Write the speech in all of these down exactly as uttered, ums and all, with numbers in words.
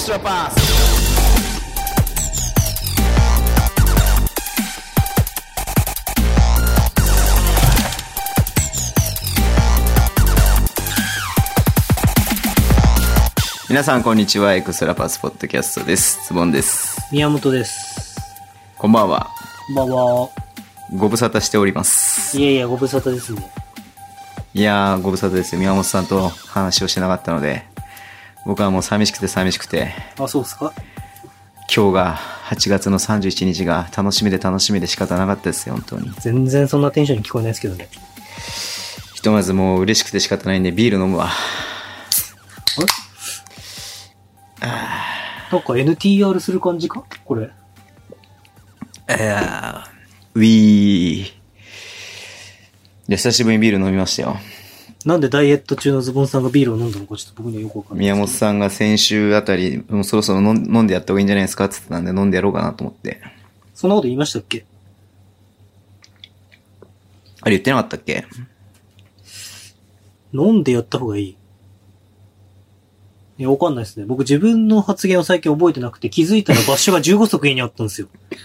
Extra Pass。皆さんこんにちは。エクストラパスポッドキャストです。ズボンです。 宮本です。 こんばんは。 こんばんは。 ご無沙汰しております。 いやいや、ご無沙汰ですね。 いやー、ご無沙汰です。宮本さんと話をしてなかったので、僕はもう寂しくて寂しくて。 あ、そうですか。 今日がはちがつのさんじゅういちにちが楽しみで楽しみで仕方なかったですよ、本当に。 全然そんなテンションに聞こえないですけどね。 ひとまずもう嬉しくて仕方ないんでビール飲むわ。 なんか エヌティーアール する感じかこれ。 えー、ウィー。で、久しぶりにビール飲みましたよ。 なんでダイエット中のズボンさんがビールを飲んだのかちょっと僕にはよくわかんない。 宮本さんが先週あたり、もうそろそろ飲んでやった方がいいんじゃないですかって言ってたんで飲んでやろうかなと思って。 そんなこと言いましたっけ？ あれ言ってなかったっけ？ 飲んでやった方がいい。いや、わかんないですね。僕自分の発言を最近覚えてなくて気づいたら場所がじゅうごそく家にあったんですよ。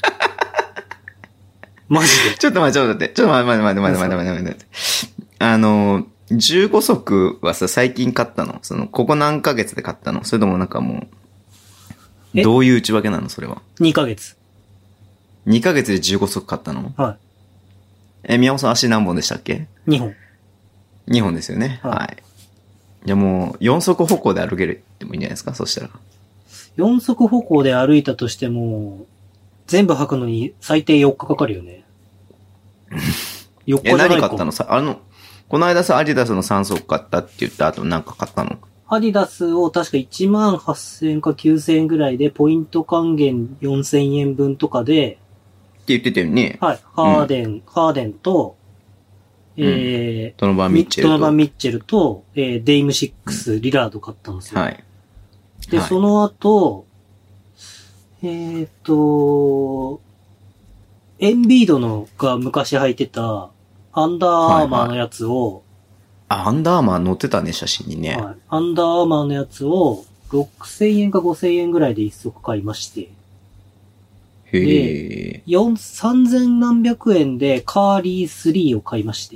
マジで。 ちょっと待って、ちょっと待って、ちょっと待って、待って、待って、待って、待って、待って。あの、じゅうごそくはさ、最近買ったの？その、ここ何ヶ月で買ったの？それともなんかもう、どういう内訳なのそれは。 にかげつ。 にかげつでじゅうごそく買ったの？ はい。 え、宮本さん足何本でしたっけ？ にほん。 にほんですよね。はい。はい、じゃあもう、よんそく歩行で歩けるってもいいんじゃないですか？そしたら。 よんそく歩行で歩いたとしても、全部履くのに最低よっかかかるよね。よっかじゃないか。 え、何買ったのさ、あの、この間さ、アディダスのさんそく買ったって言った後なんか買ったの？ アディダスを確かいちまんはっせんえんかきゅうせんえんぐらいで、ポイント還元よんせんえんぶんとかで、 って言ってたよね。 はい。ハーデン、うん、ハーデンと、えー、 ドノバン・ミッチェルと。 ドノバン・ミッチェルと、えー、デイムシックス、リラード買ったんですよ。 はい。 で、はい、その後、えーっと、エンビードのが昔履いてた、アンダーアーマーのやつを、はいはい、 あ、アンダーアーマー載ってたね、写真にね。 はい。アンダーアーマーのやつを、ろくせんえんかごせんえんぐらいで一足買いまして。 へー。 で、さんぜんなんびゃくえんでカーリースリーを買いまして。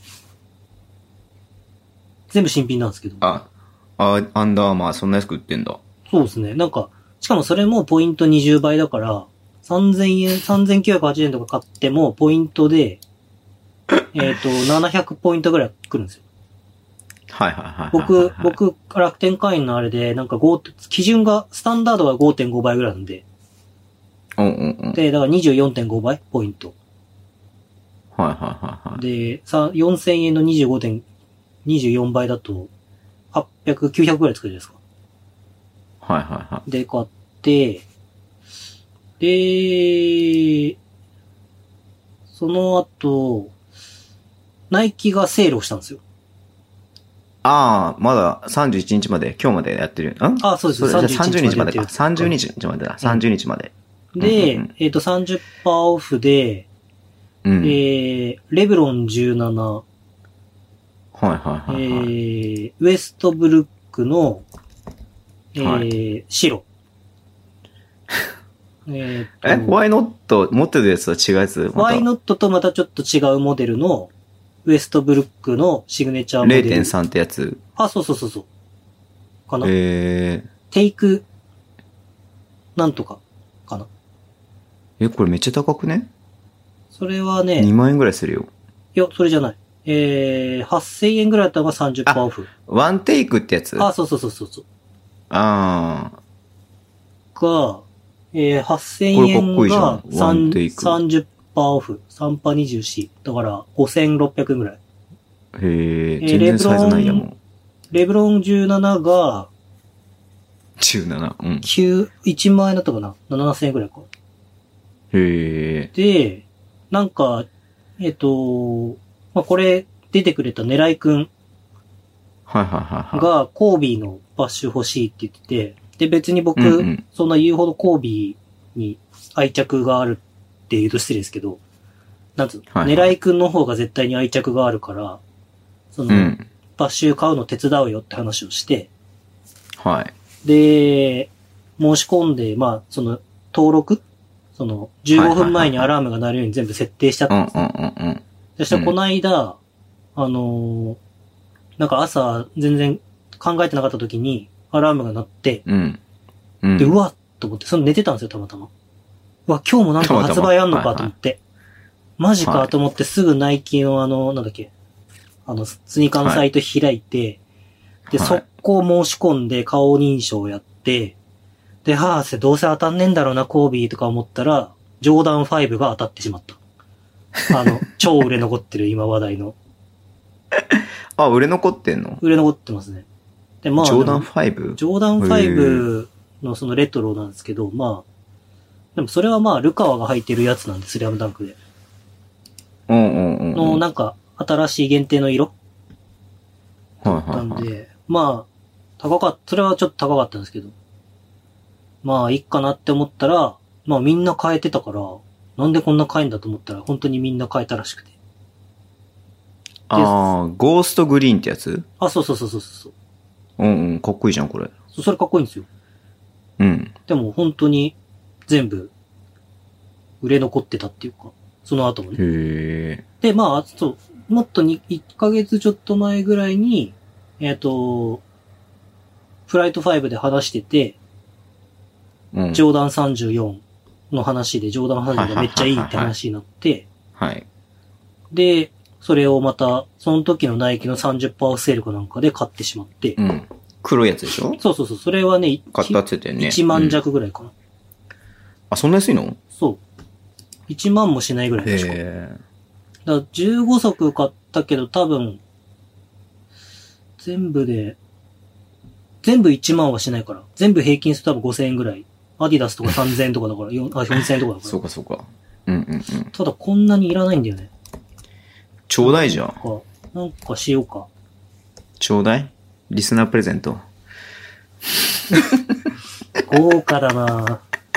全部新品なんですけど。 あ、あ、アンダーアーマーそんな安く売ってんだ。 そうですね。なんか、しかもそれもポイントにじゅうばいだから、さんぜんえん、さんぜんきゅうひゃくはちじゅうえんとか買っても、ポイントで、えっと、ななひゃくポイントぐらい来るんですよ。 はいはいはいはい、はい。 僕、僕、楽天会員のあれで、なんかご、基準が、スタンダードが ごてんごばいぐらいなんで。 うんうんうん。 で、だから にじゅうよんてんごばいポイント。 はいはいはいはい。 で、さ、よんせんえんのにじゅうごてん、にじゅうよんばいだと、はっぴゃく、きゅうひゃくぐらい作るじゃないですか。はいはいはい。 で、買って、で、その後、ナイキがセールをしたんですよ。 ああ、まださんじゅういちにちまで、今日までやってる。んああ、そうです。 それじゃさんじゅうにちまでか。さんじゅうにちまでだ。さんじゅうにちまで。 で、うんうんうん、えっと、さんじゅっパーセント オフで、うん、えー、レブロンじゅうなな、 はいはいはい、はい、 えー、ウエストブルックの、えー、はい、白。 えー、え、ホワイノット持ってるやつは違うやつ？ ホワイノットとまたちょっと違うモデルの、ウエストブルックのシグネチャーモデル。 れいてんさん ってやつ？ あ、そうそうそうそう。かな。 えー。 テイク、なんとか、かな。 え、これめっちゃ高くね？ それはね。 にまんえんぐらいするよ。 いや、それじゃない。えー、はっせんえんぐらいだったのが さんじゅっパーセント オフ。 ワンテイクってやつ？ あ、そうそうそうそうそう。 あー。が、えー、はっせんえんがさんじゅっパーセントオフ。さんパーにじゅうよん。だからごせんろっぴゃくえんぐらい。 へー、全然サイズないやもん。 レブロンじゅうななが、 じゅうなな、うん。 きゅう、いちまんえんだったかな ?ななせんえんぐらいか。 へー。 で、なんか、えっと、まあ、これ出てくれた狙いくんはいはいはいはい。 がコービーのバッシュ欲しいって言ってて、で別に僕、 うんうん、 そんな言うほどコービーに愛着があるって言うと失礼ですけど、なんつうの、はいはい、狙いくんの方が絶対に愛着があるから、その、うん、バッシュ買うの手伝うよって話をして、 はい。 で、 申し込んで、まあ、その、登録その、じゅうごふんまえにアラームが鳴るように全部設定しちゃったんですよ。 うんうんうんうん。 そしたらこの間、あのー、なんか朝全然考えてなかった時にアラームが鳴って、 うんうん、 で、うわっと思って、その寝てたんですよ、たまたま。うわ、今日もなんか発売あんのかと思って。はいはい、マジかと思ってすぐナイキのあの、なんだっけ、あの、スニーカーのサイト開いて、はい、で、速攻申し込んで顔認証やって、で、はぁ、どうせ当たんねえんだろうな、コービーとか思ったら、ジョーダンファイブが当たってしまった。あの、超売れ残ってる今話題の。 あ、売れ残ってんの？ 売れ残ってますね。で、まあ、 ジョーダン ファイブ？ ジョーダンファイブのそのレトロなんですけど、まあ、でもそれはまあ、ルカワが履いてるやつなんで、スラムダンクで。 うんうんうん。 の、なんか、新しい限定の色はいはいはい。 なんで、まあ、高かった、それはちょっと高かったんですけど。まあ、いいかなって思ったら、まあみんな変えてたから、なんでこんな変えんだと思ったら、本当にみんな変えたらしくて。 ああ、ゴーストグリーンってやつ？ あ、そうそうそうそうそう。 うんうん、かっこいいじゃん、これ。 それかっこいいんですよ。 うん。 でも本当に全部売れ残ってたっていうか、その後もね。 へで、まあ、そう、もっとにいっかげつちょっと前ぐらいに、えっと、フライトファイブで話してて、うん、ジョーダンさんじゅうよんの話で、ジョーダンさんじゅうよんがめっちゃいいって話になって、 はい。 で、それをまた、その時のナイキの さんじゅっパーセント セールかなんかで買ってしまって。 うん。黒いやつでしょ？ そうそうそう。それはね、 買ったって言ってね。 いちまん弱ぐらいかな。うん、 あ、そんな安いの？ そう。いちまんもしないぐらいでしょ。 へー。だからじゅうご足買ったけど多分、全部で、全部いちまんはしないから。全部平均すると多分ごせんえんぐらい。アディダスとかさんぜんえんとかだから、あ、よんせんえんとかだから。 そうかそうか。うんうんうん。 ただこんなにいらないんだよね。 ちょうだいじゃん。 なんか、なんかしようか。 ちょうだい？リスナープレゼント。 豪華だな。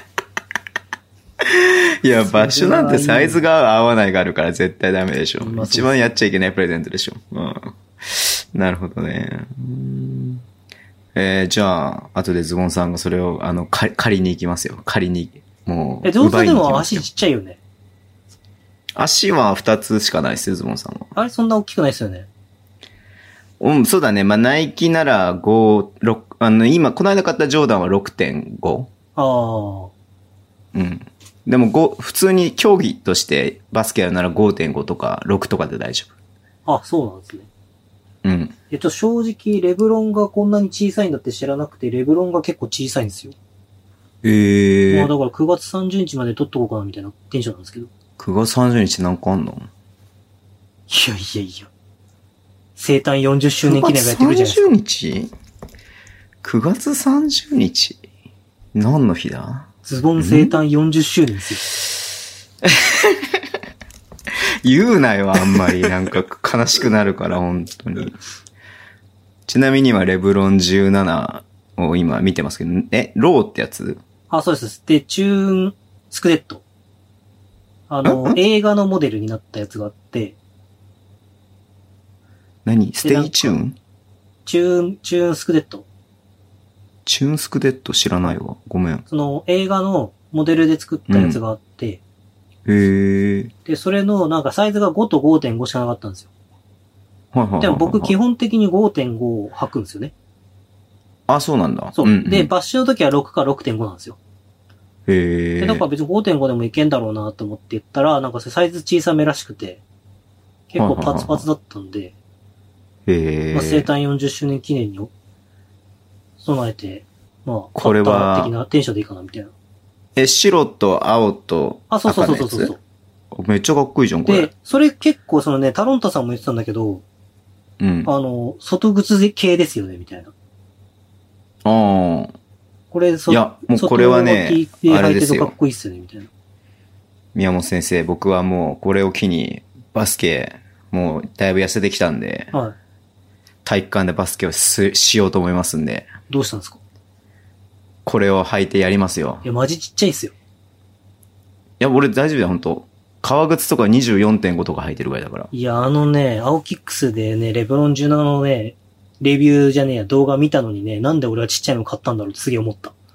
いや、場所なんてサイズが合わないがあるから絶対ダメでしょ。一番やっちゃいけないプレゼントでしょ。うん。なるほどね。うんえー、じゃあ、後でズボンさんがそれを、あの、か借りに行きますよ。借りに、もう。 え、どうせでも足ちっちゃいよね。 足は二つしかないですよ、ズボンさんは。 あれ、そんな大きくないですよね。 うん、そうだね。まあ、ナイキならご、ろく、あの、今、この間買ったジョーダンは ろくてんご。 ああ。 うん。でもご、普通に競技としてバスケやるなら ごてんご とかろくとかで大丈夫。あ、そうなんですね。 うん。 えっと、正直、レブロンがこんなに小さいんだって知らなくて、レブロンが結構小さいんですよ。 へえー。 まあだからくがつさんじゅうにちまで取っとこうかなみたいなテンションなんですけど。 くがつさんじゅうにちなんかあんの？ いやいやいや。生誕よんじゅっしゅうねん記念がやってくるじゃないですか。 くがつさんじゅうにち？ くがつさんじゅうにち何の日だ？ ズボン生誕よんじゅっしゅうねんですよ。 言うなよ、あんまり。なんか悲しくなるから、本当に。ちなみに今、レブロンじゅうななを今見てますけど、え、ローってやつ？ あ、そうです。で、チューンスクレット。あの、映画のモデルになったやつがあって。 何？ステイチューン？ チューン、チューンスクレット。 チューンスクレット知らないわ。ごめん。 その映画のモデルで作ったやつがあって。 うん、へー。 で、それのなんかサイズがごと ごてんご しかなかったんですよ。 はいはいはいはい。 でも僕基本的に ごてんご を履くんですよね。 あ、そうなんだ。 そう。うんうん、で、バッシュの時はろくか ろくてんご なんですよ。 へー。 で、だから別に ごてんご でもいけんだろうなと思って言ったら、なんかサイズ小さめらしくて、結構パツパツだったんで、 へー。 まあ、生誕よんじゅっしゅうねん記念に備えて、まあ、 これは的なテンションでいいかなみたいな。 え、白と青と赤のやつ？あ、そうそうそうそうそう。めっちゃかっこいいじゃん、これ。 で、それ結構そのね、タロンタさんも言ってたんだけど、 うん。 あの、外靴系ですよね、みたいな。 ああ。 これ、そ、 いや、もうこれはね、 あれですよ。かっこいいっすよね、みたいな。 宮本先生、僕はもうこれを機にバスケ、もうだいぶ痩せてきたんで、 はい。 体育館でバスケをししようと思いますんで。 どうしたんですか？ これを履いてやりますよ。 いや、マジちっちゃいっすよ。 いや、俺大丈夫だよ、ほんと。革靴とか にじゅうよんてんご とか履いてるぐらいだから。 いや、あのね、青キックスでね、レブロンじゅうななのね、レビューじゃねえや、動画見たのにね、なんで俺はちっちゃいの買ったんだろうってすげえ思った。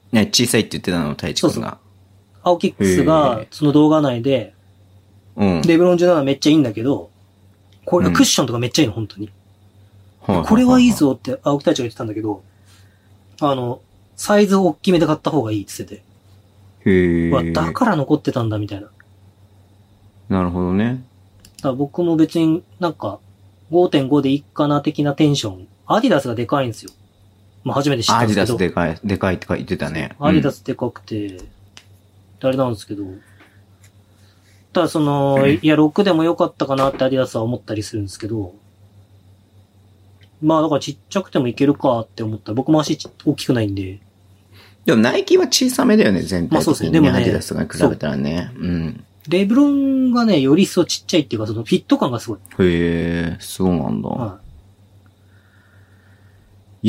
ね、小さいって言ってたの、太一君が。 青キックスが、その動画内で、 うん。 レブロンじゅうななめっちゃいいんだけど、これクッションとかめっちゃいいの、本当に。 うん、 これはいいぞって青木隊長が言ってたんだけど、あの、サイズを大きめで買った方がいいって言ってて。 へー。だから残ってたんだみたいな。 なるほどね。 だから僕も別になんか ごてんご でいいかな的なテンション。アディダスがでかいんですよ。まあ初めて知ったんですけど。 アディダスでかい、でかいって言ってたね。 アディダスでかくて、あれなんですけど、ただその、うん、いや、ろくでもよかったかなってアディダスは思ったりするんですけど、まあだからちっちゃくてもいけるかって思ったら、僕も足大きくないんで。 でもナイキは小さめだよね、全体的に。 まあそうですね。でもね、 アディダスが比べたらね。うん。 レブロンがね、より一層ちっちゃいっていうか、そのフィット感がすごい。 へえ、そうなんだ。 はい、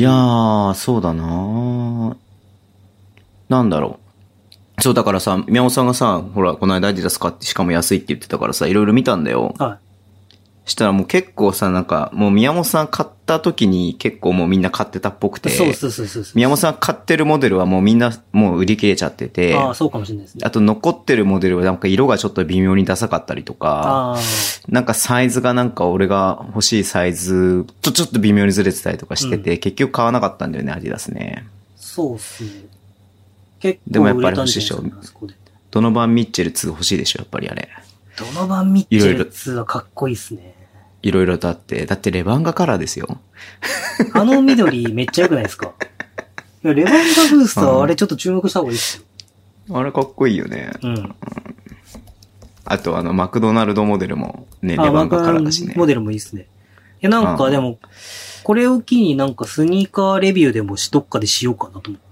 いやー、そうだななんだろう。そう、だからさ、宮本さんがさ、ほら、この間アディダス買って、しかも安いって言ってたからさ、いろいろ見たんだよ。 はい。 したらもう結構さ、なんか、もう宮本さん買った時に結構もうみんな買ってたっぽくて。 そうそうそうそうそう。 宮本さん買ってるモデルはもうみんなもう売り切れちゃってて。 ああ、そうかもしれないですね。 あと残ってるモデルはなんか色がちょっと微妙にダサかったりとか。あなんかサイズがなんか俺が欲しいサイズとちょっと微妙にずれてたりとかしてて、うん、結局買わなかったんだよね、アディダスね。 そうっすね。結構売れたんじゃないですか。でもやっぱり欲しいでしょ。 ドノバン・ミッチェルツー欲しいでしょ、やっぱりあれ。 ドノバン・ミッチェルツーはかっこいいっすね。 いろいろとあって。だってレバンガカラーですよ。 あの緑めっちゃ良くないですか？いや、レバンガブースターあれちょっと注目した方がいいっすよ。あれかっこいいよね。 うん。 あとあの、マクドナルドモデルもね、レバンガカラーだしね。 モデルもいいっすね。いや、なんかでも、これを機になんかスニーカーレビューでもしどっかでしようかなと思って。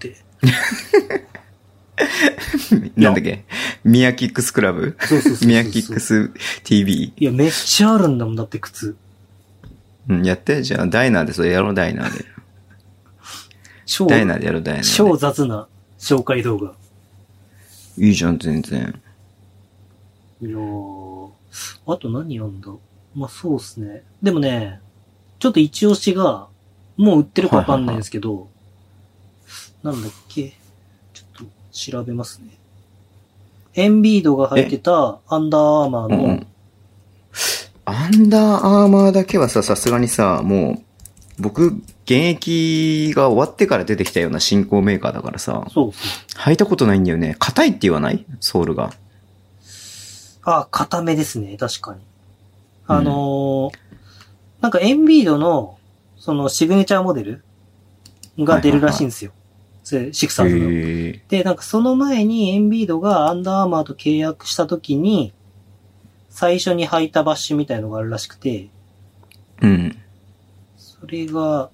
なんだっけミヤキックスクラブそうそうそうそう。 ミヤキックス ティーブイ。 いや、めっちゃあるんだもん、だって靴。 うん、やってじゃあ、ダイナーでそれやろう、ダイナーで。 超、 ダイナーでやろう、ダイナーで。 超雑な紹介動画。 いいじゃん、全然。 いやー、あと何やんだ？まあ、そうっすね。でもね、ちょっと一押しが、もう売ってるかわかんないんですけど、はいはいはい、なんだっけ調べますね。エンビードが入ってたアンダーアーマーの、うん、 アンダーアーマーだけはさ、さすがにさ、もう、僕、現役が終わってから出てきたような新興メーカーだからさ、 そうそう。 履いたことないんだよね。硬いって言わないソールが。 あ、硬めですね、確かに。あのー、うん、なんかエンビードの、そのシグネチャーモデルが出るらしいんですよ。はいはいはいシクサーズの。で、なんかその前にエンビードがアンダーアーマーと契約した時に、最初に履いたバッシュみたいのがあるらしくて、 うん。 それが、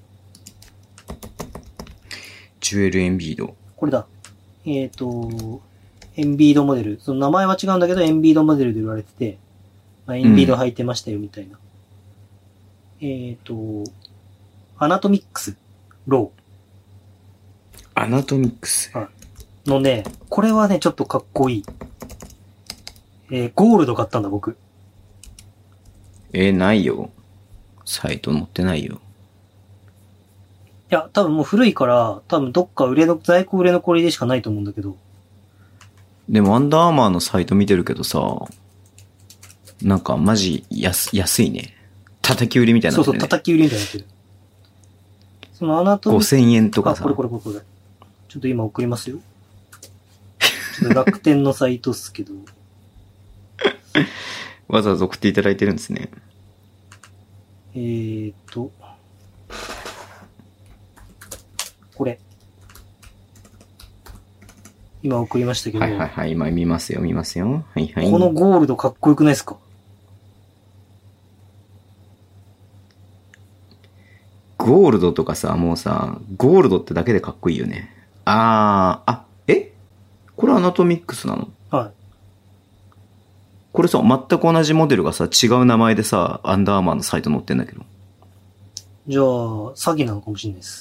ジュエルエンビード。これだ。えっと、エンビードモデル。その名前は違うんだけど、エンビードモデルで売られてて、まあ、エンビード履いてましたよ、みたいな。うん、えっと、アナトミックス、ロー。 アナトミックス。 のね、これはね、ちょっとかっこいい。えー、ゴールド買ったんだ、僕。 えー、ないよ。サイト載ってないよ。いや、多分もう古いから、多分どっか売れの、在庫売れ残りでしかないと思うんだけど。 でも、アンダーアーマーのサイト見てるけどさ、なんかマジ安、安いね。叩き売りみたいな、ね。 そうそう、叩き売りみたいになってる。そのアナトミックス。 ごせんえんとかさ。 あ、これこれこれこれ。ちょっと今送りますよ。ちょっと楽天のサイトっすけど。 わざわざ送っていただいてるんですね。 えーと。これ。今送りましたけど。 はいはいはい、今見ますよ、見ますよ。はいはい。 このゴールドかっこよくないですか？ ゴールドとかさ、もうさ、ゴールドってだけでかっこいいよね。あー、あ、えこれアナトミックスなの？ はい。 これさ、全く同じモデルがさ、違う名前でさ、アンダーアーマーのサイト載ってんだけど。 じゃあ、詐欺なのかもしれないです。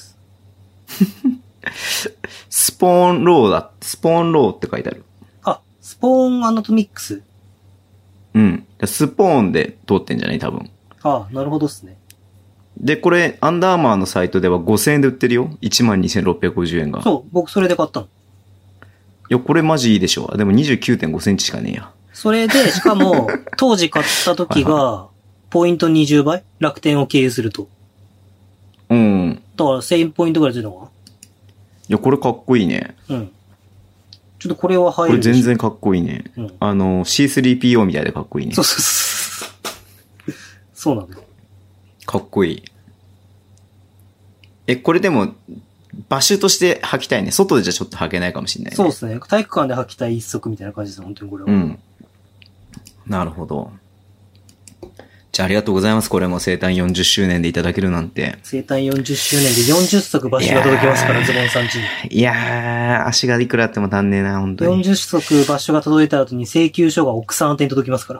スポーンローだ。スポーンローって書いてある。 あ、スポーンアナトミックス？ うん。スポーンで通ってんじゃない多分。 ああ、なるほどっすね。 で、これ、アンダーアーマーのサイトではごせんえんで売ってるよ。いちまんにせんろっぴゃくごじゅうえんが。 そう、僕それで買ったの。 いや、これマジいいでしょ。でも にじゅうきゅうてんごセンチしかねえや。 それで、しかも、当時買った時が、ポイントにじゅうばい楽天を経由すると。 うん。 だからせんポイントぐらいついたのかな。 いや、これかっこいいね。 うん。ちょっとこれは入るこれ全然かっこいいね。 うん、 あの、シースリーピーオー みたいでかっこいいね。 そうそうそう。そうなんだ。 かっこいい。え、これでも、場所として履きたいね。外でじゃちょっと履けないかもしれないね。 そうですね。体育館で履きたい一足みたいな感じですね、本当にこれは。 うん。なるほど。じゃあありがとうございます。これも生誕よんじゅっしゅうねんでいただけるなんて。 生誕よんじゅっしゅうねんでよんじゅっ足場所が届きますから、ズボンさんちに。 いやー、足がいくらあっても足んねえな、本当に。 よんじゅっ足場所が届いた後に請求書が奥さん宛てに届きますから。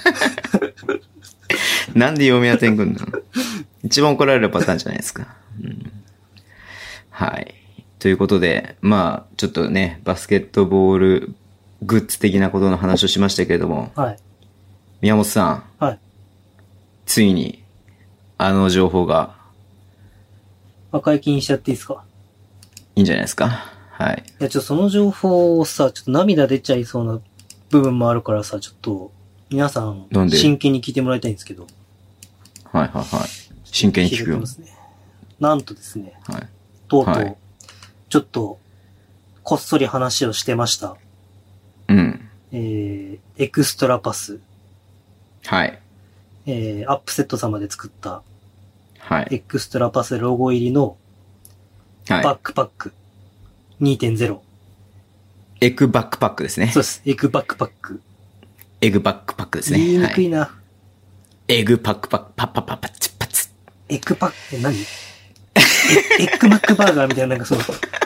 なんで嫁宛てに来んの？一番怒られるパターンじゃないですか。うん、はい。ということで、まあ、ちょっとね、バスケットボールグッズ的なことの話をしましたけれども、 はい。 宮本さん。 はい。 ついに、あの情報が。 まあ、解禁しちゃっていいですか？ いいんじゃないですか。はい。 いや、ちょっとその情報をさ、ちょっと涙出ちゃいそうな部分もあるからさ、ちょっと、皆さん、真剣に聞いてもらいたいんですけど。 はいはいはい。真剣に聞くよ。 ね、なんとですね。 はい。 とうとう、 はい、 ちょっと、こっそり話をしてました。 うん。 えー、エクストラパス。 はい。 えー、アップセット様で作った、 はい。 エクストラパスロゴ入りの、バックパック にてんゼロ。 エクバックパックですね。 そうです。エクバックパック。 エグバックパックですね。 言いにくいな。はい、 エグパックパック、パッパッパッパッチッパッツ。 エッグパックって何？エッグマックバーガーみたいな、なんかそう。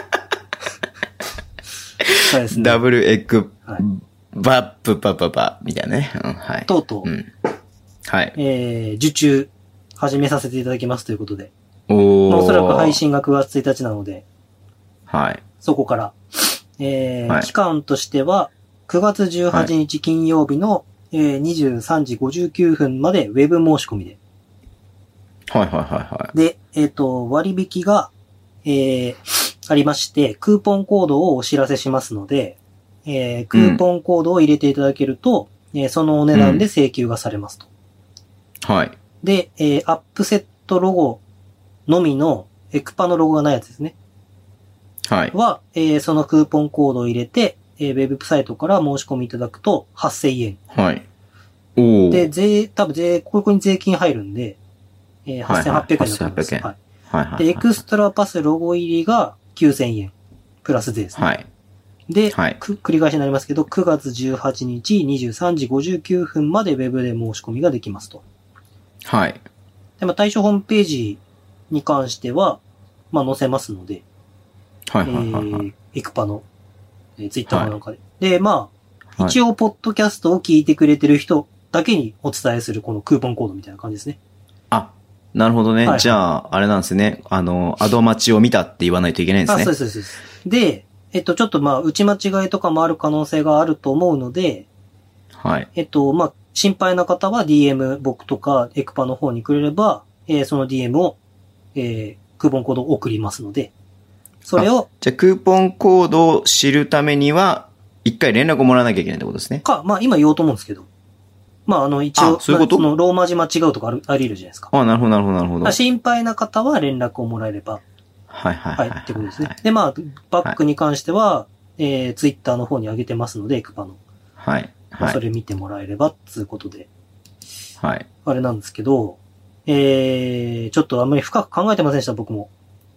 そうですね。 ダブルエッグ、はい、バップパパパみたいなね。うん、はい。 とうとう。 うん。はい。 えー、受注始めさせていただきますということで。 おー。 まあ、おそらく配信がくがつついたちなので。 はい。 そこから。えー、はい、期間としては、くがつじゅうはちにち金曜日の、はい、えー、にじゅうさんじごじゅうきゅうふんまでウェブ申し込みで。 はいはいはいはい。 で、えっと、割引が、えー、ありまして、クーポンコードをお知らせしますので、えー、クーポンコードを入れていただけると、うん、えー、そのお値段で請求がされますと。 うん、はい。 で、えー、アップセットロゴのみの、エクパのロゴがないやつですね。 はい。 は、えー、そのクーポンコードを入れて、えー、ウェブサイトから申し込みいただくと、はっせんえん。 はい。おー。 で、税、多分税、ここに税金入るんで、えー、はっせんはっぴゃくえんだと思います。はい。はいはいはい。で、エクストラパスロゴ入りがきゅうせんえん。プラス税ですね。はい。で、はい、く、繰り返しになりますけど、くがつじゅうはちにちにじゅうさんじごじゅうきゅうふんまでウェブで申し込みができますと。はい。で、まあ、対象ホームページに関しては、まあ、載せますので、はいはいはい、はい。えー、エクパの、えー、ツイッターなんかで。はい、で、まあ、一応、ポッドキャストを聞いてくれてる人だけにお伝えするこのクーポンコードみたいな感じですね。 あ、なるほどね。はいはい、じゃあ、あれなんですね。あの、アド待ちを見たって言わないといけないんですね。 あ、そうです、そうです。で、えっと、ちょっとまあ、打ち間違いとかもある可能性があると思うので、はい。えっと、まあ、心配な方は ディーエム 僕とかエクパの方にくれれば、えー、その ディーエム を、えー、クーポンコードを送りますので、それを。 じゃあ、クーポンコードを知るためには、一回連絡をもらわなきゃいけないってことですね。 か、まあ、今言おうと思うんですけど。まあ、あの、一応、 あ、そういうこと？ その、ローマ字間違うとかある、あり得るじゃないですか。 あ、なるほど、なるほど、なるほど。 心配な方は連絡をもらえれば。 はいはいはい。 はい、ってことですね。で、まあ、バックに関しては、はい、えー、ツイッターの方に上げてますので、エクパの。はい。はい。それ見てもらえれば、つうことで。はい。あれなんですけど、えー、ちょっとあんまり深く考えてませんでした、僕も。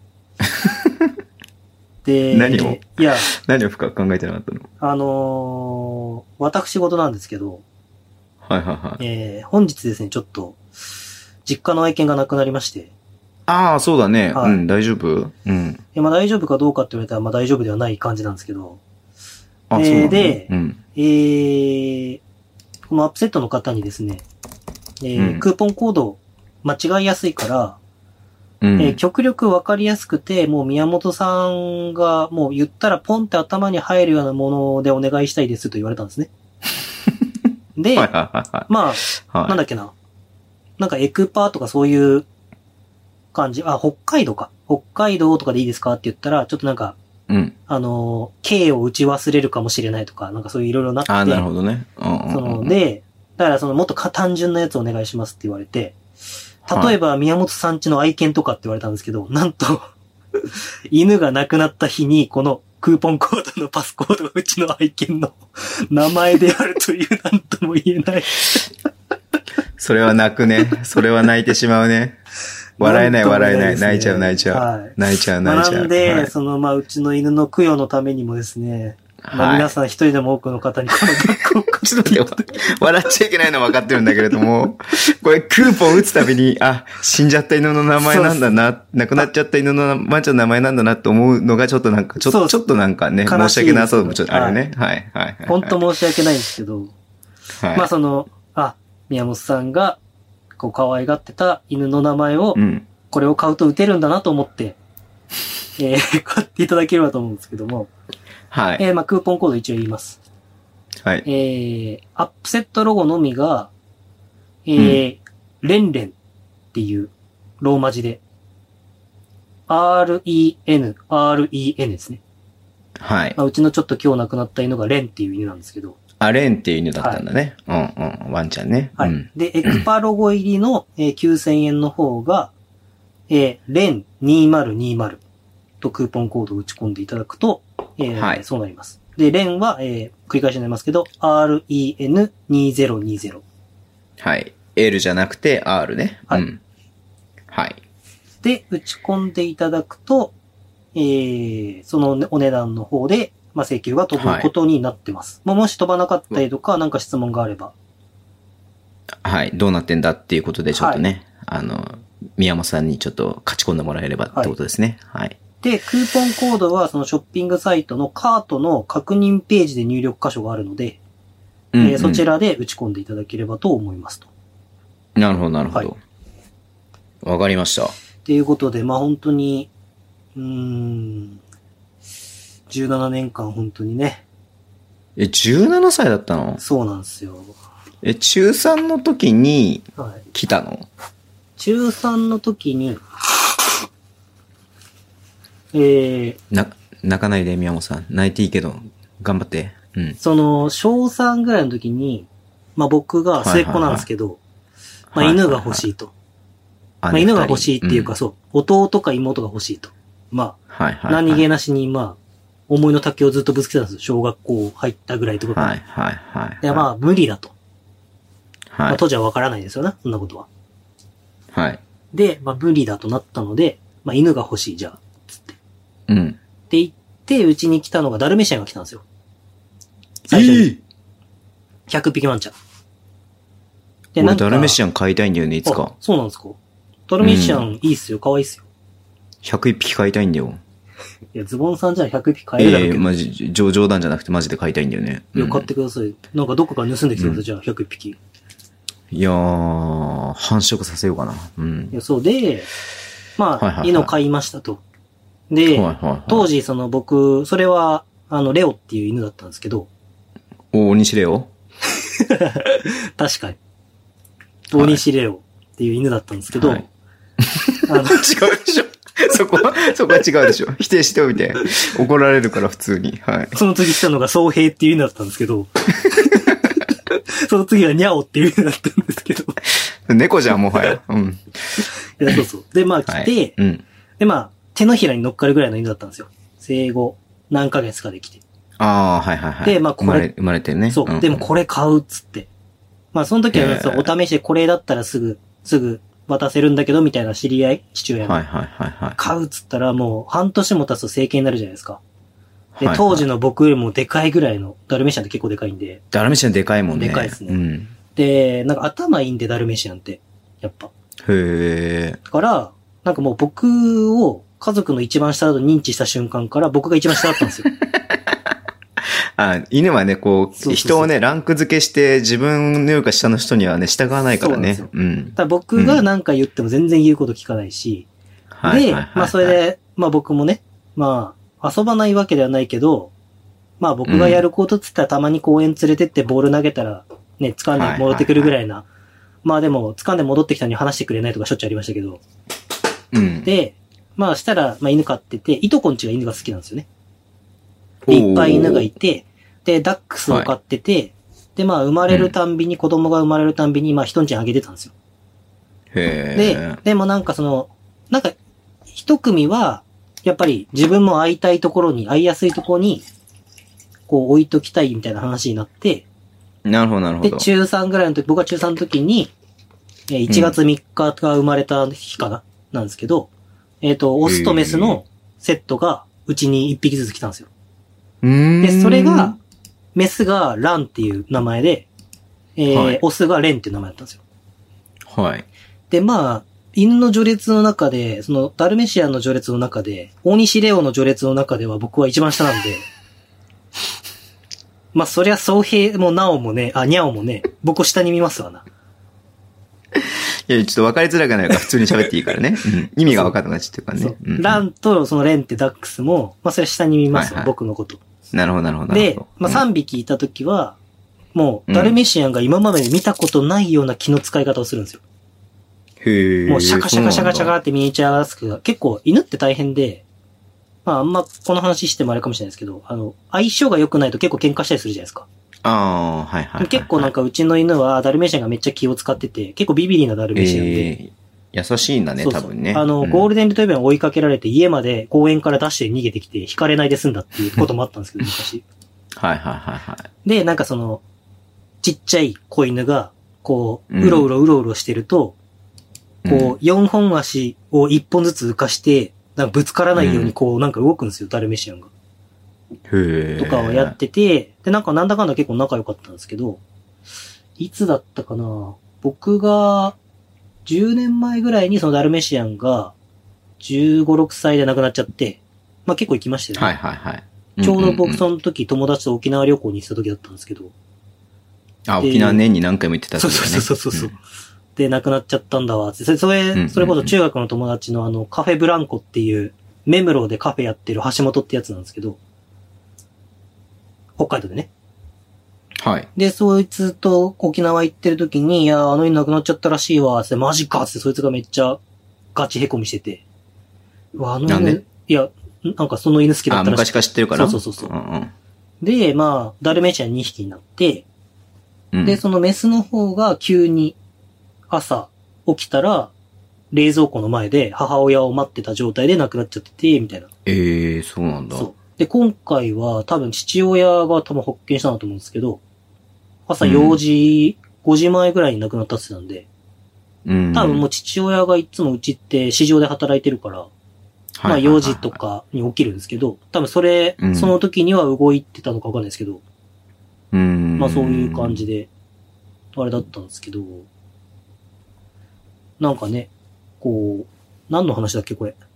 で、 何をいや、 何を深く考えてなかったの？ あのー、私事なんですけど、 はいはいはい。 えー、本日ですね、ちょっと、実家の愛犬が亡くなりまして。あああ、そうだね。はい、うん、大丈夫？うん。 いや、まあ大丈夫かどうかって言われたら、まあ大丈夫ではない感じなんですけど。 あ、 えー、 そうなんだ、 で、 うん、 えー、このアップセットの方にですね、えーうん、クーポンコード間違いやすいから、うんえー、極力わかりやすくて、もう宮本さんがもう言ったらポンって頭に入るようなものでお願いしたいですと言われたんですね。で、 はいはいはいはい、 まあ、はい、なんだっけな。なんかエクパーとかそういう感じ、あ、北海道か。北海道とかでいいですかって言ったら、ちょっとなんか、 うん。 あの、K を打ち忘れるかもしれないとか、なんかそういういろいろなって。 ああ、なるほどね。うんうんうん、 その、で、だからそのもっとか単純なやつお願いしますって言われて、例えば宮本さん家の愛犬とかって言われたんですけど、なんと、犬が亡くなった日にこのクーポンコードのパスコードがうちの愛犬の名前であるというなんとも言えない。 それは泣くね。それは泣いてしまうね。笑えない笑えない。泣いちゃう泣いちゃう。はい、泣いちゃう泣いちゃう。 なんで、はい、そのまあうちの犬の供養のためにもですね、まあ、皆さん一人でも多くの方にこのバッグを買って。 ちょっと待って、笑っちゃいけないの分かってるんだけれども、これクーポン打つたびに、あ、死んじゃった犬の名前なんだな、亡くなっちゃった犬のワンちゃんの名前なんだなって思うのがちょっとなんか、ちょっと、ちょっとなんかね、申し訳なそうもちょっとあるね。はい、はい、はい。 本当申し訳ないんですけど、はい、まあその、あ、宮本さんが、こう可愛がってた犬の名前を、うん、これを買うと打てるんだなと思って、えー、買っていただければと思うんですけども、 はい。 えー、まあ、クーポンコード一応言います。 はい。 えー、アップセットロゴのみが、えー、うん、レンレンっていうローマ字で、アールイーエヌ、アールイーエヌ ですね。 はい。 まあ、うちのちょっと今日亡くなった犬がレンっていう犬なんですけど。 あ、レンっていう犬だったんだね。はい、うんうん。ワンちゃんね。 はい。うん、で、エクパロゴ入りの、えー、きゅうせんえんの方が、えー、レンにせんにじゅうとクーポンコードを打ち込んでいただくと、えーはい、そうなります。で、レンは、えー、繰り返しになりますけど、アールイーエヌにせんにじゅう。 はい。L じゃなくて R ね。 はい。 うん、はい。 で、打ち込んでいただくと、えー、そのお値段の方で、まあ、請求が飛ぶことになってます。はい、もし飛ばなかったりとか、なんか質問があれば。 はい。どうなってんだっていうことで、ちょっとね、はい、あの、宮本さんにちょっと勝ち込んでもらえればってことですね。はい。はい、 で、クーポンコードはそのショッピングサイトのカートの確認ページで入力箇所があるので、うんうん、えー、そちらで打ち込んでいただければと思いますと。 なるほど、なるほど。わ、はい、かりました。 ということで、まあ本当に、うーん、じゅうななねんかん本当にね。 え、じゅうななさいだったの？ そうなんですよ。 え、中さんの時に来たの？はい、 中さんの時に、えー、 な、泣かないで、宮本さん。泣いていいけど、頑張って。うん。 その、小さんぐらいの時に、まあ僕が末っ子なんですけど、まあ犬が欲しいと。まあ犬が欲しいっていうか、うん、そう、弟か妹が欲しいと。まあ、はいはいはい、何気なしに、まあ、思いの丈をずっとぶつけてたんですよ。小学校入ったぐらいとか。 はいはいはい、はい。 いやまあ、無理だと。 はい。 まあ当時はわからないですよね、そんなことは。 はい。 で、まあ無理だとなったので、まあ犬が欲しい、じゃあ。 うん。 って言って、うちに来たのがダルメシアンが来たんですよ。最初に。えー、ひゃくぴきワンちゃん。 で、なんかダルメシアン飼いたいんだよね、いつか。 そうなんですか。ダルメシアンいいっすよ、可愛いっすよ。 ひゃくいっぴき飼いたいんだよ。 いや、ズボンさんじゃひゃくいっぴき飼えるだろうけど。 ええー、マジ、冗談じゃなくてマジで飼いたいんだよね。 いや、買ってください。なんかどこか盗んできてください、じゃあひゃくいっぴき。 いやー、繁殖させようかな。うん。 いや、そうで、まあ、犬を飼いましたと。で、はいはいはい、当時その僕、それは、あの、レオっていう犬だったんですけど。 大西レオ確かに。大西レオっていう犬だったんですけど。はい、 あの違うでしょそこは、そこは違うでしょ否定しておいて。怒られるから普通に。はい。 その次来たのが宗平っていう犬だったんですけど。その次はニャオっていう犬だったんですけど。 猫じゃん、もはや。うん。 いや、そうそう。で、まあ来て、はい、うん、で、まあ、手のひらに乗っかるぐらいの犬だったんですよ。生後何ヶ月かできて。 ああ、はいはいはい。 で、まあこれ。 生まれ、生まれてね。 そう。うん、でもこれ買うっつって。まあその時は、ね、お試しでこれだったらすぐ、すぐ渡せるんだけど、みたいな知り合い父親の。 はいはいはいはい。 買うっつったらもう半年も経つと成形になるじゃないですか。で、はいはい、当時の僕よりもでかいぐらいの、ダルメシアンって結構でかいんで。 ダルメシアンでかいもんね。 でかいですね。 うん。 で、なんか頭いいんで、ダルメシアンって。やっぱ。 へー。 だから、なんかもう僕を家族の一番下だと認知した瞬間から僕が一番下だったんですよ。 あ、犬はね、こう、そうそうそう、人をね、ランク付けして自分のよりか下の人にはね、従わないからね。うん。 だ僕が何か言っても全然言うこと聞かないし。うん、で、まあそれで、まあ僕もね、まあ遊ばないわけではないけど、まあ僕がやることって言ったらたまに公園連れてってボール投げたら、ね、掴んで戻ってくるぐらいな。まあでも、掴んで戻ってきたのに話してくれないとかしょっちゅうありましたけど。 うん。 で、まあしたら、まあ犬飼ってて、いとこんちが犬が好きなんですよね。で、いっぱい犬がいて、で、ダックスを飼ってて、はい、で、まあ生まれるたんびに、うん、子供が生まれるたんびに、まあ人んちにあげてたんですよ。 へで、でもなんかその、なんか、一組は、やっぱり自分も会いたいところに、会いやすいところに、こう置いときたいみたいな話になって、 なるほど、なるほど。 で、中さんぐらいの時、僕が中さんの時に、いちがつみっかが生まれた日かな、うん、なんですけど、えっと、オスとメスのセットが、うちにいっぴきずつ来たんですよ。で、それが、メスがランっていう名前で、えーはい、オスがレンっていう名前だったんですよ。 はい。 で、まあ、犬の序列の中で、その、ダルメシアンの序列の中で、大西レオの序列の中では僕は一番下なんで、まあ、そりゃ、総平もナオもね、あ、ニャオもね、僕を下に見ますわな。 いや、ちょっと分かりづらくないから普通に喋っていいからね。うん、意味が分かんなくなっちゃってるからね。 うん、ランとそのレンってダックスも、まあ、それは下に見ますわ、はいはい、僕のこと。 なるほど、なるほど。 で、まあ、さんびきいたときは、もう、ダルメシアンが今まで見たことないような気の使い方をするんですよ。 へー。 もう、シャカシャカシャカシャカってミニチュアスクが、結構、犬って大変で、まあ、あんま、この話してもあれかもしれないですけど、あの、相性が良くないと結構喧嘩したりするじゃないですか。 ああ、はいはいはい、はい。 結構なんか、うちの犬は、ダルメシアンがめっちゃ気を使ってて、結構ビビリなダルメシアンで。 えー、優しいんだね、そうそう多分ね。 あの、うん、ゴールデンレトリバーに追いかけられて、家まで公園から出して逃げてきて、引かれないで済んだっていうこともあったんですけど、昔。 はいはいはいはい。 で、なんかその、ちっちゃい子犬が、こう、うろうろうろうろしてると、うん、こう、よんほん足をいっぽんずつ浮かして、なんかぶつからないようにこう、なんか動くんですよ、ダルメシアンが。 へー。 とかをやってて、で、なんかなんだかんだ結構仲良かったんですけど、いつだったかな僕が、じゅうねんまえぐらいにそのダルメシアンが、じゅうご、ろくさいで亡くなっちゃって、まあ結構行きましたよね。 はいはいはい。 ちょうど僕その時友達と沖縄旅行に行ってた時だったんですけど。 あ、沖縄年に何回も行ってた時だね。 そうそうそうそう。うん、で、亡くなっちゃったんだわって。それ、それ、それこそ中学の友達のあの、カフェブランコっていう、メムロでカフェやってる橋本ってやつなんですけど、北海道でね。 はい。 で、そいつと沖縄行ってる時に、いや、あの犬亡くなっちゃったらしいわ、って、マジかって、そいつがめっちゃガチ凹みしてて。うわ、あの犬、 なんでいや、なんかその犬好きだったらしい。 あ、昔から知ってるから。 そうそうそうそう、 うんうん。 で、まあ、ダルメシアンにひきになって、 うん、 で、そのメスの方が急に朝起きたら、冷蔵庫の前で母親を待ってた状態で亡くなっちゃってて、みたいな。 ええー、そうなんだ。 そう。で、今回は多分父親が多分発見したんだと思うんですけど、朝よじ、うん、ごじまえぐらいに亡くなったって言ってたんで、 うん、 多分もう父親がいつもうちって市場で働いてるから、まあよじとかに起きるんですけど、多分それ、うん、その時には動いてたのかわかんないですけど、 うん、 まあそういう感じで、あれだったんですけど、なんかね、こう、何の話だっけこれ。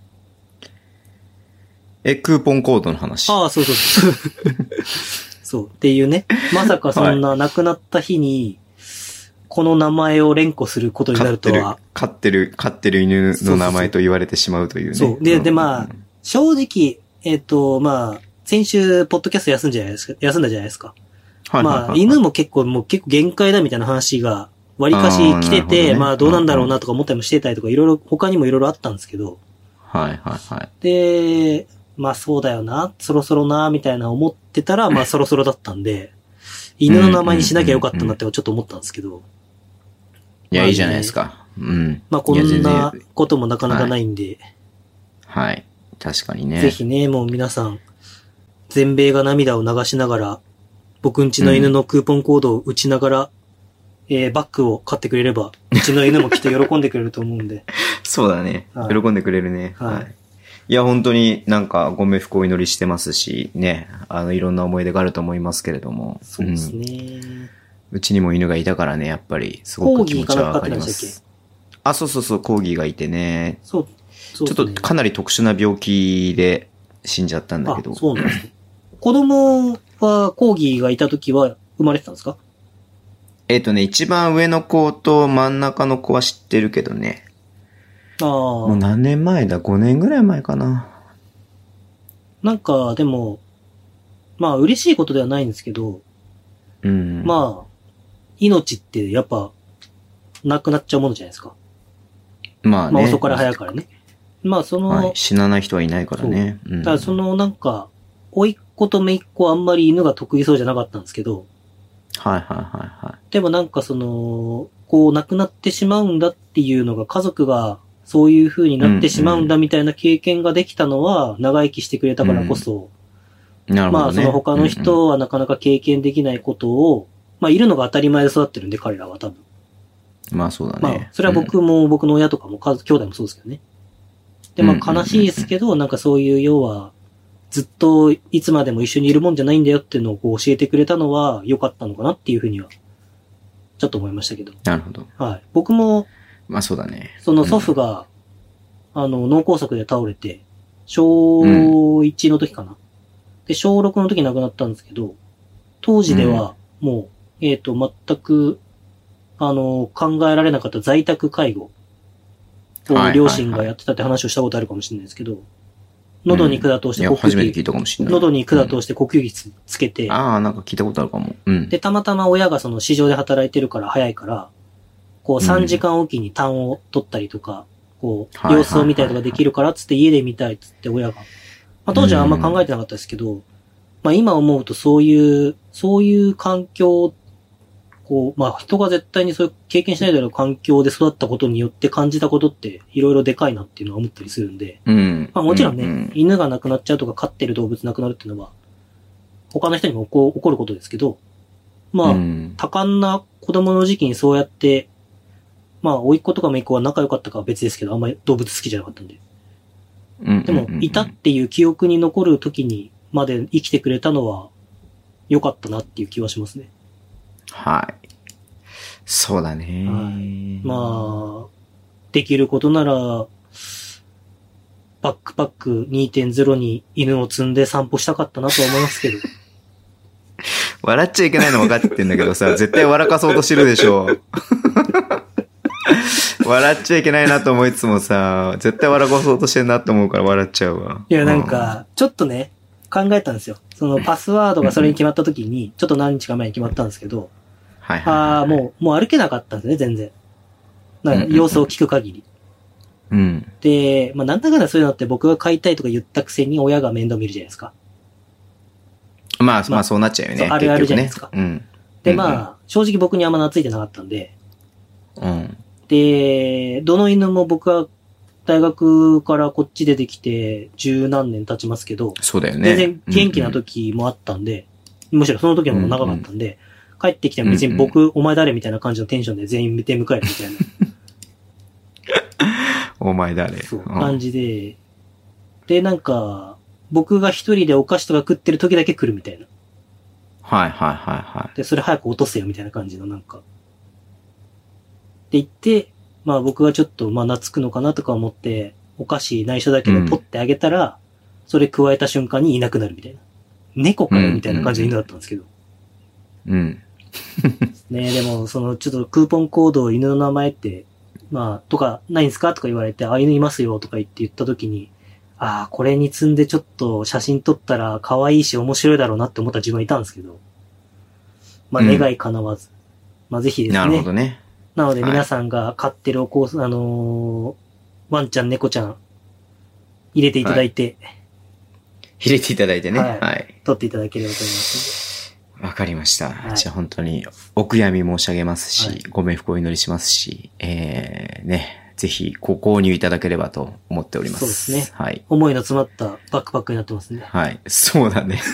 え、クーポンコードの話。 ああ、そうそうそう。そう。っていうね。まさかそんな亡くなった日に、この名前を連呼することになるとは。 飼ってる、飼ってる犬の名前と言われてしまうというね。 そうそうそう。で、で、まあ、うん、正直、えっと、まあ、先週、ポッドキャスト休んじゃないですか、休んだじゃないですか。はいはいはいはい、まあ、犬も結構、もう結構限界だみたいな話が、割かし来てて、あね、まあどうなんだろうなとか思ったりもしてたりとか、いろいろ、他にもいろいろあったんですけど。 はいはいはい。 で、まあそうだよな、そろそろな、みたいな思ってたら、まあそろそろだったんで、犬の名前にしなきゃよかったなってちょっと思ったんですけど。 いや、いいじゃないですか。うん。 まあこんなこともなかなかないんで。 はい。はい、確かにね。 ぜひね、もう皆さん、全米が涙を流しながら、僕んちの犬のクーポンコードを打ちながら、うん、えー、バッグを買ってくれれば、うちの犬もきっと喜んでくれると思うんで。 そうだね、はい。喜んでくれるね。 はい。はい、 いや、本当になんかご冥福をお祈りしてますし、ね、あの、いろんな思い出があると思いますけれども。 そうですね、 うん。うちにも犬がいたからね、やっぱり、すごく気持ちはわかります。あ、そうそうそう、コーギーがいてね。 そう。そうね、ちょっとかなり特殊な病気で死んじゃったんだけど。 あ、そうなんですね。子供はコーギーがいた時は生まれてたんですか？ えっとね、一番上の子と真ん中の子は知ってるけどね。 ああ。 もう何年前だ ?ご 年ぐらい前かな。 なんか、でも、まあ嬉しいことではないんですけど、 うん。 まあ、命ってやっぱ、なくなっちゃうものじゃないですか。 まあね。 まあ遅から早からね。 まあその、 はい、死なない人はいないからね。 うん、ただそのなんか、甥っ子と姪っ子はあんまり犬が得意そうじゃなかったんですけど、 はいはいはいはい。 でもなんかその、こう亡くなってしまうんだっていうのが家族がそういう風になってしまうんだみたいな経験ができたのは長生きしてくれたからこそ、 うん、なるほどね。 まあその他の人はなかなか経験できないことを、まあいるのが当たり前で育ってるんで彼らは多分。 まあそうだね。 まあそれは僕も僕の親とかも家兄弟もそうですけどね。でまあ悲しいですけど、なんかそういう要は、ずっといつまでも一緒にいるもんじゃないんだよっていうのをこう教えてくれたのは良かったのかなっていうふうには、ちょっと思いましたけど。 なるほど。 はい。僕も、 まあそうだね。 その祖父が、うん、あの、脳梗塞で倒れて、小いちの時かな。うん、で、小ろくの時亡くなったんですけど、当時ではもう、うん、えっと、全く、あの、考えられなかった在宅介護を両親がやってたって話をしたことあるかもしれないですけど、喉に管通して呼吸器、 初めて聞いたかもしれない。 喉に管通して呼吸器つけて、 うん、ああ、なんか聞いたことあるかも。うん。 で、たまたま親がその市場で働いてるから早いから、こうさんじかんおきに痰を取ったりとか、こう、様子を見たりとかできるからっつって家で見たいっつって親が。まあ当時はあんま考えてなかったですけど、まあ今思うとそういう、そういう環境、こう、まあ人が絶対にそういう経験しないだろう環境で育ったことによって感じたことっていろいろでかいなっていうのは思ったりするんで、 うん、 まあもちろんね、 うんうん、 犬が亡くなっちゃうとか飼ってる動物亡くなるっていうのは、他の人にも起こ、起こることですけど、まあ、うん、多感な子供の時期にそうやって、まあ、甥っ子とか姪っ子は仲良かったかは別ですけど、あんまり動物好きじゃなかったんで。 うん、 でも、いたっていう記憶に残る時にまで生きてくれたのは、良かったなっていう気はしますね。 はい。そうだね。 はい。まあ、できることなら、バックパック にてんゼロ に犬を積んで散歩したかったなと思いますけど。 笑っちゃいけないの分かってんだけどさ、絶対笑かそうとしてるでしょ。笑っちゃいけないなと思いつつもさ、絶対笑かそうとしてんなって思うから笑っちゃうわ。 いや、なんか、ちょっとね、考えたんですよ。そのパスワードがそれに決まった時に、ちょっと何日か前に決まったんですけど、 はいはいはいはい、 ああ、もう、もう歩けなかったんですね、全然。なんか様子を聞く限り。 うん。 で、まあなんだかんだそういうのって僕が買いたいとか言ったくせに親が面倒見るじゃないですか。 まあ、まあ、まあそうなっちゃうよね。 あるあるじゃないですか。 ね、うん。 で、まあ、うんうん、正直僕にあんま懐いてなかったんで。 うん。 で、どの犬も僕は大学からこっち出てきて十何年経ちますけど。 そうだよね。 全然元気な時もあったんで、うんうん、むしろその時はもう長かったんで、うんうん、帰ってきても別に僕、うんうん、お前誰みたいな感じのテンションで全員見て迎えるみたいな。 お前誰そう、感じで。で、なんか、僕が一人でお菓子とか食ってる時だけ来るみたいな。 はいはいはいはい。 で、それ早く落とせよみたいな感じのなんか。って言って、まあ僕がちょっとまあ懐くのかなとか思って、お菓子内緒だけど取ってあげたら、うん、それ加えた瞬間にいなくなるみたいな。猫かよみたいな感じの犬だったんですけど。 うん。 ねえ、でもそのちょっとクーポンコード犬の名前って、まあ、とかないんですかとか言われて、あ、犬いますよとか言って言った時に、ああ、これに積んでちょっと写真撮ったら可愛いし面白いだろうなって思った自分はいたんですけど、まあ、願い叶わず。うん、まあ、ぜひですね。 なるほどね。 なので皆さんが飼ってるお子、はい、あのー、ワンちゃん、猫ちゃん、入れていただいて。はい、 入れていただいてね。はい。はい、 撮っていただければと思いますので。わかりました。はい、じゃあ本当にお悔やみ申し上げますし、はい、ご冥福をお祈りしますし、えー、ね。ぜひご購入いただければと思っております。 そうですね。 はい。 思いの詰まったバックパックになってますね。 はい。そうだね。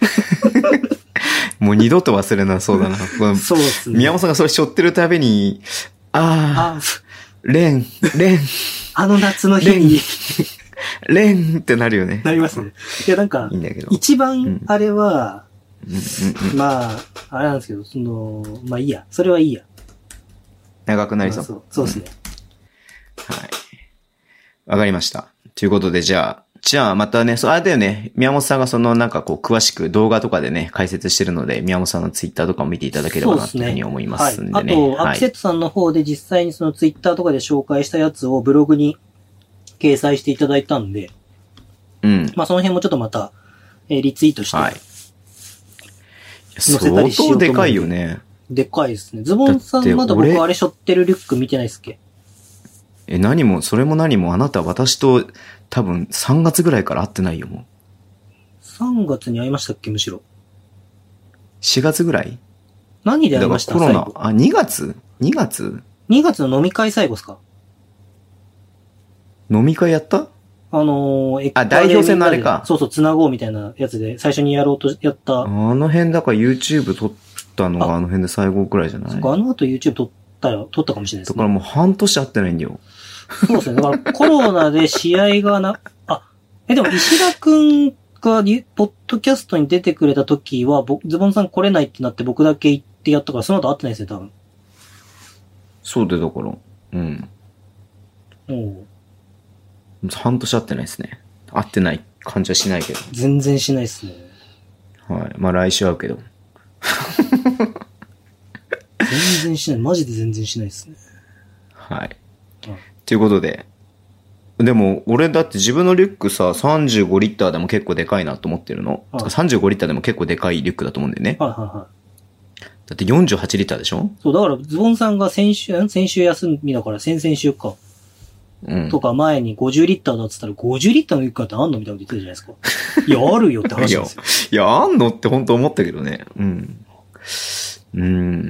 もう二度と忘れなそうだな。 そうですね。 宮本さんがそれ背負ってるたびに、ああ、レン、レン。 あの夏の日に。 レンってなるよね。 なりますね。いや、なんか、いいんだけど一番あれは、うんうんうん、まあ、あれなんですけど、その、まあいいや。それはいいや。 長くなりそう。 そう、そうですね。 はい。わかりました。ということで、じゃあ、じゃあまたね、そう、あれだよね、宮本さんがそのなんかこう詳しく動画とかでね、解説してるので、宮本さんのツイッターとかも見ていただければなというふうに思いますんでね。 はい、あと、はい、アクセットさんの方で実際にそのツイッターとかで紹介したやつをブログに掲載していただいたんで、 うん。 まあその辺もちょっとまた、えー、リツイートして、はい。 載せたりしようと思う。相当でかいよね。 でかいですね。ズボンさんまだ僕あれ背負ってるリュック見てないっすっけ？ え、何も、それも何もあなた私と多分さんがつぐらいから会ってないよ、もう。 さんがつに会いましたっけ、むしろ。 しがつぐらい？ 何で会いました？ だからコロナ、あ、にがつ ?に 月に 月の飲み会最後っすか？ 飲み会やった？ あのー、 あ、代表戦のあれか。 そうそう、つなごうみたいなやつで、最初にやろうとやった。 あの辺だから YouTube 撮ったのがあの辺で最後くらいじゃない？ そっか、あの後 YouTube 撮ったよ、撮ったかもしれないですね。 だからもう半年会ってないんだよ。 そうですね。だからコロナで試合がな、あ、え、でも石田くんがポッドキャストに出てくれた時は、僕、ズボンさん来れないってなって僕だけ行ってやったから、その後会ってないですね、多分。 そうで、だから。うん。 おう。 半年会ってないですね。会ってない感じはしないけど。 全然しないですね。 はい。まあ来週会うけど。 全然しない。マジで全然しないですね。 はい。ということで。でも、俺だって自分のリュックさ、さんじゅうごリッターでも結構でかいなと思ってるの。はい、さんじゅうごリッターでも結構でかいリュックだと思うんだよね。 はいはいはい。 だってよんじゅうはちリッターでしょ？ そう、だからズボンさんが先週、先週休みだから先々週か。うん。とか前にごじゅうリッターだって言ったらごじゅうリッターのリュックってあんのみたいなこと言ってたじゃないですか。いや、あるよって話なんですよ。 いや、いや、あんのって本当思ったけどね。うん。うん。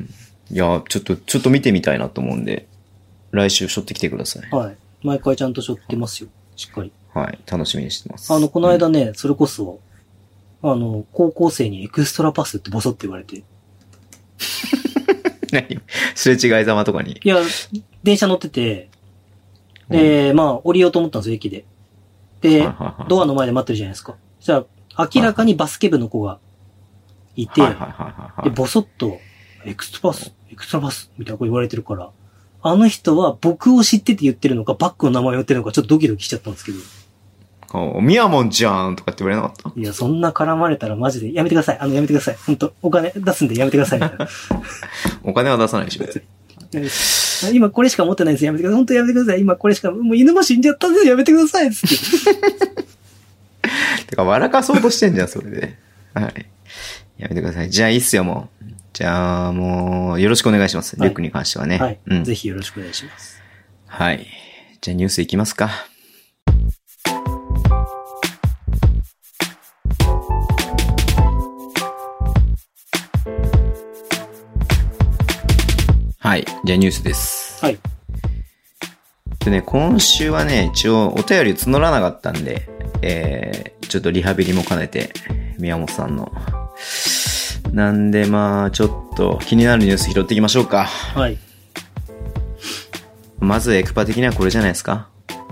いや、ちょっと、ちょっと見てみたいなと思うんで、来週背負ってきてください。 はい。毎回ちゃんと背負ってますよ。しっかり。 はい。楽しみにしてます。 あの、この間ね、うん、それこそ、あの、高校生にエクストラパスってボソって言われて。 何？すれ違いざまとかに。 いや、電車乗ってて、で、うん、まあ、降りようと思ったんですよ、駅で。で、ドアの前で待ってるじゃないですか。そしたら、明らかにバスケ部の子がいて、で、ボソッと、エクストラパス、エクストラパスみたいなこと言われてるから、あの人は僕を知ってて言ってるのか、バックの名前を言ってるのか、ちょっとドキドキしちゃったんですけど。 お、ミヤモンじゃんとかって言われなかった？ いや、そんな絡まれたらマジで、やめてください。あの、やめてください。本当お金出すんでやめてください。 お金は出さないでしょ、別に。今これしか持ってないんです。やめてください。本当やめてください。今これしか、もう犬も死んじゃったんです。やめてください。つって。 てか、笑かそうとしてんじゃん、それで。はい。やめてください。じゃあいいっすよ、もう。じゃあ、もう、よろしくお願いします。はい、リュックに関してはね。 はい。うん、ぜひよろしくお願いします。 はい。じゃあニュースいきますか。はい。じゃあニュースです。 はい。 でね、今週はね、一応お便り募らなかったんで、えー、ちょっとリハビリも兼ねて、宮本さんの。なんでまあ、ちょっと気になるニュース拾っていきましょうか。 はい。 まずエクパ的にはこれじゃないですか。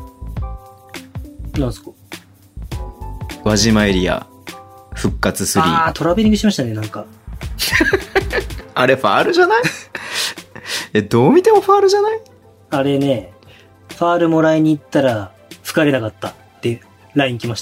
なんすか？ 輪島エリア、復活スリー。 あー、トラベリングしましたね、なんか。 あれファールじゃない？え、どう見てもファールじゃない？ あれね、ファールもらいに行ったら、吹かれなかったって、ライン来ました。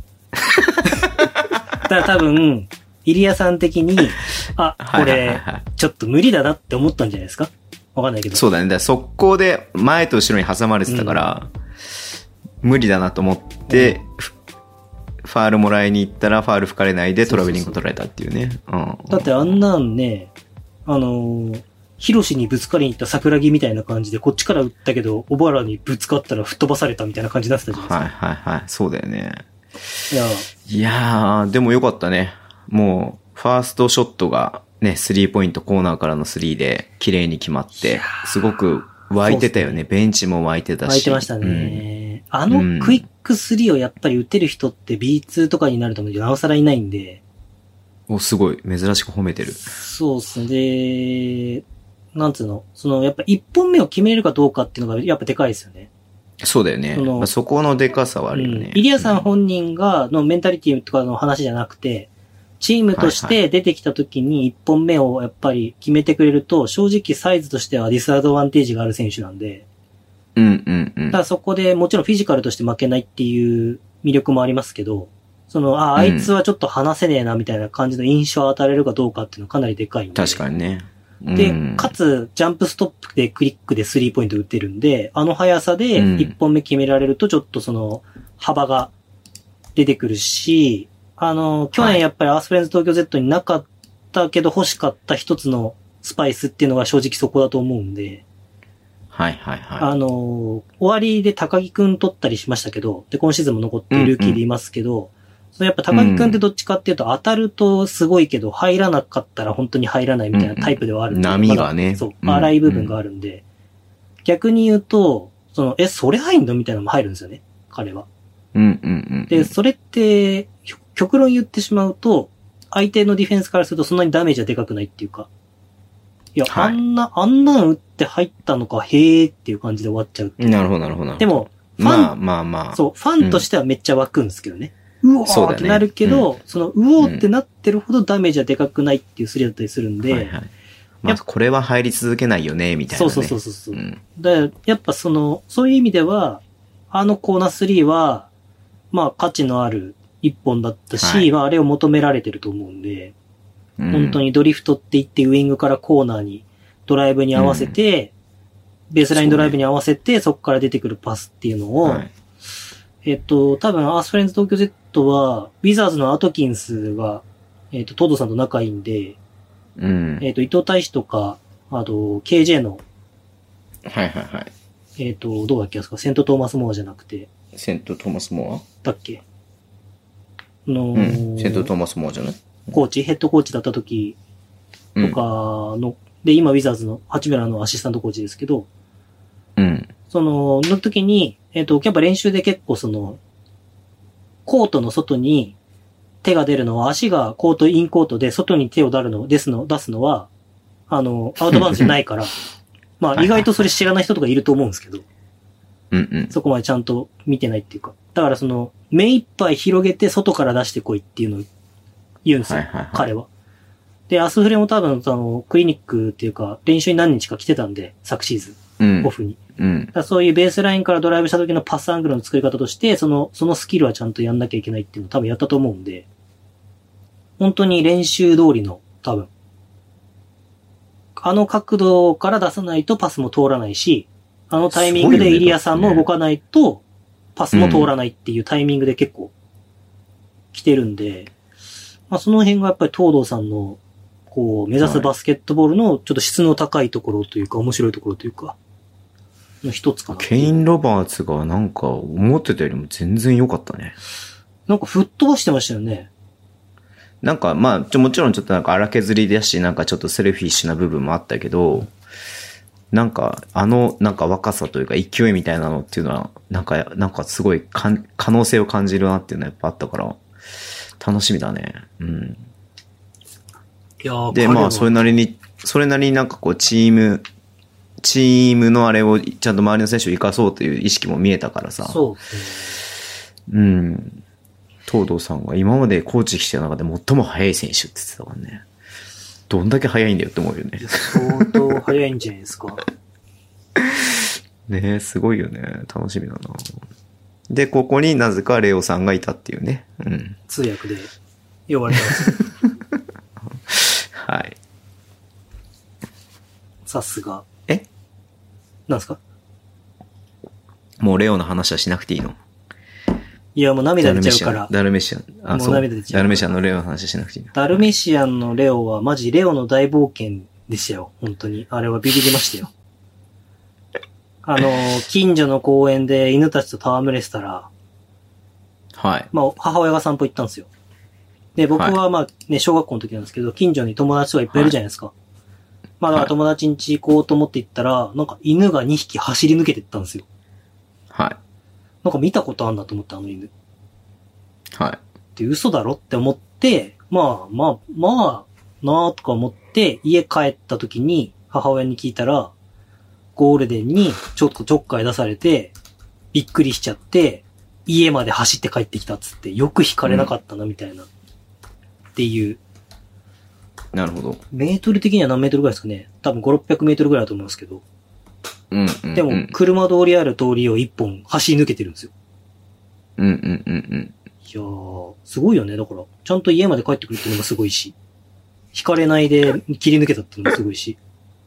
だから多分、イリアさん的に、あ、これ、ちょっと無理だなって思ったんじゃないですか？わかんないけど。 そうだね。だから速攻で前と後ろに挟まれてたから、うん、無理だなと思って、うん、ファールもらいに行ったらファール吹かれないでトラベリング取られたっていうね。 そうそうそう、うん、だってあんなんね、あのー、ヒロシにぶつかりに行った桜木みたいな感じで、こっちから打ったけど、小原にぶつかったら吹っ飛ばされたみたいな感じになってたじゃないですか。 はいはいはい。そうだよね。 いや、 いやー、でもよかったね。もう、ファーストショットがね、スリーポイントコーナーからのスリーで綺麗に決まって、すごく湧いてたよね。ベンチも湧いてたし。 湧いてましたね。うん、あのクイックスリーをやっぱり打てる人って ビーツー とかになるとなおさらいないんで。 お、すごい。珍しく褒めてる。 そうっすね。で、なんつうの、その、やっぱ一本目を決めれるかどうかっていうのがやっぱでかいですよね。 そうだよね。そ, まあ、そこのでかさはあるよね。 うん、イリアさん本人が、のメンタリティとかの話じゃなくて、チームとして出てきた時に一本目をやっぱり決めてくれると、正直サイズとしてはディスアドバンテージがある選手なんで。 うんうんうん。 ただそこでもちろんフィジカルとして負けないっていう魅力もありますけど、その、あ、あいつはちょっと離せねえなみたいな感じの印象を与えられるかどうかっていうのはかなりでかいんで。 確かにね。 で、かつ、ジャンプストップでクリックでスリーポイント打ってるんで、あの速さで一本目決められるとちょっとその、幅が出てくるし、あの、去年やっぱりアースフレンズ東京 Z になかったけど欲しかった一つのスパイスっていうのが正直そこだと思うんで、 はいはいはい。 あのー、終わりで高木くん取ったりしましたけど、で、今シーズンも残っているルーキーでいますけど、うんうん、そのやっぱ高木くんってどっちかっていうと、当たるとすごいけど、入らなかったら本当に入らないみたいなタイプではあるんで、 うんうん、波がね。 そう、荒い部分があるんで、うんうん、逆に言うと、その、え、それ入んのみたいなのも入るんですよね、彼は。 うんうんうん、 で、それって、極論言ってしまうと、相手のディフェンスからするとそんなにダメージはでかくないっていうか、いや、はい、あんな、あんなん打って入ったのか、へーっていう感じで終わっちゃうっていう。 なるほど、なるほど。 でも、 ファン、まあまあまあ。 そう、ファンとしてはめっちゃ湧くんですけどね。うん、うおーってなるけど、そ, ねうん、その、うおーってなってるほどダメージはでかくないっていうスリーだったりするんで。はいはい。 まあ、これは入り続けないよね、みたいな、ね。 そうそうそうそう。うん、だやっぱその、そういう意味では、あのコーナースリーは、まあ価値のある一本だったし、はい、まああれを求められてると思うんで、うん、本当にドリフトって言ってウィングからコーナーにドライブに合わせて、うん、ベースラインドライブに合わせて、そこから出てくるパスっていうのを、はい、えっと、多分アースフレンズ東京 Z は、ウィザーズのアトキンスが、えっと、トードさんと仲いいんで、 うん、 えっと、伊藤大使とか、あと、ケージェー の、 はいはいはい。 えっと、どうだっけですかセント・トーマス・モアじゃなくて。 セント・トーマス・モアだっけの、 うん、セント・トーマス・モアじゃないコーチ、ヘッドコーチだった時とかの、うん、で、今ウィザーズの八村のアシスタントコーチですけど、 うん。 その、の時に、えっと、やっぱ練習で結構その、コートの外に手が出るのは、足がコート、インコートで外に手を出るの、出すの、出すのは、あの、アウトバウンドじゃないから、まあ意外とそれ知らない人とかいると思うんですけど、 うんうん。 そこまでちゃんと見てないっていうか。だからその、目いっぱい広げて外から出してこいっていうのを言うんですよ、はいはいはい、彼は。で、アスフレも多分、その、クリニックっていうか、練習に何日か来てたんで、昨シーズン、うん、オフに。 うん、 だそういうベースラインからドライブした時のパスアングルの作り方として、その、そのスキルはちゃんとやんなきゃいけないっていうのを多分やったと思うんで、本当に練習通りの、多分。あの角度から出さないとパスも通らないし、あのタイミングでイリアさんも動かないと、パスも通らないっていうタイミングで結構来てるんで、まあその辺がやっぱり東堂さんの、こう、目指すバスケットボールのちょっと質の高いところというか、面白いところというか、の一つかな。 ケイン・ロバーツがなんか思ってたよりも全然良かったね。 なんか吹っ飛ばしてましたよね。 なんかまあちょもちろんちょっとなんか荒削りだし、なんかちょっとセルフィッシュな部分もあったけど、なんかあのなんか若さというか勢いみたいなのっていうのはなんかなんかすごいかん可能性を感じるなっていうのはやっぱあったから楽しみだね。うん。 いやでまあそれなりにそれなりになんかこうチームチームのあれをちゃんと周りの選手を生かそうという意識も見えたからさ。 そうですね。うん。東堂さんが今までコーチ来てた中で最も速い選手って言ってたからね。どんだけ速いんだよって思うよね。 相当速いんじゃないですか。 ねえ、すごいよね。楽しみだな。で、ここになぜかレオさんがいたっていうね。うん。 通訳で呼ばれてます。 はい。 さすが。 えなんすか？ もうレオの話はしなくていいの？ いや、もう涙出ちゃうから。 ダルメシアン。あ、そう。涙出ちゃう。ダルメシアンのレオの話しなくていいの。 ダルメシアンのレオはマジレオの大冒険でしたよ。本当に。あれはビビりましたよ。あの、近所の公園で犬たちと戯れてたら、 はい。 まあ、母親が散歩行ったんですよ。で、僕はまあね、小学校の時なんですけど、近所に友達とかいっぱいいるじゃないですか。はい、まあ、だから友達ん家行こうと思って行ったら、なんか犬がにひき走り抜けてったんですよ。 はい。 なんか見たことあんだと思ったあの犬。 はい。 で、嘘だろって思って、まあまあ、まあ、なあとか思って、家帰った時に母親に聞いたら、ゴールデンにちょっとちょっかい出されて、びっくりしちゃって、家まで走って帰ってきたっつって、よく引かれなかったな、みたいな、うん。っていう。 なるほど。 メートル的には何メートルぐらいですかね。多分ご、ろっぴゃくメートルぐらいだと思いますけど。 うんうんうん、 でも、車通りある通りを一本走り抜けてるんですよ。 うんうんうんうん。 いやー、すごいよね。だから、ちゃんと家まで帰ってくるっていうのもすごいし、引かれないで切り抜けたっていうのもすごいし。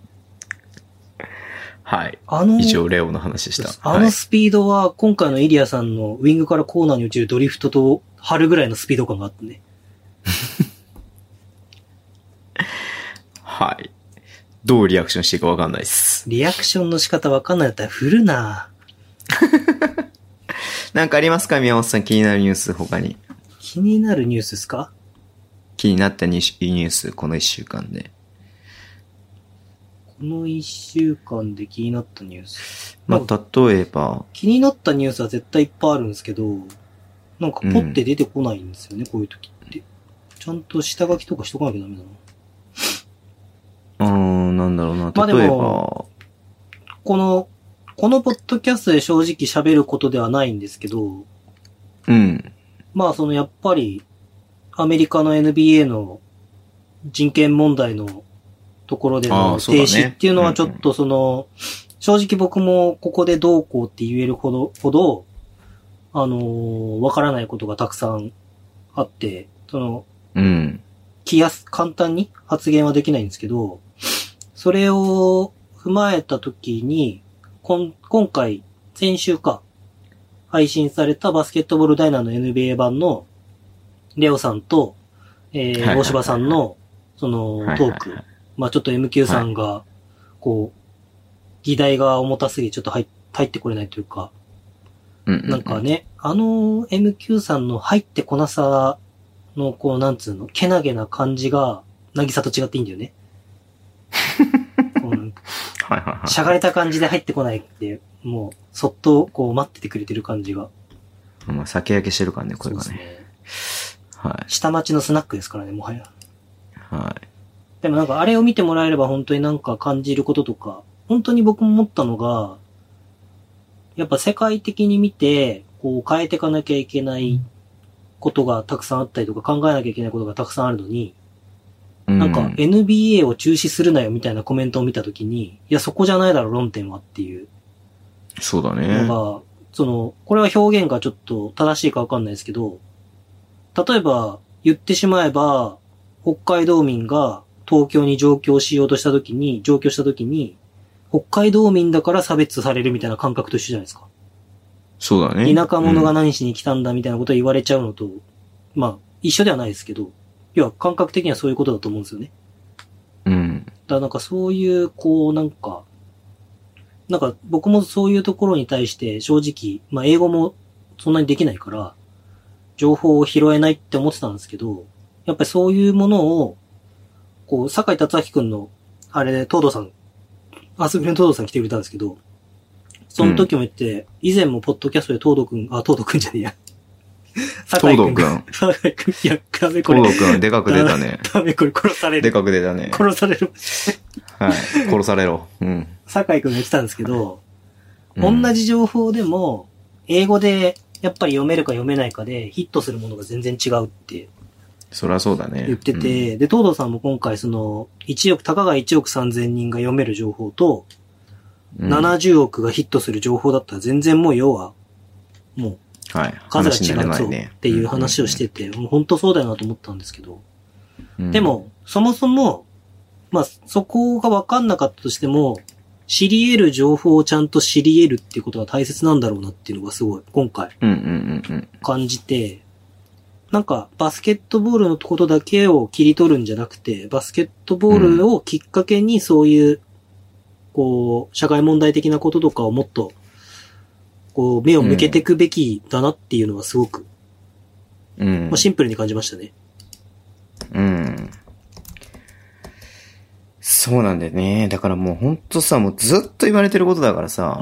はい。あの、以上レオの話でした。 あのスピードは、今回のイリアさんのウィングからコーナーに落ちるドリフトと張るぐらいのスピード感があったね。 はい。 どうリアクションしていいかわかんないです。 リアクションの仕方わかんないんだったら振るな。 なんかありますか宮本さん、気になるニュース他に。 気になるニュースですか？ 気になったニュース、この一週間で。 この一週間で気になったニュース。 まあ、例えば。 気になったニュースは絶対いっぱいあるんですけど、なんかポッて出てこないんですよね、うん、こういう時って。ちゃんと下書きとかしとかなきゃダメだな。 うーん、なんだろうな。例えば。まあ、でもこの、このポッドキャストで正直喋ることではないんですけど、 うん。 まあそのやっぱり、アメリカの エヌビーエー の人権問題のところでの停止っていうのはちょっとその、正直僕もここでどうこうって言えるほど、ほど、あのー、わからないことがたくさんあって、その、 うん。 気やす、簡単に発言はできないんですけど、それを踏まえたときに、こん、今回、先週か、配信されたバスケットボールダイナーの エヌビーエー 版の、レオさんと、えー、大柴さんの、その、トーク。まあちょっと エムキュー さんが、こう、議題が重たすぎちょっと入ってこれないというか、なんかね、あの エムキュー さんの入ってこなさの、こう、なんつうの、けなげな感じが、なぎさと違っていいんだよね。うん、 はいはいはい。 しゃがれた感じで入ってこないって、もう、そっと、こう、待っててくれてる感じが。 まあ、酒焼けしてる感ね、これがね。そうですね。はい。 下町のスナックですからね、もはや。 はい。 でもなんか、あれを見てもらえれば本当になんか感じることとか、本当に僕も思ったのが、やっぱ世界的に見て、こう変えていかなきゃいけないことがたくさんあったりとか考えなきゃいけないことがたくさんあるのに、うん、なんか エヌビーエー を中止するなよみたいなコメントを見たときに、いやそこじゃないだろ論点はっていう。 そうだね。 のが、その、これは表現がちょっと正しいかわかんないですけど、例えば言ってしまえば、北海道民が東京に上京しようとしたときに、上京したときに、北海道民だから差別されるみたいな感覚と一緒じゃないですか。 そうだね。 田舎者が何しに来たんだみたいなことを言われちゃうのと、うん、まあ、一緒ではないですけど、要は感覚的にはそういうことだと思うんですよね。 うん。 だからなんかそういう、こう、なんか、なんか僕もそういうところに対して正直、まあ英語もそんなにできないから、情報を拾えないって思ってたんですけど、やっぱりそういうものを、こう、坂井達明くんの、あれで、東堂さん、アスグレン東堂さん来てくれたんですけど、その時も言って、うん、以前もポッドキャストで東堂くん、あ、東堂くんじゃねえや。 坂井くん。東堂くん。坂井くん。いや、ダメこれ。 東堂くん、でかく出たね。 ダメこれ殺される。 でかく出たね。 殺される。 はい。殺されろ。うん。 坂井くんが言ってたんですけど、うん、同じ情報でも、英語でやっぱり読めるか読めないかでヒットするものが全然違うって。 そりゃそうだね。 言ってて、うん、で、東堂さんも今回その、いちおく、たかがいちおくさんぜんにんが読める情報と、うん、ななじゅうおくがヒットする情報だったら全然もう要は、もう、数が違うそうっていう話をしてて、もう本当そうだよなと思ったんですけど、うん、でも、そもそも、まあ、そこが分かんなかったとしても、知り得る情報をちゃんと知り得るっていうことが大切なんだろうなっていうのがすごい、今回、感じて、なんか、バスケットボールのことだけを切り取るんじゃなくて、バスケットボールをきっかけにそういう、こう、社会問題的なこととかをもっと、こう、目を向けていくべきだなっていうのはすごく、うん。まあ、シンプルに感じましたね。 うん。そうなんだよね。だからもうほんとさ、もうずっと言われてることだからさ。 うん。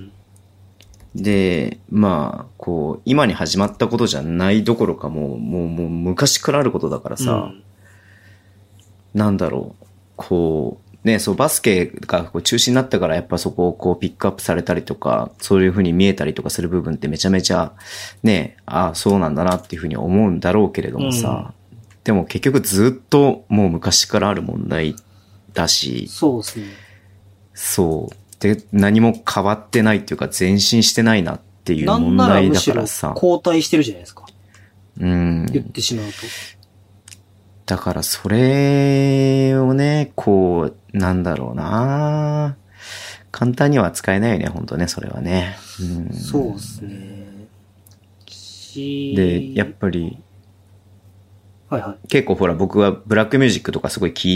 で、まあ、こう、今に始まったことじゃないどころかもう、もう、もう昔からあることだからさ、うん、なんだろう、こう、ね、そう、バスケがこう中止になったからやっぱそこをこうピックアップされたりとか、そういう風に見えたりとかする部分ってめちゃめちゃ、ね、ああ、そうなんだなっていう風に思うんだろうけれどもさ、うん、でも結局ずっともう昔からある問題だし、 そうですね。 そう。で、何も変わってないっていうか前進してないなっていう問題だからさ。 後退してるじゃないですか。 うん。 言ってしまうと。 だからそれをね、こう、なんだろうな簡単には使えないよね、本当ね、それはね。うん、 そうですね。 で、やっぱり、 はいはい。 結構ほら僕はブラックミュージックとかすごい聞いて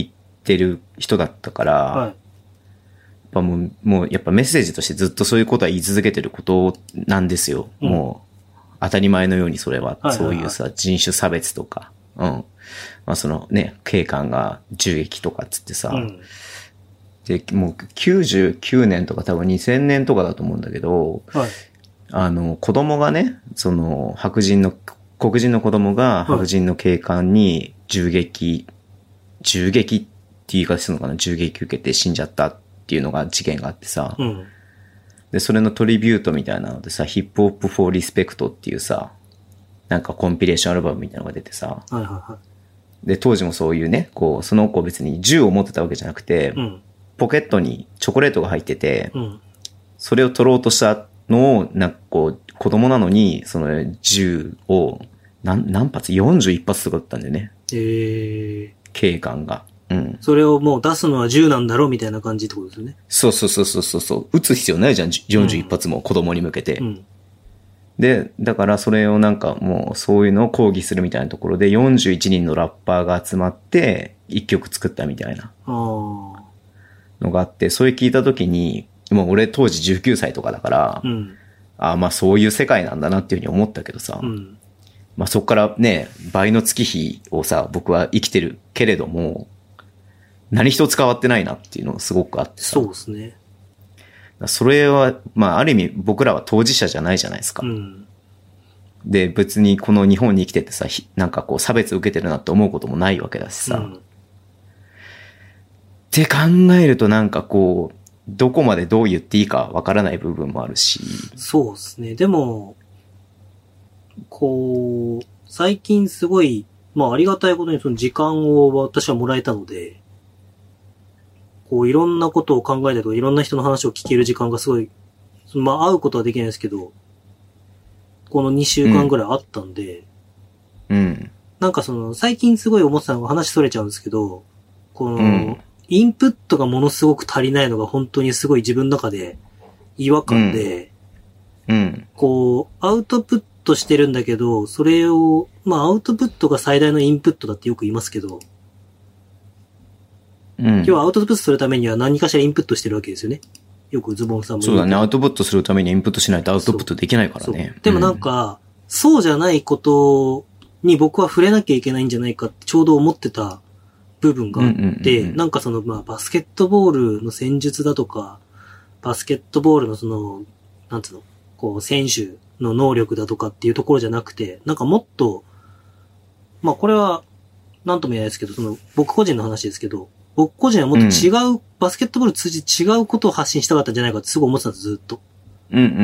てる人だったから、はい、やっぱもう、もうやっぱメッセージとしてずっとそういうことは言い続けてることなんですよ。うん、もう、当たり前のようにそれは、はいはいはい、そういうさ、人種差別とか、うん。まあそのね、警官が銃撃とかっつってさ、うん、で、もうきゅうじゅうきゅうねんとか多分にせんねんとかだと思うんだけど、はい、あの、子供がね、その、白人の、黒人の子供が白人の警官に銃撃、はい、銃撃って言い方するのかな、銃撃受けて死んじゃったっていうのが事件があってさ、うん、で、それのトリビュートみたいなのでさ、ヒップホップフォーリスペクトっていうさ、なんかコンピレーションアルバムみたいなのが出てさ、はいはいはい、で、当時もそういうね、こう、その子別に銃を持ってたわけじゃなくて、うん、ポケットにチョコレートが入ってて、うん、それを取ろうとしたのを、なんかこう、子供なのに、その銃を、何、何発 ?よんじゅういち 発とかだったんだよね。へー。警官が。うん。 それをもう出すのは銃なんだろうみたいな感じってことですよね。 そうそうそうそうそう。撃つ必要ないじゃん。よんじゅういち発も子供に向けて。うん。で、だからそれをなんかもうそういうのを抗議するみたいなところでよんじゅういちにんのラッパーが集まって一曲作ったみたいなのがあって、それ聞いたときに、もう俺当時じゅうきゅうさいとかだから、うん、ああまあそういう世界なんだなっていうふうに思ったけどさ、うん、まあそっからね、倍の月日をさ、僕は生きてるけれども、何一つ変わってないなっていうのがすごくあってさ。 そうですね。 それは、まあ、ある意味僕らは当事者じゃないじゃないですか。うん、で、別にこの日本に生きててさ、なんかこう差別を受けてるなって思うこともないわけだしさ。うん、って考えるとなんかこう、どこまでどう言っていいかわからない部分もあるし。 そうですね。でも、こう、最近すごい、まあありがたいことにその時間を私はもらえたので、こういろんなことを考えたりとかいろんな人の話を聞ける時間がすごい、まあ会うことはできないですけど、このにしゅうかんぐらいあったんで、うん。うん、なんかその最近すごい思ってたのが話それちゃうんですけど、この、うん、インプットがものすごく足りないのが本当にすごい自分の中で違和感で、うん。うん、こう、アウトプットしてるんだけど、それを、まあアウトプットが最大のインプットだってよく言いますけど、うん、今日はアウトプットするためには何かしらインプットしてるわけですよね。よくズボンさんも言う。 そうだね。アウトプットするためにインプットしないとアウトプットできないからね。 でもなんか、うん、そうじゃないことに僕は触れなきゃいけないんじゃないかってちょうど思ってた部分があって、うんうんうんうん、なんかそのまあバスケットボールの戦術だとか、バスケットボールのその、なんつうの、こう選手の能力だとかっていうところじゃなくて、なんかもっと、まあこれはなんとも言えないですけど、その僕個人の話ですけど、僕個人はもっと違う、うん、バスケットボール通じて違うことを発信したかったんじゃないかってすごい思ってたんです、ずっと。 うんうんうんうん。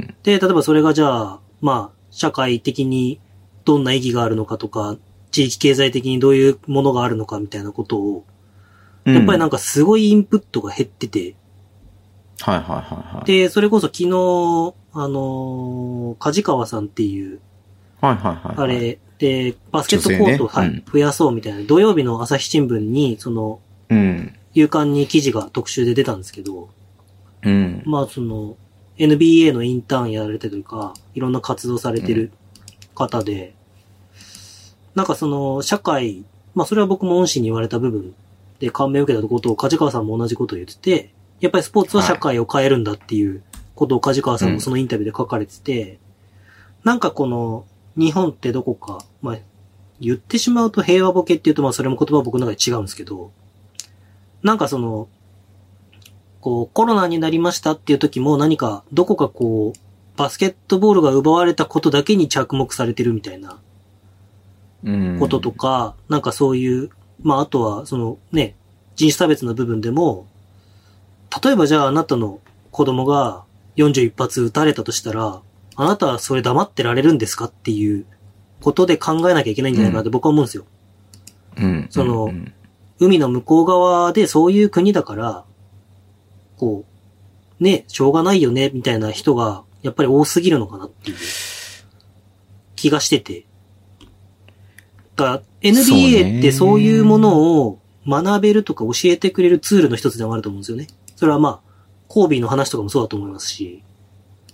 で、例えばそれがじゃあ、まあ、社会的にどんな意義があるのかとか、地域経済的にどういうものがあるのかみたいなことを、やっぱりなんかすごいインプットが減ってて。 うん、はいはいはいはい。 で、それこそ昨日、あのー、梶川さんっていう、 はいはいはい、はい。 あれ、で、バスケットコートを、ね、はい、うん、増やそうみたいな、土曜日の朝日新聞に、その、うん。夕刊に記事が特集で出たんですけど、うん。まあその、エヌビーエー のインターンやられてるというか、いろんな活動されてる方で、うん、なんかその、社会、まあそれは僕も恩師に言われた部分で感銘を受けたことを梶川さんも同じことを言ってて、やっぱりスポーツは社会を変えるんだっていうことを梶川さんもそのインタビューで書かれてて、うん、なんかこの、日本ってどこか、まあ、言ってしまうと平和ボケって言うとまあそれも言葉は僕の中で違うんですけど、なんかその、こう、コロナになりましたっていう時も何か、どこかこう、バスケットボールが奪われたことだけに着目されてるみたいな、こととか、なんかそういう、まああとは、そのね、人種差別の部分でも、例えばじゃああなたの子供がよんじゅういち発撃たれたとしたら、あなたはそれ黙ってられるんですかっていうことで考えなきゃいけないんじゃないかなって僕は思うんですよ。うん。その、うん海の向こう側でそういう国だから、こう、ね、しょうがないよね、みたいな人が、やっぱり多すぎるのかなっていう気がしてて。だから エヌビーエー ってそういうものを学べるとか教えてくれるツールの一つでもあると思うんですよね。それはまあ、コービーの話とかもそうだと思いますし。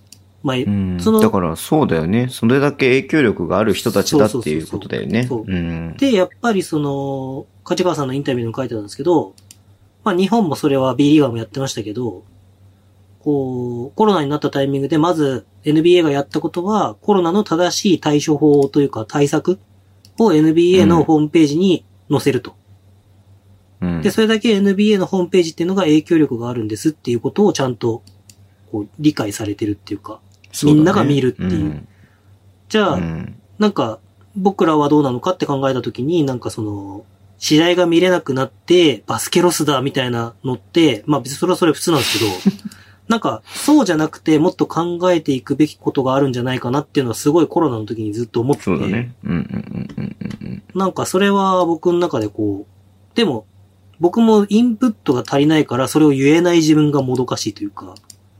まあ、 うん、 その、 だからそうだよね。それだけ影響力がある人たちだっていうことだよね。 そうそうそうそう。うん、で、やっぱりその、梶川さんのインタビューにも書いてたんですけど、まあ日本もそれは B リーガーもやってましたけど、こう、コロナになったタイミングでまず エヌビーエー がやったことは、コロナの正しい対処法というか対策を エヌビーエー のホームページに載せると。うん、で、それだけ エヌビーエー のホームページっていうのが影響力があるんですっていうことをちゃんとこう理解されてるっていうか、みんなが見るっていう。うん、じゃあ、うん、なんか、僕らはどうなのかって考えたときに、なんかその、試合が見れなくなって、バスケロスだみたいなのって、まあ別にそれはそれ普通なんですけど、なんか、そうじゃなくてもっと考えていくべきことがあるんじゃないかなっていうのはすごいコロナの時にずっと思ってて。そうだね。うんうんうんうんうん。なんかそれは僕の中でこう、でも、僕もインプットが足りないからそれを言えない自分がもどかしいというか、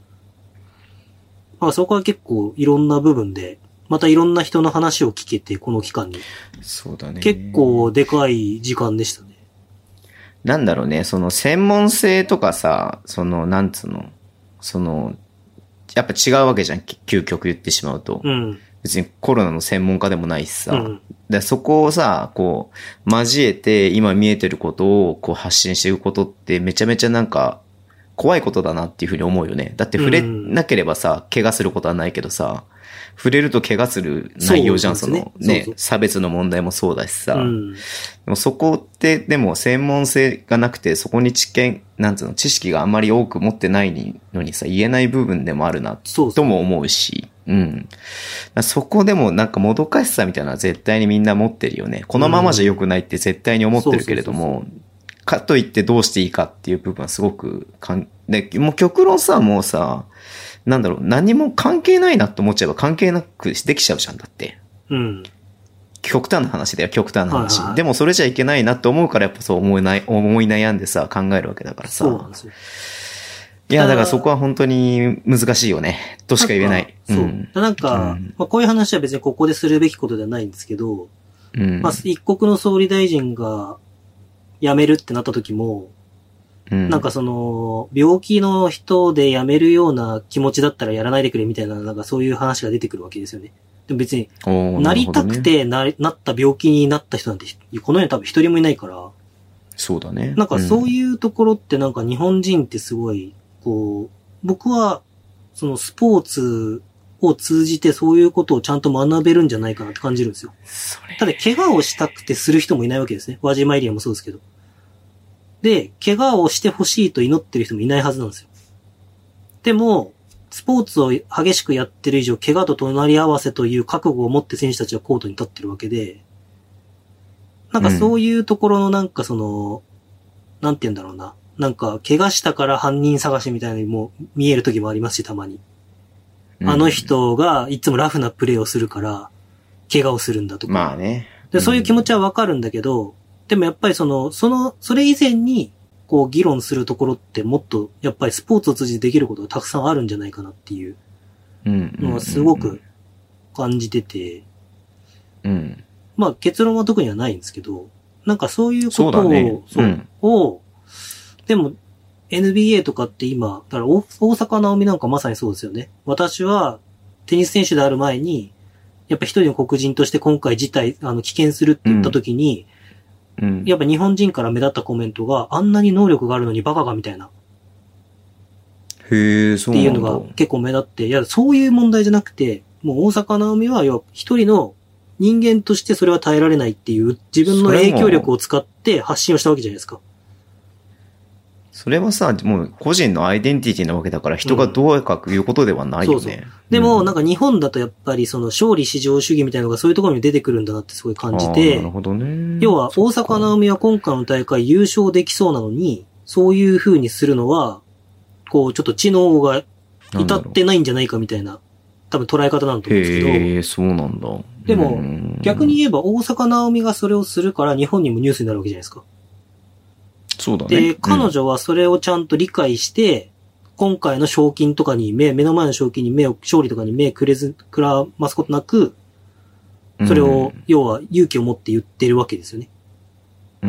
まあそこは結構いろんな部分で、またいろんな人の話を聞けて、この期間に。 そうだね。 結構でかい時間でしたね。 なんだろうね、その専門性とかさ、その、なんつうの、その、やっぱ違うわけじゃん、究極言ってしまうと。うん。別にコロナの専門家でもないしさ。うん、でそこをさ、こう、交えて今見えてることをこう発信していくことってめちゃめちゃなんか、怖いことだなっていうふうに思うよね。だって触れなければさ、怪我することはないけどさ、触れると怪我する内容じゃん、そ, そのねそうそう、差別の問題もそうだしさ。うん、でもそこって、でも専門性がなくて、そこに知見、なんつうの、知識があんまり多く持ってないのにさ、言えない部分でもあるな、とも思うし。うん。そこでもなんかもどかしさみたいなのは絶対にみんな持ってるよね。このままじゃ良くないって絶対に思ってるけれども、かといってどうしていいかっていう部分はすごくかん、で、もう極論さ、もうさ、なんだろう、何も関係ないなって思っちゃえば関係なくできちゃうじゃん、だって。うん。極端な話だよ、極端な話。はいはい、でもそれじゃいけないなって思うからやっぱそう思いない、思い悩んでさ、考えるわけだからさ。そうなんですよ。いや、だからそこは本当に難しいよね。としか言えない。 そう。うん、なんか、うん、まあ、こういう話は別にここでするべきことではないんですけど、うん、まあ、一国の総理大臣が辞めるってなった時も、うん、なんかその、病気の人で辞めるような気持ちだったらやらないでくれみたいな、なんかそういう話が出てくるわけですよね。でも別に、なりたくてな、ね、なった病気になった人なんて、この世に多分一人もいないから。 そうだね。 なんかそういうところってなんか日本人ってすごい、こう、僕は、そのスポーツを通じてそういうことをちゃんと学べるんじゃないかなって感じるんですよ。ただ怪我をしたくてする人もいないわけですね。ワジマイリアもそうですけど。で、怪我をしてほしいと祈ってる人もいないはずなんですよ。でも、スポーツを激しくやってる以上、怪我と隣り合わせという覚悟を持って選手たちはコートに立ってるわけで、なんかそういうところのなんかその、うん、なんて言うんだろうな。なんか、怪我したから犯人探しみたいなのも見える時もありますし、たまに。うん、あの人がいつもラフなプレーをするから、怪我をするんだとか。 まあね。 で、そういう気持ちはわかるんだけど、でもやっぱりその、その、それ以前に、こう議論するところってもっと、やっぱりスポーツを通じてできることがたくさんあるんじゃないかなっていうのはすごく感じてて、うん。まあ結論は特にはないんですけど、なんかそういうことを、そうだね、そう、うん、を、でも エヌビーエー とかって今、だから大阪直美なんかまさにそうですよね。私はテニス選手である前に、やっぱ一人の黒人として今回事態、あの、棄権するって言った時に、うん、やっぱ日本人から目立ったコメントがあんなに能力があるのにバカがみたいな。 へえ、そうなんだ。 っていうのが結構目立って、いや、そういう問題じゃなくて、もう大阪直美は、要は一人の人間としてそれは耐えられないっていう自分の影響力を使って発信をしたわけじゃないですか。 それはさ、もう個人のアイデンティティなわけだから人がどうかいうことではないよね。うん、そうそう。 でも、なんか日本だとやっぱりその勝利至上主義みたいなのがそういうところに出てくるんだなってすごい感じて。 なるほどね。 要は大阪直美は今回の大会優勝できそうなのに、そういう風にするのは、こうちょっと知能が至ってないんじゃないかみたいな、多分捉え方なんだと思うんですけど。 へえ、そうなんだ。 でも、逆に言えば大阪直美がそれをするから日本にもニュースになるわけじゃないですか。 そうだね。 で、彼女はそれをちゃんと理解して、うん、今回の賞金とかに目、目の前の賞金に目を、勝利とかに目くれず、くらますことなく、それを、うん、要は勇気を持って言ってるわけですよね。うん。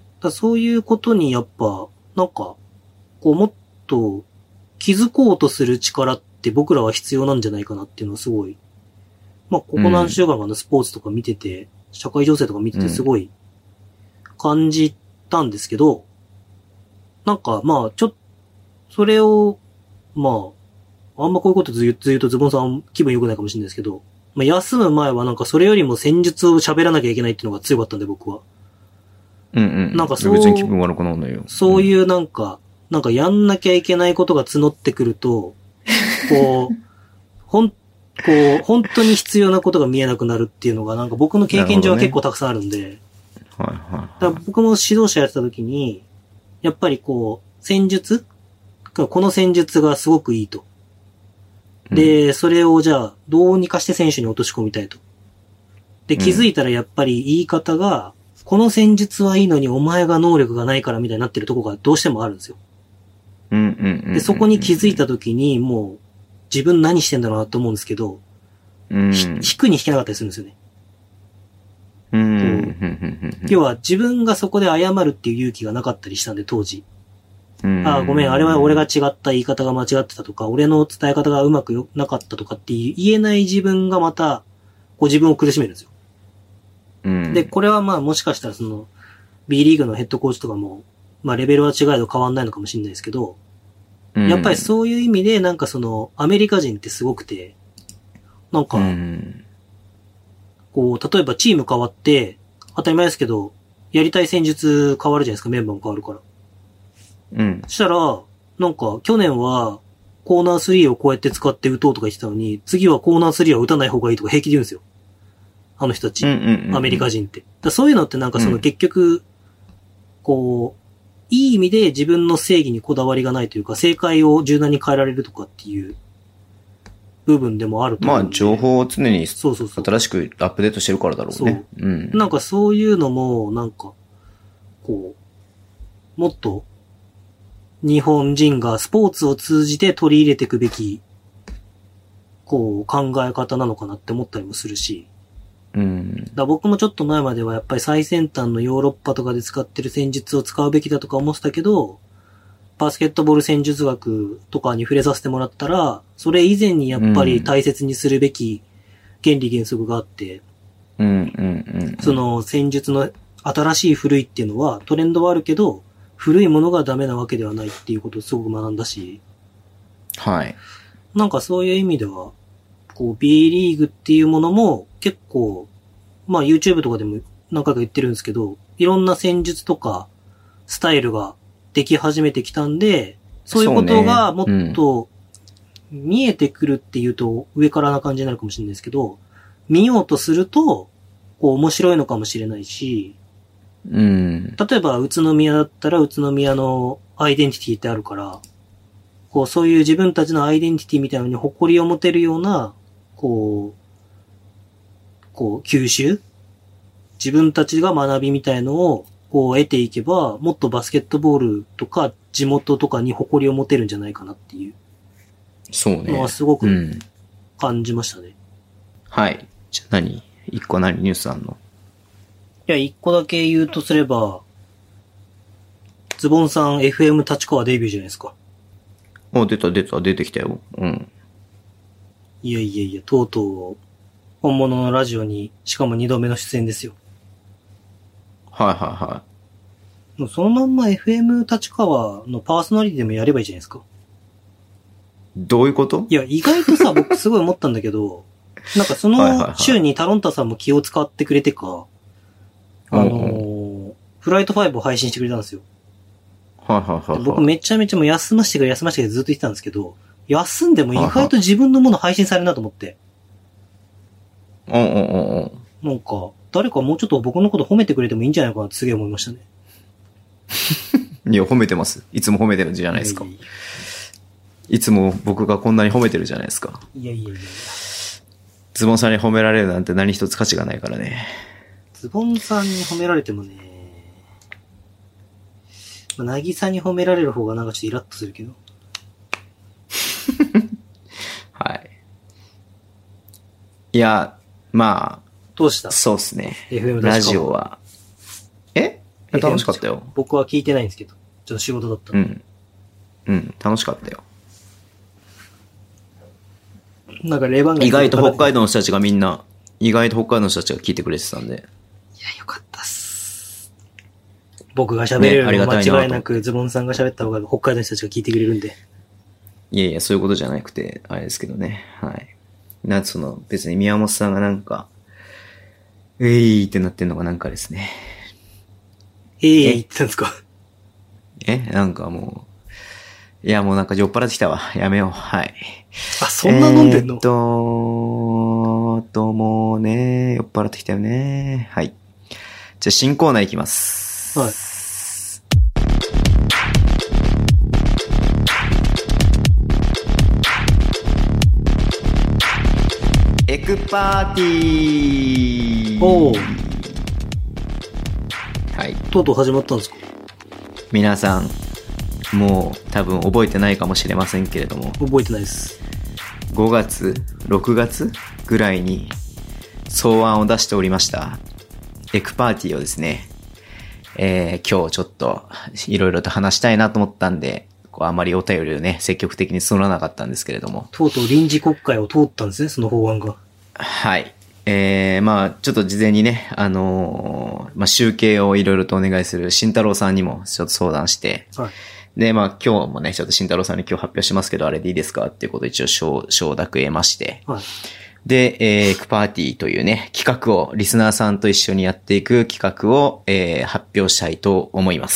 だそういうことにやっぱ、なんか、こうもっと気づこうとする力っって僕らは必要なんじゃないかなっていうのはすごい、まあ、ここ何週間かのスポーツとか見てて、うん、社会情勢とか見ててすごい感じたんですけど、うん、なんかまあ、ちょっと、それを、まあ、あんまこういうことずっと言うとズボンさん気分良くないかもしれないですけど、まあ、休む前はなんかそれよりも戦術を喋らなきゃいけないっていうのが強かったんで僕は。 うんうん。 なんかそう、 別に気分悪くなるのよ。 そういうなんか、うん、なんかやんなきゃいけないことが募ってくると、こう、ほん、こう、本当に必要なことが見えなくなるっていうのがなんか僕の経験上は結構たくさんあるんで、ね、 はいはい、はい。 だから僕も指導者やってた時に、やっぱりこう、戦術この戦術がすごくいいと。で、うん、それをじゃあ、どうにかして選手に落とし込みたいと。で、気づいたらやっぱり言い方が、この戦術はいいのにお前が能力がないからみたいになってるとこがどうしてもあるんですよ。 うんうんうん。 で、そこに気づいた時にもう自分何してんだろうなと思うんですけど、 うん、 引くに引けなかったりするんですよね。 うん。 要は自分がそこで謝るっていう勇気がなかったりしたんで当時。ああ、ごめん、あれは俺が違った言い方が間違ってたとか、俺の伝え方がうまくよなかったとかっていう言えない自分がまた、こう自分を苦しめるんですよ。 うん、 で、これはまあもしかしたらその、B リーグのヘッドコーチとかも、まあレベルは違えど変わんないのかもしれないですけど、うん、やっぱりそういう意味でなんかその、アメリカ人ってすごくて、なんか、うん、こう、例えばチーム変わって、当たり前ですけど、やりたい戦術変わるじゃないですか、メンバーも変わるから。 うん。 そしたら、なんか、去年は、コーナースリーをこうやって使って打とうとか言ってたのに、次はコーナースリーは打たない方がいいとか平気で言うんですよ。あの人たち。 うんうんうんうん、 アメリカ人って。だそういうのってなんかその結局、うん、こう、いい意味で自分の正義にこだわりがないというか、正解を柔軟に変えられるとかっていう部分でもあると思う。 まあ、情報を常にそうそうそう新しくアップデートしてるからだろうね。 そう。うん。なんかそういうのも、なんか、こう、もっと、日本人がスポーツを通じて取り入れていくべき、こう、考え方なのかなって思ったりもするし。 うん。 だ僕もちょっと前まではやっぱり最先端のヨーロッパとかで使ってる戦術を使うべきだとか思ってたけど、バスケットボール戦術学とかに触れさせてもらったら、それ以前にやっぱり大切にするべき原理原則があって、 うんうんうんうん、 その戦術の新しい古いっていうのはトレンドはあるけど、古いものがダメなわけではないっていうことをすごく学んだし。 はい。 なんかそういう意味では、こう B リーグっていうものも結構、まあ YouTube とかでも何回か言ってるんですけど、いろんな戦術とかスタイルができ始めてきたんで、そういうことがもっと見えてくるっていうと上からな感じになるかもしれないですけど、見ようとすると、こう面白いのかもしれないし、 うん、 例えば宇都宮だったら宇都宮のアイデンティティってあるから、こうそういう自分たちのアイデンティティみたいなのに誇りを持てるような、こう、こう吸収自分たちが学びみたいのをこう得ていけば、もっとバスケットボールとか地元とかに誇りを持てるんじゃないかなっていう。 そうね。 のはすごく感じましたね。うん、 はい。じゃあ何一個何ニュースあんの？ いや、一個だけ言うとすれば、ズボンさん エフエム 立川デビューじゃないですか。 お、出た出た、出てきたよ。うん。 いやいやいや、とうとう、本物のラジオに、しかも二度目の出演ですよ。 はいはいはい。 もうそのまんま エフエム 立川のパーソナリティでもやればいいじゃないですか。 どういうこと？ いや、意外とさ、僕すごい思ったんだけど、なんかその週にタロンタさんも気を使ってくれてか、あのー、フライトファイブを配信してくれたんですよ。 はいはいはい、はい。 僕めちゃめちゃもう休ましてくれ休ましてくれずっと言ってたんですけど、休んでも意外と自分のもの配信されるなと思って。 うんうんうんうん。 なんか、誰かもうちょっと僕のこと褒めてくれてもいいんじゃないかなってすげえ思いましたね。 いや、褒めてます。いつも褒めてるじゃないですか。いやいやいやいつも僕がこんなに褒めてるじゃないですか。 いやいやいやいや。 ズボンさんに褒められるなんて何一つ価値がないからね。 ズボンさんに褒められてもね、まあ、なぎさに褒められる方がなんかちょっとイラッとするけど。 はい。いや、まあ。 どうした？ そうっすね。 エフエムラジオは。え？楽しかったよ。 僕は聞いてないんですけど。ちょっと仕事だった。 うん。うん、楽しかったよ。 なんかレバンガ意外と北海道の人たちがみんな、意外と北海道の人たちが聞いてくれてたんで。 いや、よかったっす。僕が喋れるのも間違いなく、ズボンさんが喋った方が北海道の人たちが聞いてくれるんで。 いやいや、そういうことじゃなくて、あれですけどね。はい。なんその、別に宮本さんがなんか、えいーってなってんのがなんかですね。 えいえいって言ったんですか？ えなんかもう、いやもうなんか酔っ払ってきたわ。やめよう。はい。 あ、そんな飲んでんの？ えー、っと、ともうね、酔っ払ってきたよね。はい。じゃあ新コーナーいきます。 はい。 エクパーティー。 おー。 はい。 とうとう始まったんですか？ 皆さん、もう多分覚えてないかもしれませんけれども。 覚えてないです。 ごがつ、ろくがつぐらいに草案を出しておりました。エクパーティーをですね、えー、今日ちょっといろいろと話したいなと思ったんで、こうあまりお便りをね、積極的に募らなかったんですけれども。 とうとう臨時国会を通ったんですね、その法案が。 はい。えー、まあちょっと事前にね、あのー、まあ集計をいろいろとお願いする慎太郎さんにもちょっと相談して、 はい。 で、まあ今日もね、ちょっと慎太郎さんに今日発表しますけど、あれでいいですかっていうことを一応承承諾得まして、 はい。 で、えー、エクパーティーというね、企画を、リスナーさんと一緒にやっていく企画を、えー、発表したいと思います。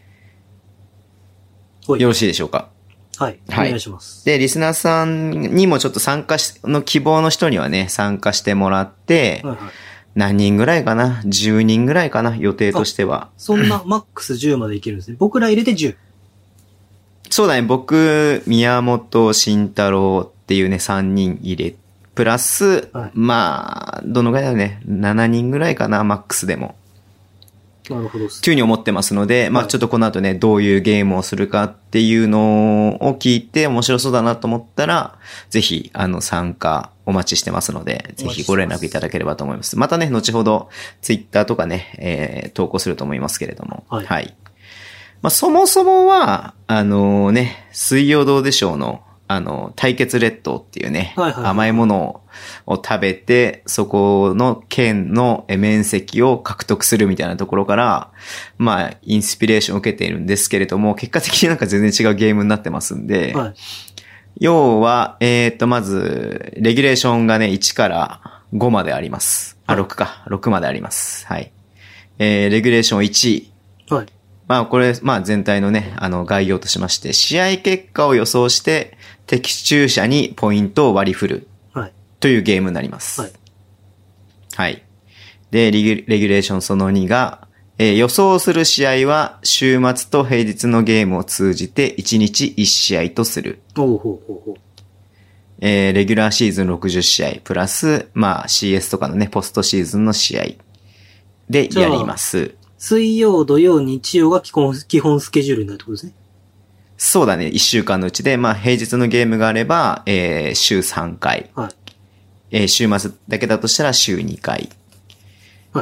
よろしいでしょうか？ はい。お願いします。 で、リスナーさんにもちょっと参加し、の希望の人にはね、参加してもらって、 はいはい、 何人ぐらいかな ?じゅう 人ぐらいかな予定としては。 そんな、マックスじゅうまでいけるんですね。僕ら入れてじゅう。 そうだね、僕、宮本、慎太郎っていうね、さんにん入れ、プラス、はい、まあ、どのぐらいだよね、しちにんぐらいかな、マックスでも。 なるほどっす。 というふうに思ってますので、まあちょっとこの後ね、どういうゲームをするかっていうのを聞いて面白そうだなと思ったら、ぜひ、あの、参加お待ちしてますので、ぜひご連絡いただければと思います。またね、後ほど、ツイッターとかね、えー、投稿すると思いますけれども。はい。はい、まあそもそもは、あのね、水曜どうでしょうの、あの、対決列島っていうね、はいはいはい、甘いものを食べて、そこの県の面積を獲得するみたいなところから、まあ、インスピレーションを受けているんですけれども、結果的になんか全然違うゲームになってますんで、はい、要は、えっと、まず、レギュレーションがね、いちからごまであります。あ、ろくか。ろくまであります。はい。えー、レギュレーションいちい。はい。まあこれ、まあ全体のね、あの概要としまして、試合結果を予想して、的中者にポイントを割り振る。はい。というゲームになります。はい。はい。で、レギュレーションそのにが、えー、予想する試合は週末と平日のゲームを通じていちにちいち試合とする。 ほうほうほうほう。 えー、レギュラーシーズンろくじゅう試合、プラス、まあ シーエス とかのね、ポストシーズンの試合でやります。 水曜、土曜、日曜が基本、基本スケジュールになるってことですね。 そうだね。一週間のうちで、まあ平日のゲームがあれば、えー、週さんかい。はい。えー、週末だけだとしたら週にかい。 はい。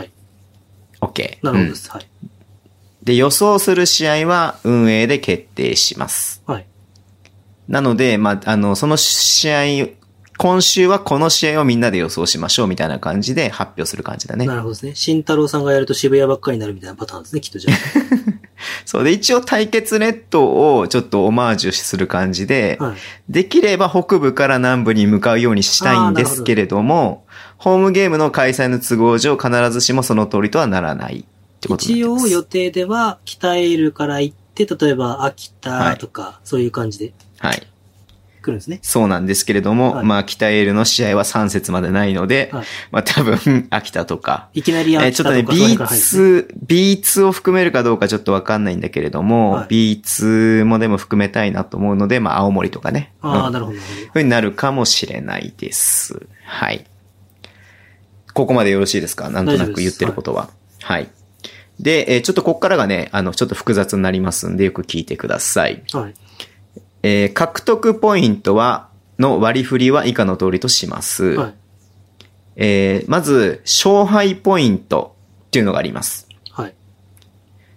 OK。 なるほどです。うん、はい。 で、予想する試合は運営で決定します。 はい。 なので、まあ、あの、その試合、今週はこの試合をみんなで予想しましょうみたいな感じで発表する感じだね。 なるほどですね。慎太郎さんがやると渋谷ばっかりになるみたいなパターンですね、きっとじゃあ。 そうで、一応対決列島をちょっとオマージュする感じで、はい、できれば北部から南部に向かうようにしたいんですけれども、ホームゲームの開催の都合上必ずしもその通りとはならないってことになってます。 一応予定では北エールから行って、例えば秋田とか、はい、そういう感じで。 はい。 来るんですね。 そうなんですけれども、はい、まあ、北エールの試合はさん節までないので、はい、まあ、多分、秋田とか。 いきなり秋田とか。 えー、ちょっとね、ビーツ、ビーツを含めるかどうかちょっとわかんないんだけれども、はい、ビーツもでも含めたいなと思うので、まあ、青森とかね。 ああ、うん、なるほど。 ふうになるかもしれないです。はい。ここまでよろしいですか？なんとなく言ってることは。はい、はい。で、えー、ちょっとここからがね、あの、ちょっと複雑になりますんで、よく聞いてください。はい。えー、獲得ポイントは、の割り振りは以下の通りとします。はい。えー、まず、勝敗ポイントっていうのがあります。 はい。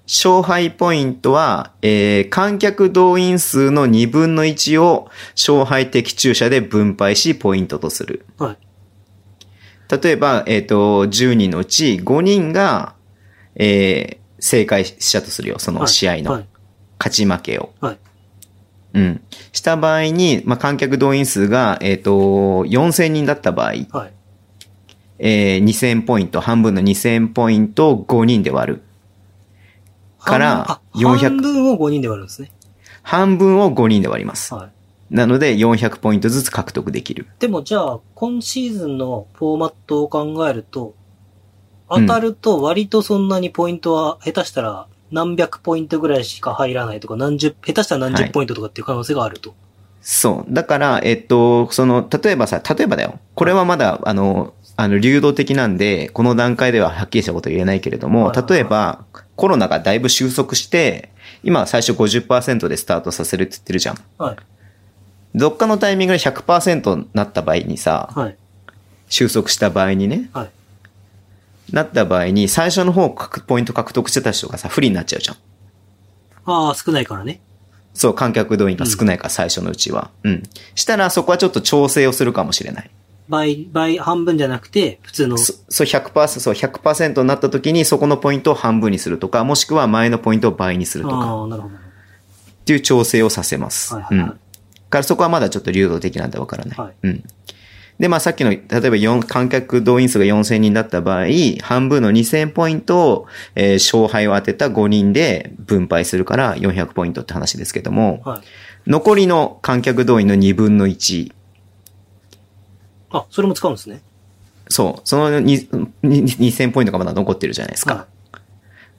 勝敗ポイントは、えー、観客動員数のにぶんのいちを勝敗的中者で分配し、ポイントとする。 はい。 例えば、えっと、じゅうにんのうちごにんが、えー、正解したとするよ。その試合の勝ち負けを。 はい。はい、 うん。した場合に、まあ、観客動員数が、えっと、よんせんにんだった場合、はい。えー、にせんポイント、半分のにせんポイントをごにんで割る。から、よんひゃく。 半分をごにんで割るんですね。 半分をごにんで割ります。 はい。 なので、よんひゃくポイントずつ獲得できる。 でもじゃあ、今シーズンのフォーマットを考えると、当たると割とそんなにポイントは下手したら何百ポイントぐらいしか入らないとか、何十、下手したら何十ポイントとかっていう可能性があると。はい、 そう。だから、えっと、その、例えばさ、例えばだよ。これはまだ、あの、あの、流動的なんで、この段階でははっきりしたことは言えないけれども、例えば、コロナがだいぶ収束して、今最初 ごじゅっパーセント でスタートさせるって言ってるじゃん。はい。どっかのタイミングで ひゃくパーセント になった場合にさ、はい。収束した場合にね、はい。なった場合に、最初の方ポイント獲得してた人がさ、不利になっちゃうじゃん。 ああ、少ないからね。 そう、観客動員が少ないから、最初のうちは。うん。したら、そこはちょっと調整をするかもしれない。 倍、倍、半分じゃなくて、普通の。 そ、そう、ひゃくパーセント、そう、ひゃくパーセント になった時に、そこのポイントを半分にするとか、もしくは前のポイントを倍にするとか。 ああ、なるほど。 っていう調整をさせます。はいはいはい。うん。からそこはまだちょっと流動的なんでわからない。はい。うん。で、まあさっきの、例えばよん、観客動員数がよんせんにんだった場合、半分のにせんポイントを、えー、勝敗を当てたごにんで分配するからよんひゃくポイントって話ですけども、はい、残りの観客動員のにぶんのいち。 あ、それも使うんですね。 そう。そのにせんポイントがまだ残ってるじゃないですか。はい、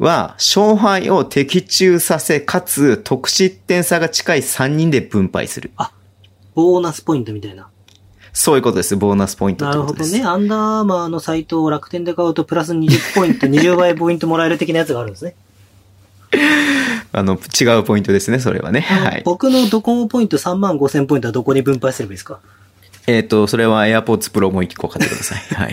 は、勝敗を的中させ、かつ得失点差が近いさんにんで分配する。 あ、ボーナスポイントみたいな。 そういうことです。ボーナスポイントってことです。 なるほどね。アンダーアーマーのサイトを楽天で買うとプラスにじゅうポイント、にじゅうばいポイントもらえる的なやつがあるんですね。 あの、違うポイントですね、それはね。はい。 僕のドコモポイントさんまんごせんポイントはどこに分配すればいいですか？ えっと、それは AirPods Pro もう一個買ってください。はい。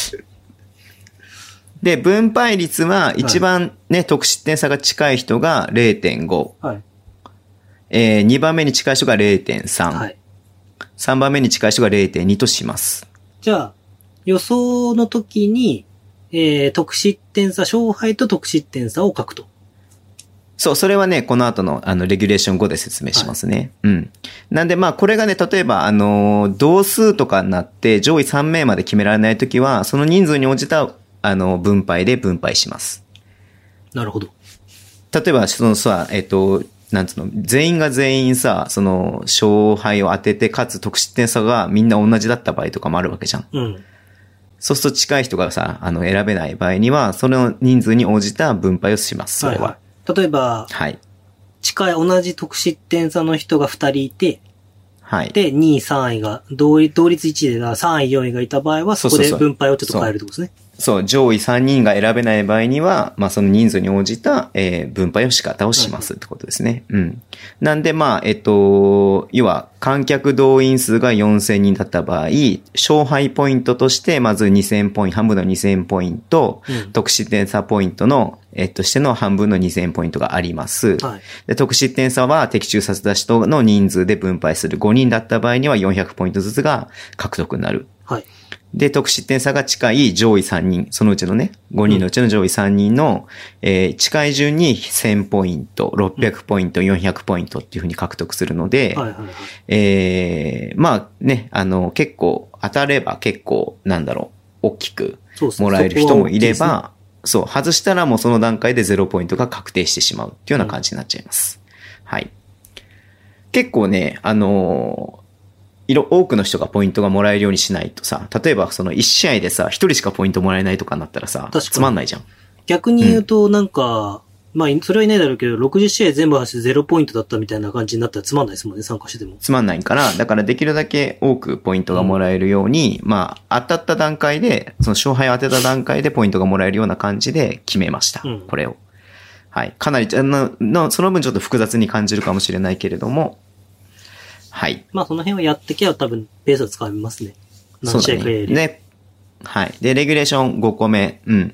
で、分配率は一番ね、はい、得失点差が近い人が れいてんご。はい。えー、にばんめに近い人が れいてんさん。はい。さんばんめに近い人が れいてんに とします。 じゃあ、予想の時に、えー、得失点差、勝敗と得失点差を書くと。 そう、それはね、この後の、あの、レギュレーションごで説明しますね。はい、うん。なんで、まあ、これがね、例えば、あの、同数とかになって、上位さん名まで決められないときは、その人数に応じた、あの、分配で分配します。 なるほど。 例えば、そのさ、えっと、なんつうの、全員が全員さ、その、勝敗を当てて、かつ得失点差がみんな同じだった場合とかもあるわけじゃん。うん。そうすると近い人がさ、あの、選べない場合には、その人数に応じた分配をします、それは。はいはい、 例えば、はい。近い、同じ得失点差の人がふたりいて、はい。で、にい、さんいが、同率、同率いちいでさんい、よんいがいた場合は、そこで分配をちょっと変えるってことですね。 そう、上位さんにんが選べない場合には、まあその人数に応じた、えー、分配を仕方をしますってことですね。うん。なんでまあ、えっと、要は観客動員数がよんせんにんだった場合、勝敗ポイントとしてまずにせんポイント、半分のにせんポイント、うん、得失点差ポイントの、えっとしての半分のにせんポイントがあります。はい、で得失点差は的中させた人の人数で分配する。ごにんだった場合にはよんひゃくポイントずつが獲得になる。はい。で、得失点差が近い上位さんにん、そのうちのね、ごにんのうちの上位さんにんの、うん、えー、近い順にせんポイント、ろっぴゃくポイント、よんひゃくポイントっていう風に獲得するので、はいはいはい、えー、まあね、あの、結構当たれば結構、なんだろう、大きくもらえる人もいれば、そう、外したらもうその段階でゼロポイントが確定してしまうっていうような感じになっちゃいます。うん、はい。結構ね、あのー、多くの人がポイントがもらえるようにしないとさ、例えばそのいち試合でさ、ひとりしかポイントもらえないとかになったらさ、つまんないじゃん。 逆に言うとなんか、うん、まあ、それはいないだろうけど、ろくじゅう試合全部走ってゼロポイントだったみたいな感じになったらつまんないですもんね、参加してても。 つまんないから、だからできるだけ多くポイントがもらえるように、うん、まあ、当たった段階で、その勝敗を当てた段階でポイントがもらえるような感じで決めました。うん、これを。はい。かなり、あの、の、その分ちょっと複雑に感じるかもしれないけれども、はい。 まあその辺をやってきゃ多分ベースを使いますね。何試合かやる。 ね。はい。で、レギュレーションごこめ。うん。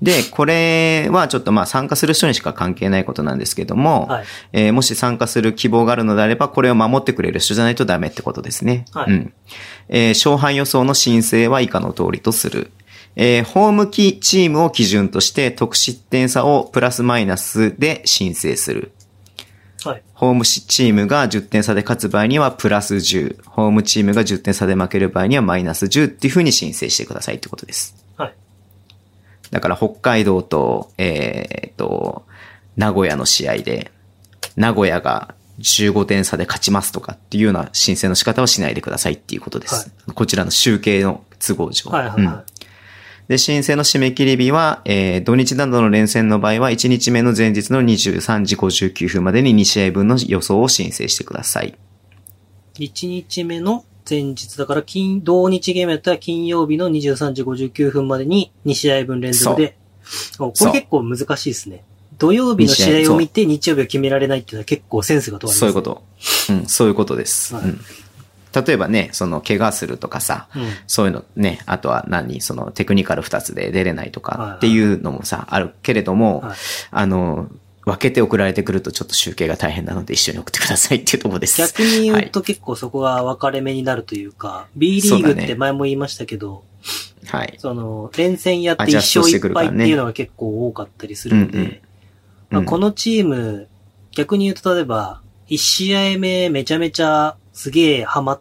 で、これはちょっとまあ参加する人にしか関係ないことなんですけども、はい、えー、もし参加する希望があるのであれば、これを守ってくれる人じゃないとダメってことですね。はい、うん。えー、勝敗予想の申請は以下の通りとする。えー、ホームチームを基準として得失点差をプラスマイナスで申請する。はい、ホームチームがじゅってん差で勝つ場合にはプラスじゅう。ホームチームがじゅってん差で負ける場合にはマイナスじゅうっていう風に申請してくださいってことです。はい。だから北海道と、えー、っと、名古屋の試合で、名古屋がじゅうごてん差で勝ちますとかっていうような申請の仕方はしないでくださいっていうことです。はい、こちらの集計の都合上。はいはいはい。うん、で、申請の締め切り日は、えー、土日などの連戦の場合はいちにちめの前日のにじゅうさんじごじゅうきゅうふんまでにに試合分の予想を申請してください。 いちにちめの前日だから金、同日ゲームやったら金曜日のにじゅうさんじごじゅうきゅうふんまでにに試合分連続で。これ結構難しいですね。土曜日の試合を見て日曜日を決められないっていうのは結構センスが問われますね。 そういうこと。うん、そういうことです。はい、うん、例えばね、その怪我するとかさ、うん、そういうのね、あとは何、そのテクニカルふたつで出れないとかっていうのもさ、はいはい、あるけれども、はい、あの、分けて送られてくるとちょっと集計が大変なので一緒に送ってくださいっていうところです。 逆に言うと結構そこが分かれ目になるというか、はい、B リーグって前も言いましたけど、はい。その、連戦やって一勝一敗っていうのが結構多かったりするんで、うんうんまあ、このチーム、逆に言うと例えば、いち試合目めちゃめちゃすげえハマって、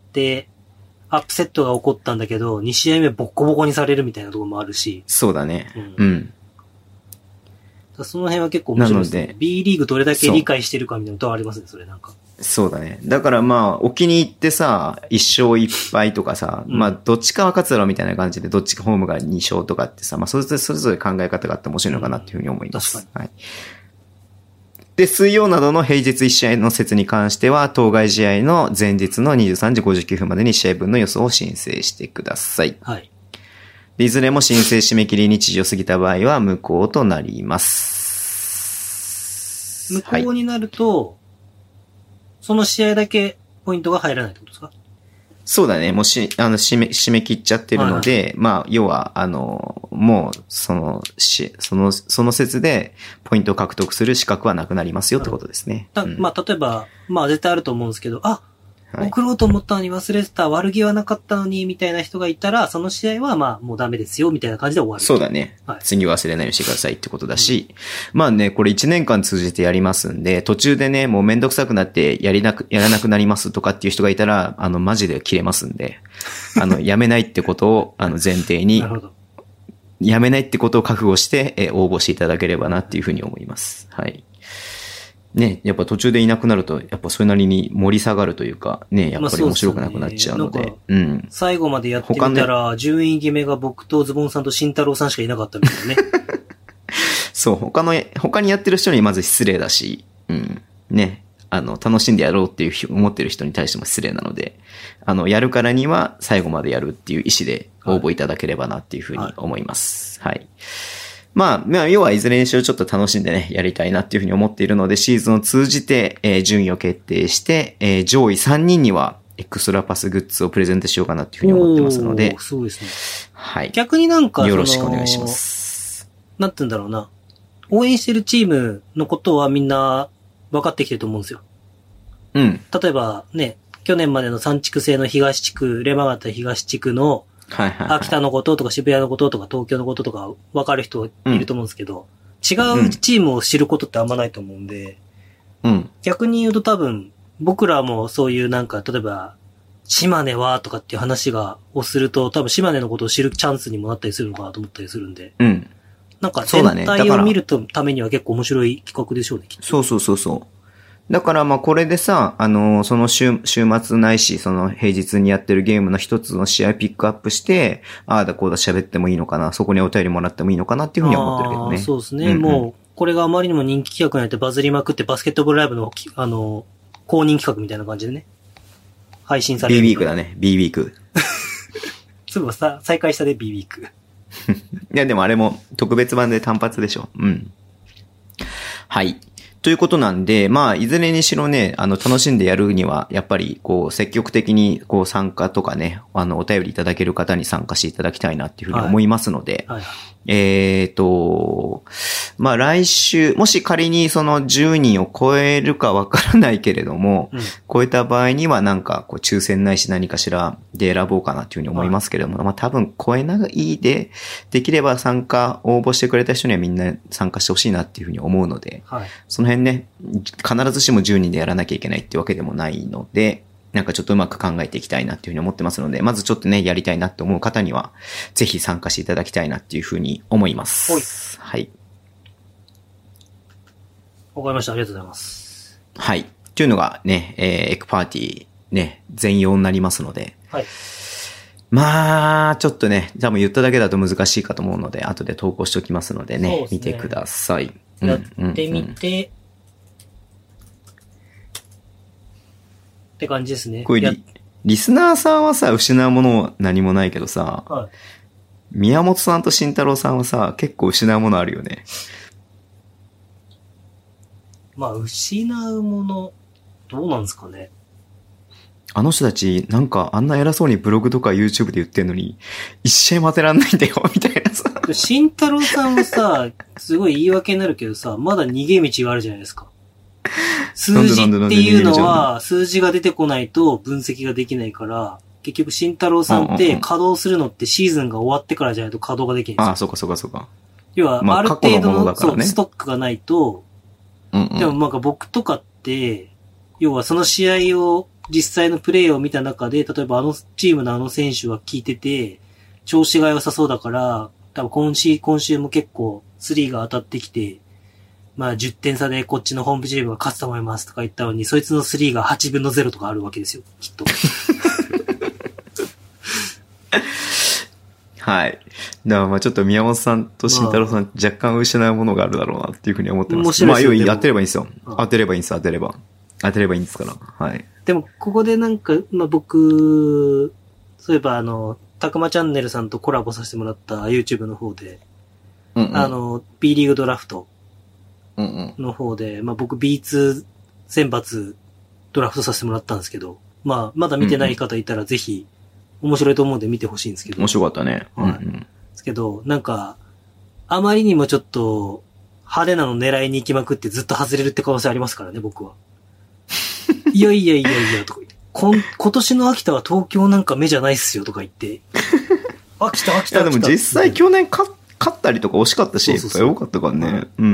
アップセットが起こったんだけど、に試合目ボッコボコにされるみたいなところもあるし。 そうだね。うん。うんその辺は結構面白いですね。B リーグどれだけ理解してるかみたいなのとありますね、それなんか。 そうだね。だからまあ、お気に入ってさ、一勝一敗とかさ、うん、まあ、どっちかは勝つだろうみたいな感じで、どっちかホームがに勝とかってさ、まあ、それぞれ、それぞれ考え方があって面白いのかなっていうふうに思います。うん、確かに。はい。で、水曜などの平日いち試合の節に関しては、当該試合の前日のにじゅうさんじごじゅうきゅうふんまでに試合分の予想を申請してください。はい。いずれも申請締め切り日時を過ぎた場合は無効となります。 無効になると、はい、その試合だけポイントが入らないってことですか？ そうだね。もうし、あの、締め、締め切っちゃってるので、はいはい、まあ、要は、あの、もう、その、し、その、その説で、ポイントを獲得する資格はなくなりますよってことですね。 うん、まあ、例えば、まあ、絶対あると思うんですけど、あ、送ろうと思ったのに忘れてた、悪気はなかったのに、みたいな人がいたら、その試合はまあもうダメですよ、みたいな感じで終わる。 そうだね。はい、次忘れないようにしてくださいってことだし、うん、まあね、これいちねんかん通じてやりますんで、途中でね、もうめんどくさくなってやりなく、やらなくなりますとかっていう人がいたら、あの、マジで切れますんで、あの、やめないってことを、あの、前提に、なるほど。やめないってことを覚悟して、え、応募していただければなっていうふうに思います。はい。ね、やっぱ途中でいなくなると、やっぱそれなりに盛り下がるというか、ね、やっぱり面白くなくなっちゃうので。まあ、うでね、うん。 最後までやってみたら、順位決めが僕とズボンさんと慎太郎さんしかいなかったみたいなね。 そう、他の、他にやってる人にまず失礼だし、うん。ね、あの、楽しんでやろうっていう思ってる人に対しても失礼なので、あの、やるからには最後までやるっていう意思で応募いただければなっていうふうに思います。はい。はいまあ、まあ、要はいずれにしろちょっと楽しんでね、やりたいなっていうふうに思っているので、シーズンを通じて、えー、順位を決定して、えー、上位さんにんには、エクストラパスグッズをプレゼントしようかなっていうふうに思ってますので。 そうですね。 はい。 逆になんか、 よろしくお願いします。 なんて言うんだろうな。応援してるチームのことはみんな分かってきてると思うんですよ。 うん。 例えばね、去年までのさん地区制の東地区、レマガタ東地区の、 はいはいはい、 秋田のこととか渋谷のこととか東京のこととか分かる人いると思うんですけど、うん、違うチームを知ることってあんまないと思うんで、 うん、 逆に言うと多分僕らもそういうなんか例えば島根はとかっていう話がをすると多分島根のことを知るチャンスにもなったりするのかなと思ったりするんで、 うん、 なんか全体を見るためには結構面白い企画でしょうね。きっとそうそうそうそう。だからまあこれでさ、あのー、その週、週末ないし、その平日にやってるゲームの一つの試合ピックアップして、ああだこうだ喋ってもいいのかな、そこにお便りもらってもいいのかなっていうふうには思ってるけどね。 そうですね、うんうん。もう、これがあまりにも人気企画になってバズりまくってバスケットボールライブの、あのー、公認企画みたいな感じでね。配信される。 B ウィークだね、B ウィーク。 そういえばさ、再開したで B ウィーク。 いやでもあれも特別版で単発でしょ。うん。はい。 ということなんで、まあ、いずれにしろね、あの、楽しんでやるには、やっぱり、こう、積極的に、こう、参加とかね、あの、お便りいただける方に参加していただきたいなっていうふうに思いますので、 はいはい、 えっと、まあ、来週、もし仮にそのじゅうにんを超えるかわからないけれども、うん、超えた場合にはなんか、こう、抽選ないし何かしらで選ぼうかなっていうふうに思いますけれども、はい、まあ、多分超えないで、できれば参加、応募してくれた人にはみんな参加してほしいなっていうふうに思うので、はい、その辺ね、必ずしもじゅうにんでやらなきゃいけないってわけでもないので、なんかちょっとうまく考えていきたいなっていうふうに思ってますので、まずちょっとね、やりたいなって思う方には、ぜひ参加していただきたいなっていうふうに思います。はい。 わかりました。ありがとうございます。 はい。というのがね、えー、エクパーティーね、全容になりますので、 はい。 まあ、ちょっとね、多分言っただけだと難しいかと思うので、後で投稿しておきますのでね、そうですね、見てください。 やってみて、うんうんうん、って感じですね。 これリ、リスナーさんはさ、失うもの何もないけどさ、はい、宮本さんと慎太郎さんはさ、結構失うものあるよね。 まあ、失うもの、どうなんですかね。 あの人たち、なんかあんな偉そうにブログとか YouTube で言ってんのに、一試合待てらんないんだよ、みたいなさ。 慎太郎さんはさ、すごい言い訳になるけどさ、まだ逃げ道があるじゃないですか。数字っていうのは、数字が出てこないと分析ができないから、結局慎太郎さんって稼働するのってシーズンが終わってからじゃないと稼働ができないんですよ。 ああ、そうかそうかそうか。 要は、ある程度の、そう、ストックがないと、 うんうん、 でもなんか僕とかって、要はその試合を、実際のプレーを見た中で、例えばあのチームのあの選手は効いてて、調子が良さそうだから、多分今週、今週も結構スリーが当たってきて、まあじゅってん差でこっちのホームチームが勝つと思いますとか言ったのに、そいつのスリーがはちぶんのゼロとかあるわけですよ、きっと。 はい。だからまあちょっと宮本さんと慎太郎さん、まあ、若干失うものがあるだろうなっていうふうに思ってます。面白いですよ。まあ要に当てればいいんですよ。当てればいいんです、当てれば。当てればいいんですから。はい。 でも、ここでなんか、まあ僕、そういえばあの、たくまチャンネルさんとコラボさせてもらった YouTube の方で、 うんうん、 あの、B リーグドラフトの方で、うんうん、まあ僕 ビーツー 選抜ドラフトさせてもらったんですけど、まあまだ見てない方いたらぜひ、面白いと思うんで見てほしいんですけど。 面白かったね。 はい。うんうん、ですけど、なんか、あまりにもちょっと、派手なの狙いに行きまくってずっと外れるって可能性ありますからね、僕は。いやいやいやいや、とか言って。こん、今年の秋田は東京なんか目じゃないっすよ、とか言って。秋田、秋田、秋田。 いや、でも実際去年勝ったりとか惜しかったし、やっぱり多かったからね。はい、うん。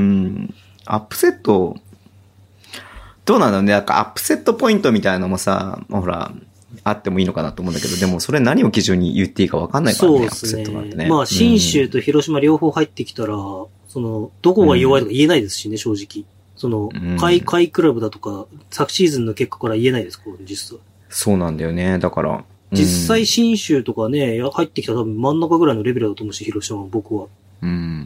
アップセット、どうなんだろうね。なんかアップセットポイントみたいなのもさ、ほら、あってもいいのかなと思うんだけど、でもそれ何を基準に言っていいか分かんないからね、 そうですね、 アップセットなんてね。 まあ、新州と広島両方入ってきたら、うん、その、どこが弱いとか言えないですしね、正直。その、下位、下位クラブだとか、昨シーズンの結果から言えないです、これ実際。 そうなんだよね、だから。うん、 実際新州とかね、入ってきたら多分真ん中ぐらいのレベルだと思うし、広島は僕は。 うん。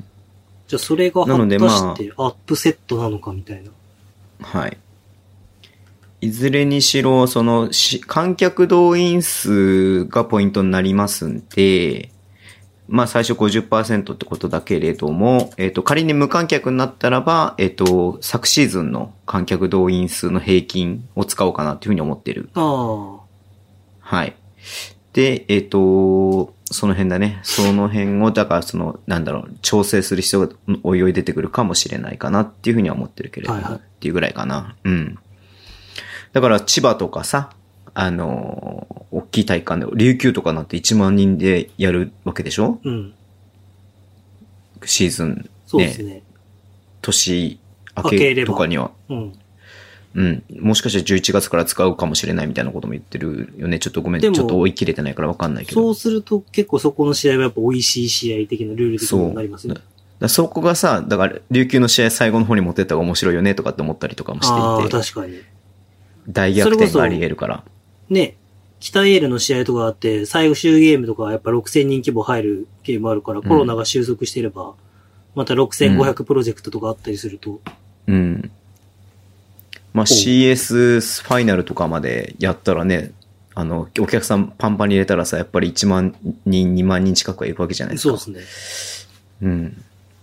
じゃあそれが果たしてアップセットなのかみたいな。 はい。いずれにしろ、その、観客動員数がポイントになりますんで、まあ最初 ごじゅっパーセント ってことだけれども、えっと、仮に無観客になったらば、えっと、昨シーズンの観客動員数の平均を使おうかなっていうふうに思ってる。 ああ。 はい。で、えっと、その辺だね。その辺を、だからその、なんだろう、調整する人がおいおい出てくるかもしれないかなっていうふうには思ってるけれども、はいはい、っていうぐらいかな。うん。だから千葉とかさ、あのー、大きい体育館で、琉球とかなんていちまんにんでやるわけでしょ？ うん。 シーズン、ね。 そうですね。 年明けとかには。 うん。 うん。もしかしたらじゅういちがつから使うかもしれないみたいなことも言ってるよね。ちょっとごめん、ちょっと追い切れてないからわかんないけど。 そうすると結構そこの試合はやっぱ美味しい試合的なルール的になりますね。 そう。だそこがさ、だから琉球の試合最後の方に持ってった方が面白いよねとかって思ったりとかもしていて。 ああ、確かに。 大逆転があり得るから。 ね、北エールの試合とかあって、最終ゲームとかやっぱろくせんにん規模入るゲームあるから、うん、コロナが収束していれば、またろくせんごひゃくプロジェクトとかあったりすると。 うん。うん、まあ シーエス ファイナルとかまでやったらね、あの、お客さんパンパンに入れたらさ、やっぱりいちまんにん、にまんにん近くはいくわけじゃないですか。 そうですね。 うん。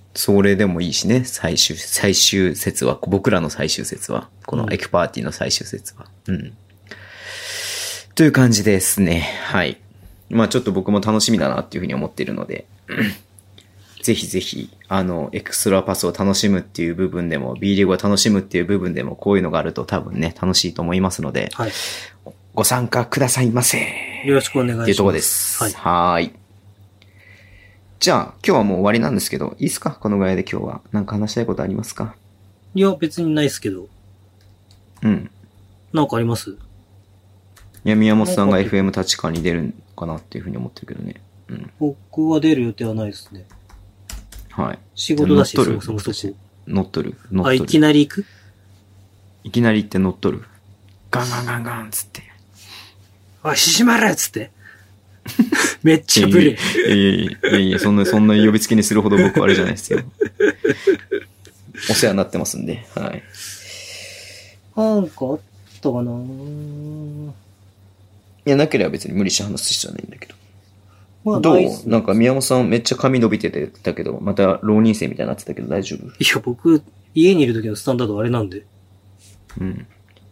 それでもいいしね、最終、最終節は、僕らの最終節は、このエクパーティーの最終節は。うん。という感じですね。はい。まあちょっと僕も楽しみだなっていうふうに思っているので、ぜひぜひ、あの、エクストラパスを楽しむっていう部分でも、B リーグを楽しむっていう部分でも、こういうのがあると多分ね、楽しいと思いますので、 はい。 ご参加くださいませ。 よろしくお願いします。 っていうところです。 はい。 はーい。じゃあ、今日はもう終わりなんですけど、いいですか？このぐらいで今日は。なんか話したいことありますか？ いや、別にないですけど。 うん。 なんかあります？ いや、宮本さんが エフエム 立川に出るかなっていうふうに思ってるけどね。うん。 僕は出る予定はないですね。 はい。 仕事だし、 乗っとるそもそもそこ。 乗っとる乗っとる。 あ、いきなり行く？ いきなり行って乗っとる。ガンガンガンガンつって。 おい、しまれっつって。めっちゃブレ。 いやいやいやいやいや、そんな、そんな呼びつけにするほど僕はあれじゃないですよ。お世話になってますんで、はい。 なんかあったかないや、なければ別に無理して話す必要はないんだけど。 まあ、 どうないっすねなんか宮本さんめっちゃ髪伸びててたけど、また浪人生みたいになってたけど大丈夫？ いや、僕、家にいる時のスタンダードあれなんで。 うん。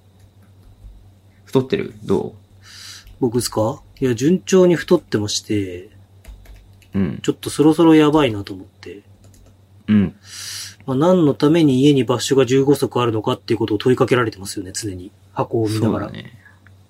太ってる？ど僕ですか？いや、順調に太ってまして、 う？うん。 ちょっとそろそろやばいなと思って。 うん。 まあ、何のために家にバッシュがじゅうご足あるのかっていうことを問いかけられてますよね、常に。箱を見ながら。 そうだね。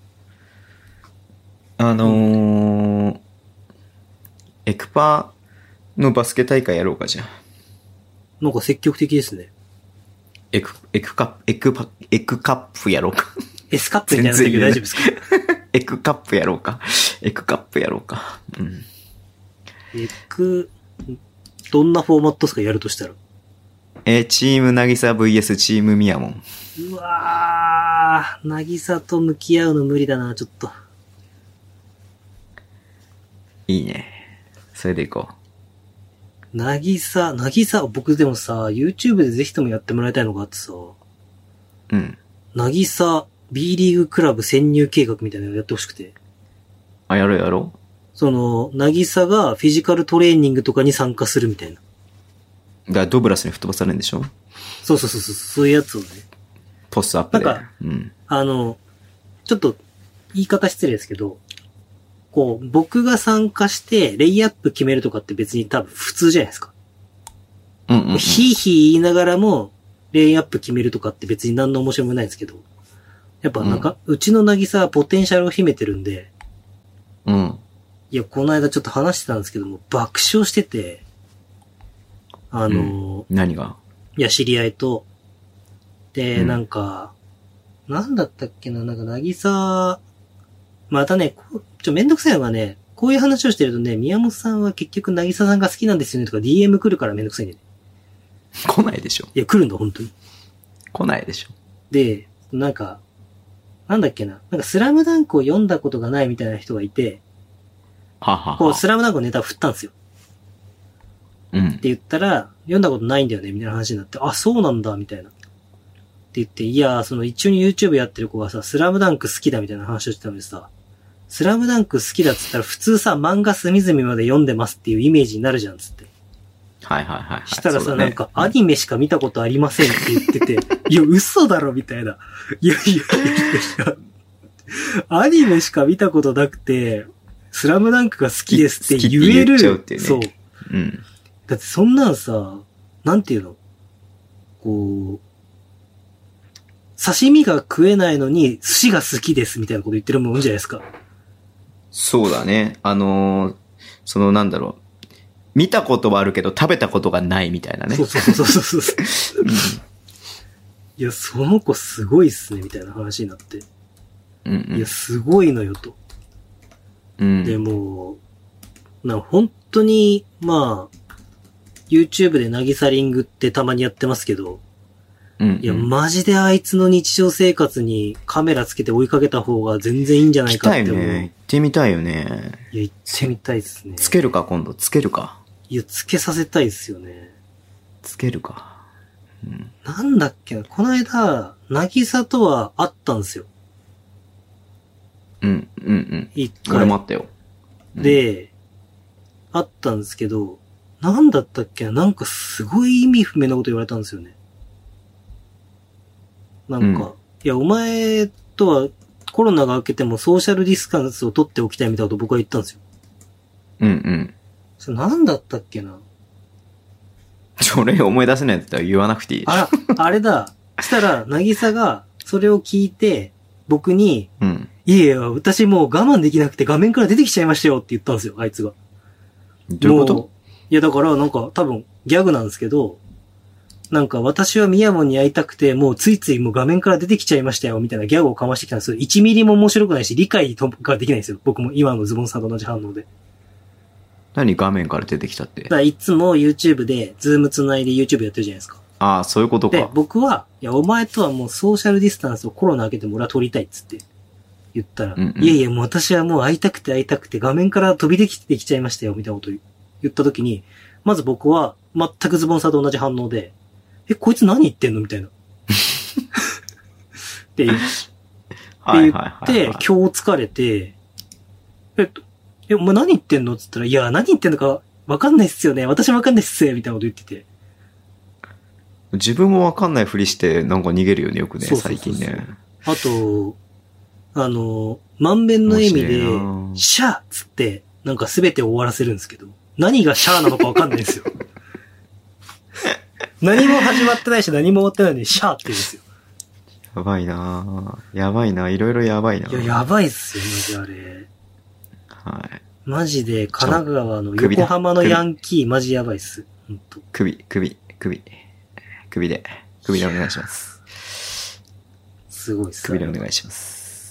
あのー、エクパのバスケ大会やろうか、じゃあ。 なんか積極的ですね。 エク、エクカップ、エクパ、エクカップやろうか。 エスカップみたいな時大丈夫ですか？ エクカップやろうか。エクカップやろうか。うん。 エク、どんなフォーマットですか、やるとしたら。 えー、チームなぎさ ブイエス チームみやもん。 うわー、なぎさと向き合うの無理だな、ちょっと。 いいね。それでいこう。なぎさ、なぎさ、僕でもさ、YouTube でぜひともやってもらいたいのがあってさ、 うん。 なぎさ B リーグクラブ潜入計画みたいなのやってほしくて。 あ、やろうやろう。 その、なぎさがフィジカルトレーニングとかに参加するみたいな。 だからドブラスに吹っ飛ばされるんでしょ？ そうそうそうそう、そういうやつをね。 ポストアップで。 なんか、 うん。 あの、ちょっと、言い方失礼ですけど、こう、僕が参加して、レイアップ決めるとかって別に多分普通じゃないですか。 うんうん、うん。 ひいひい言いながらも、レイアップ決めるとかって別に何の面白みもないんですけど、やっぱなんか、うん、うちのなぎさはポテンシャルを秘めてるんで、 うん。 いや、この間ちょっと話してたんですけども、爆笑してて、あの、 うん、何が？ いや、知り合いと、で、 うん、 なんか、なんだったっけな、なんか、なぎさ、またね、ちょ、めんどくさいのがね、こういう話をしてるとね、宮本さんは結局なぎささんが好きなんですよねとか ディーエム 来るからめんどくさいんだよね。 来ないでしょ。 いや、来るんだ、本当に。 来ないでしょ。 で、なんか、なんだっけな、なんかスラムダンクを読んだことがないみたいな人がいて、 ははは。 こう、スラムダンクのネタを振ったんですよ。 うん。 って言ったら、読んだことないんだよね、みたいな話になって、あ、そうなんだ、みたいな。って言って、いや、その一応に YouTube やってる子がさ、スラムダンク好きだみたいな話をしてたのにさ、スラムダンク好きだっつったら普通さ、漫画隅々まで読んでますっていうイメージになるじゃん、つって。 はいはいはい、はい。 したらさ、 ね、 なんか、アニメしか見たことありませんって言ってて、いや、嘘だろ、みたいな。いやいやいやいや、アニメしか見たことなくて、スラムダンクが好きですって言える。 言っちゃうっていうね。 そう。 うん。 だってそんなんさ、なんていうの？こう、刺身が食えないのに寿司が好きですみたいなこと言ってるもんじゃないですか。 そうだね。あのー、そのなんだろう。見たことはあるけど食べたことがないみたいなね。 そうそうそうそうそう、うん。いや、その子すごいっすねみたいな話になって。 うんうん、 いや、すごいのよと。 うん、 でも、な、本当に、まあ、YouTube でなぎさリングってたまにやってますけど、 うんうん、 いや、マジであいつの日常生活にカメラつけて追いかけた方が全然いいんじゃないかって思う。 行きたいね。行ってみたいよね。 いや、行ってみたいっすね。 つけるか、今度。つけるか。 いや、つけさせたいっすよね。 つけるか。うん、 なんだっけな、この間、なぎさとは会ったんですよ。 うん、うん、うん。 一回。 俺もあったよ。 うん、で、会ったんですけど、 なんだったっけな、なんかすごい意味不明なこと言われたんですよね。なんか、うん、いや、お前とはコロナが明けてもソーシャルディスタンスを取っておきたいみたいなこと僕は言ったんですよ。 うんうん。 それなんだったっけな。 それ思い出せないんだったら言わなくていい。 あ、あれだ。したら、なぎさがそれを聞いて、僕に、うん、いやいや、私もう我慢できなくて画面から出てきちゃいましたよって言ったんですよ、あいつが。 どういうこと？ いや、だからなんか多分ギャグなんですけど、なんか私はミヤモンに会いたくて、もうついついもう画面から出てきちゃいましたよ、みたいなギャグをかましてきたんですよ。いちミリも面白くないし、理解ができないんですよ。僕も今のズボンさんと同じ反応で。 何画面から出てきたって。 だからいつも YouTube で、ズームつないで YouTube やってるじゃないですか。 ああ、そういうことか。 で、僕は、いや、お前とはもうソーシャルディスタンスをコロナ明けても俺は撮りたいっつって言ったら、うんうん、いやいや、もう私はもう会いたくて会いたくて画面から飛び出てきちゃいましたよ、みたいなことを言ったときに、まず僕は全くズボンさんと同じ反応で、え、こいつ何言ってんのみたいな。って言って、はいはいはいはい、今日疲れて、えっと、え、お前何言ってんのって言ったら、いや、何言ってんのかわかんないっすよね。私もわかんないっすよ、みたいなこと言ってて。 自分もわかんないふりしてなんか逃げるよね、よくね、そうそうそうそう最近ね。 あと、あの、満面の笑みで、シャーっつって、なんか全て終わらせるんですけど、何がシャーなのかわかんないんですよ。何も始まってないし何も終わってないのにシャーって言うんですよ。 やばいなぁ。やばいなぁ。いろいろやばいなぁ。 いや、やばいっすよ、マジあれ。 はい。 マジで、神奈川の横浜のヤンキー、マジやばいっす。ほんと。 首、首、首。首で、首でお願いします。 すごいっす。 首でお願いします。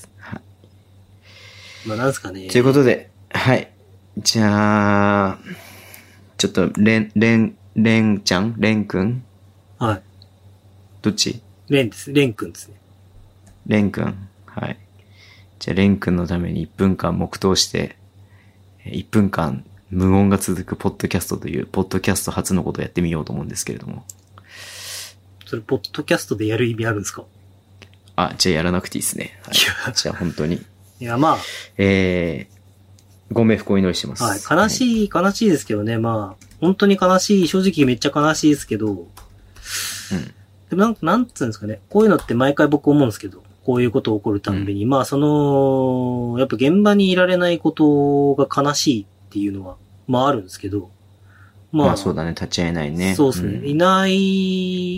はい。 まあ、なんすかね。 ということで、はい。じゃあ、ちょっと、レン、レン、レンちゃんレンくんはい。 どっち？ レンです。レンくんですね。 レンくん。はい。じゃあ、レンくんのためにいっぷんかん黙祷して、いっぷんかん無音が続くポッドキャストという、ポッドキャスト初のことをやってみようと思うんですけれども。 それ、ポッドキャストでやる意味あるんですか？ あ、じゃあやらなくていいですね。はい、いやじゃあ本当に。 いや、まあ。 えー、ご冥福をお祈りしてます。 はい。悲しい、はい、悲しいですけどね。まあ、本当に悲しい、正直めっちゃ悲しいですけど。うん。でもなん、なんつうんですかね。こういうのって毎回僕思うんですけど、こういうこと起こるたんびに、うん、まあその、やっぱ現場にいられないことが悲しいっていうのは、まああるんですけど。 まあ、まあそうだね。立ち会えないね。 そうですね。うん、いない、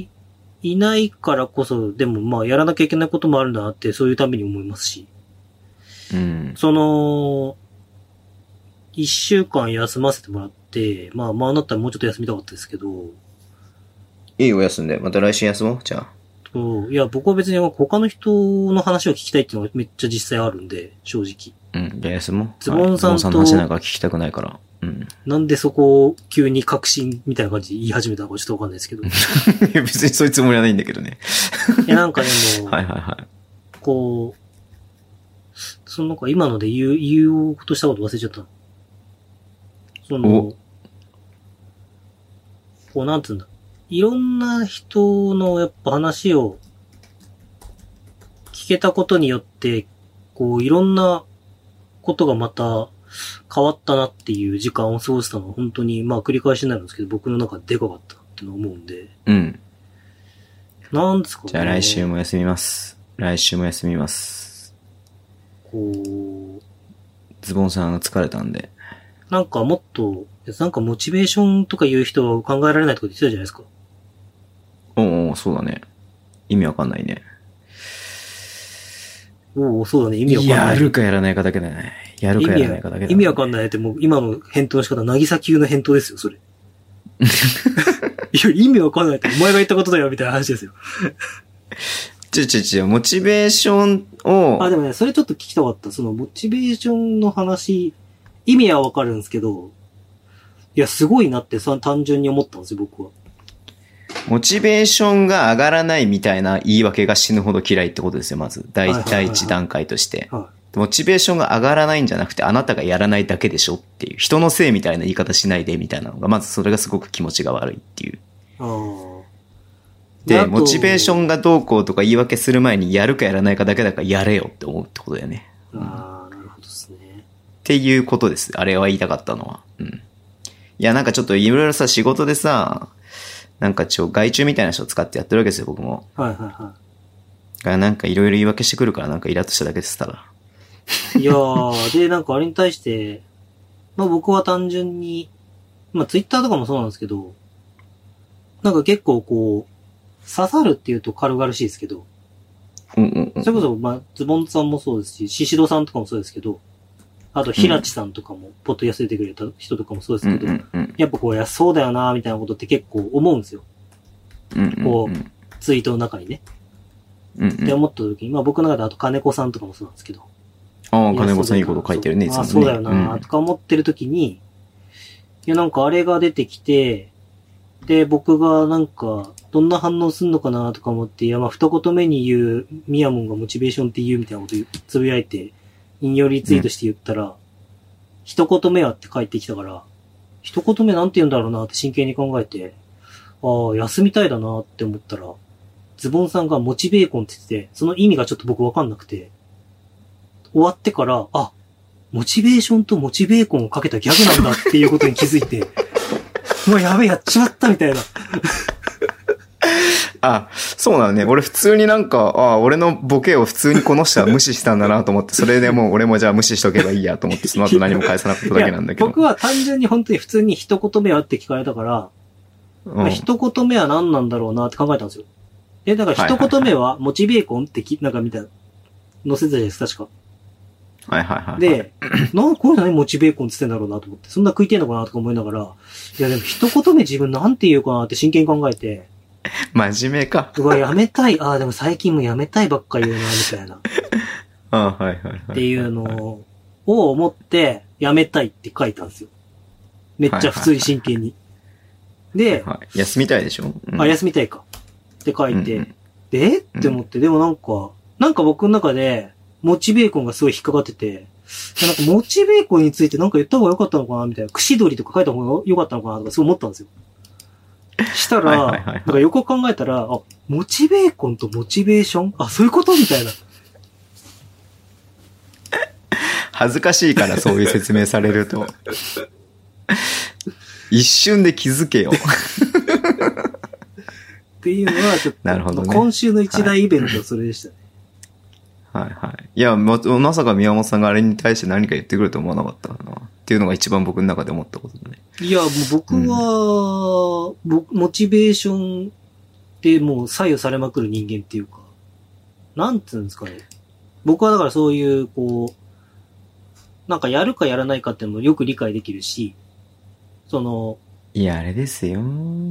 いないからこそ、でもまあやらなきゃいけないこともあるんだなって、そういうために思いますし。 うん。 その、一週間休ませてもらって、まあまあなったらもうちょっと休みたかったですけど。 いいお休んで。また来週休もうじゃあ。 いや、僕は別に他の人の話を聞きたいっていうのがめっちゃ実際あるんで、正直。 うん、じゃあ休もう。 ズボンさんと、はい、 ズボンさんの話なんか聞きたくないから。うん。 なんでそこを急に確信みたいな感じで言い始めたのかちょっとわかんないですけど。いや、別にそういうつもりはないんだけどね。 いや、なんかでも、 はいはいはい。 こう、そのなんか今ので言う、言おうとしたこと忘れちゃったの。その、こうなんつうんだ。いろんな人のやっぱ話を聞けたことによって、こういろんなことがまた変わったなっていう時間を過ごしたのは本当にまあ繰り返しになるんですけど、僕の中ででかかったってのを思うんで。 うん。 なんですかね。 じゃあ来週も休みます。来週も休みます。 こう。 ズボンさんが疲れたんで。 なんかもっと、なんかモチベーションとか言う人は考えられないとか言ってたじゃないですか。 おお、そうだね。意味わかんないね。 おお、そうだね。意味わかんない。 やるかやらないかだけだね。やるかやらないかだけだ、ね。 意味わかんないってもう今の返答の仕方、なぎさ級の返答ですよ、それ。いや、意味わかんないって、お前が言ったことだよ、みたいな話ですよ。 ちょちょちょ、モチベーションを。 あ、でもね、それちょっと聞きたかった。その、モチベーションの話、意味はわかるんですけど、いや、すごいなってさ、単純に思ったんですよ、僕は。 モチベーションが上がらないみたいな言い訳が死ぬほど嫌いってことですよ、まず。第、第一段階として、はい。モチベーションが上がらないんじゃなくて、あなたがやらないだけでしょっていう。人のせいみたいな言い方しないでみたいなのが、まずそれがすごく気持ちが悪いっていう。 あで、モチベーションがどうこうとか言い訳する前にやるかやらないかだけだからやれよって思うってことだよね。 ああ、なるほどですね。 っていうことです。あれは言いたかったのは。うん。 いや、なんかちょっといろいろさ、仕事でさ、なんかちょ、外注みたいな人を使ってやってるわけですよ、僕も。 はいはいはだからなんかいろいろ言い訳してくるから、なんかイラッとしただけです、ただ。 い。いやー、で、なんかあれに対して、まあ僕は単純に、まあツイッターとかもそうなんですけど、なんか結構こう、刺さるっていうと軽々しいですけど、 うんうんうん。 それこそ、まあ、ズボンさんもそうですし、シシドさんとかもそうですけど、あと、ひらちさんとかも、ポッドキャスト出てくれた人とかもそうですけど、 うんうんうん、 やっぱこう、いや、そうだよな、みたいなことって結構思うんですよ。 うんうんうん、 こう、ツイートの中にね。 うんうん、 って思った時に、まあ僕の中であと金子さんとかもそうなんですけど。 ああ、金子さんいいこと書いてるね、いつもね。 ああ、そうだよな、とか思ってる時に、いや、なんかあれが出てきて、で、僕がなんか、どんな反応すんのかなとか思って、いや、まあ、二言目に言う、ミヤモンがモチベーションって言うみたいなことつぶやいて、引用リツイートして言ったら、うん、一言目はって返ってきたから、一言目なんて言うんだろうなって真剣に考えて、ああ、休みたいだなって思ったら、ズボンさんがモチベーコンって言ってて、その意味がちょっと僕わかんなくて、終わってから、あ、モチベーションとモチベーコンをかけたギャグなんだっていうことに気づいて、もうやべえ、やっちまったみたいな。 あ、そうなのね。俺普通になんか、あ俺のボケを普通にこの人は無視したんだなと思って、それでもう俺もじゃあ無視しとけばいいやと思って、その後何も返さなかっただけなんだけど。 僕は単純に本当に普通に一言目はって聞かれたから、うんまあ、一言目は何なんだろうなって考えたんですよ。で、だから一言目はモチベーコンってき、なんか見た、載せてたじゃないですか、確か。 はいはいはい、はい。 で、なんこれ何モチベーコンって言ってんだろうなと思って、そんな食いてんのかなとか思いながら、いやでも一言目自分なんて言うかなって真剣に考えて、 真面目か。 うわ、やめたい。ああ、でも最近もやめたいばっか言うな、みたいな。 ああ、はいはいはい。 っていうのを思って、やめたいって書いたんですよ。めっちゃ普通に真剣に。で、 はい、休みたいでしょ、 うん、あ、休みたいか。って書いて、うんうん、で、えって思って、でもなんか、なんか僕の中で、モチベーコンがすごい引っかかってて、なんかモチベーコンについてなんか言った方が良かったのかなみたいな。串取りとか書いた方が良かったのかなとかそう思ったんですよ。したら、はいはいはいはい、なんかよく考えたら、あ、モチベーコンとモチベーションあ、そういうことみたいな。 恥ずかしいからそういう説明されると。一瞬で気づけよ。 っていうのはちょっと、 なるほどね、 今週の一大イベントはそれでしたね。 はい、はいはい。いや、ま、まさか宮本さんがあれに対して何か言ってくると思わなかったかな。っていうのが一番僕の中で思ったことだね。 いや、もう僕は、うん、モチベーションってもう左右されまくる人間っていうか、なんつうんですかね。僕はだからそういう、こう、なんかやるかやらないかっていうのもよく理解できるし、その、 いや、あれですよ。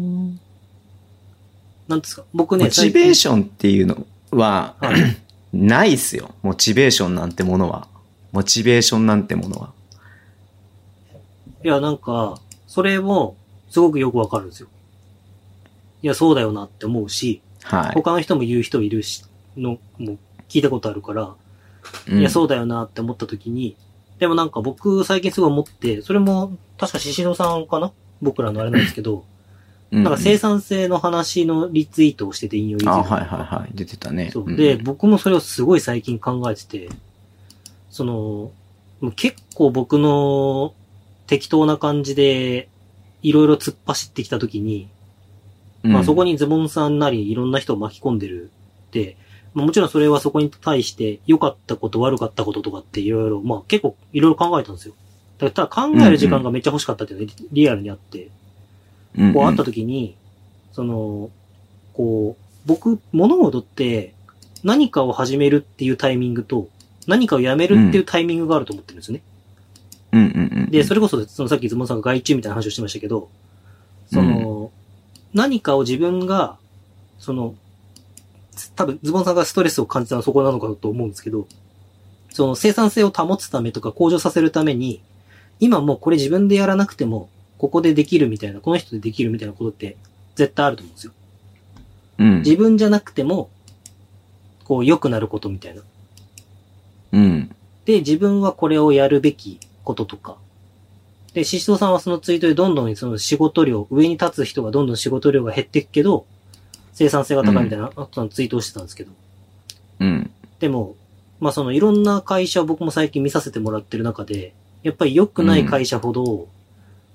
なんですか僕ね、 モチベーションっていうのは、はい、ないっすよ。モチベーションなんてものは。モチベーションなんてものは。 いや、なんか、それも、すごくよくわかるんですよ。いや、そうだよなって思うし、 はい。 他の人も言う人いるし、の、もう聞いたことあるから、うん、いや、そうだよなって思った時に、でもなんか僕最近すごい思って、それも、確かシシドさんかな僕らのあれなんですけど、なんか生産性の話のリツイートをしてて引用リツイート。 あ、はいはいはい。出てたね。 そう。で、うん、僕もそれをすごい最近考えてて、その、結構僕の適当な感じで、いろいろ突っ走ってきたときに、うん、まあそこにズボンさんなりいろんな人を巻き込んでるって、まあ、もちろんそれはそこに対して良かったこと悪かったこととかっていろいろ、まあ結構いろいろ考えたんですよ。だからただ考える時間がめっちゃ欲しかったっていうのがリアルにあって、うんうん、こうあったときに、その、こう、僕、物事って何かを始めるっていうタイミングと何かをやめるっていうタイミングがあると思ってるんですよね。 うんうんうんうん、で、 それこそ、そのさっきズボンさんが外注みたいな話をしてましたけど、その、うん、何かを自分が、その、多分ズボンさんがストレスを感じたのはそこなのかと思うんですけど、その生産性を保つためとか向上させるために、今もうこれ自分でやらなくても、ここでできるみたいな、この人でできるみたいなことって絶対あると思うんですよ。うん。自分じゃなくても、こう良くなることみたいな。 うん。 で、自分はこれをやるべきこととか。で、シシドさんはそのツイートでどんどんその仕事量、上に立つ人がどんどん仕事量が減っていくけど、生産性が高いみたいな、うん、ツイートをしてたんですけど。 うん。 でも、まあそのいろんな会社を僕も最近見させてもらってる中で、やっぱり良くない会社ほど、うん、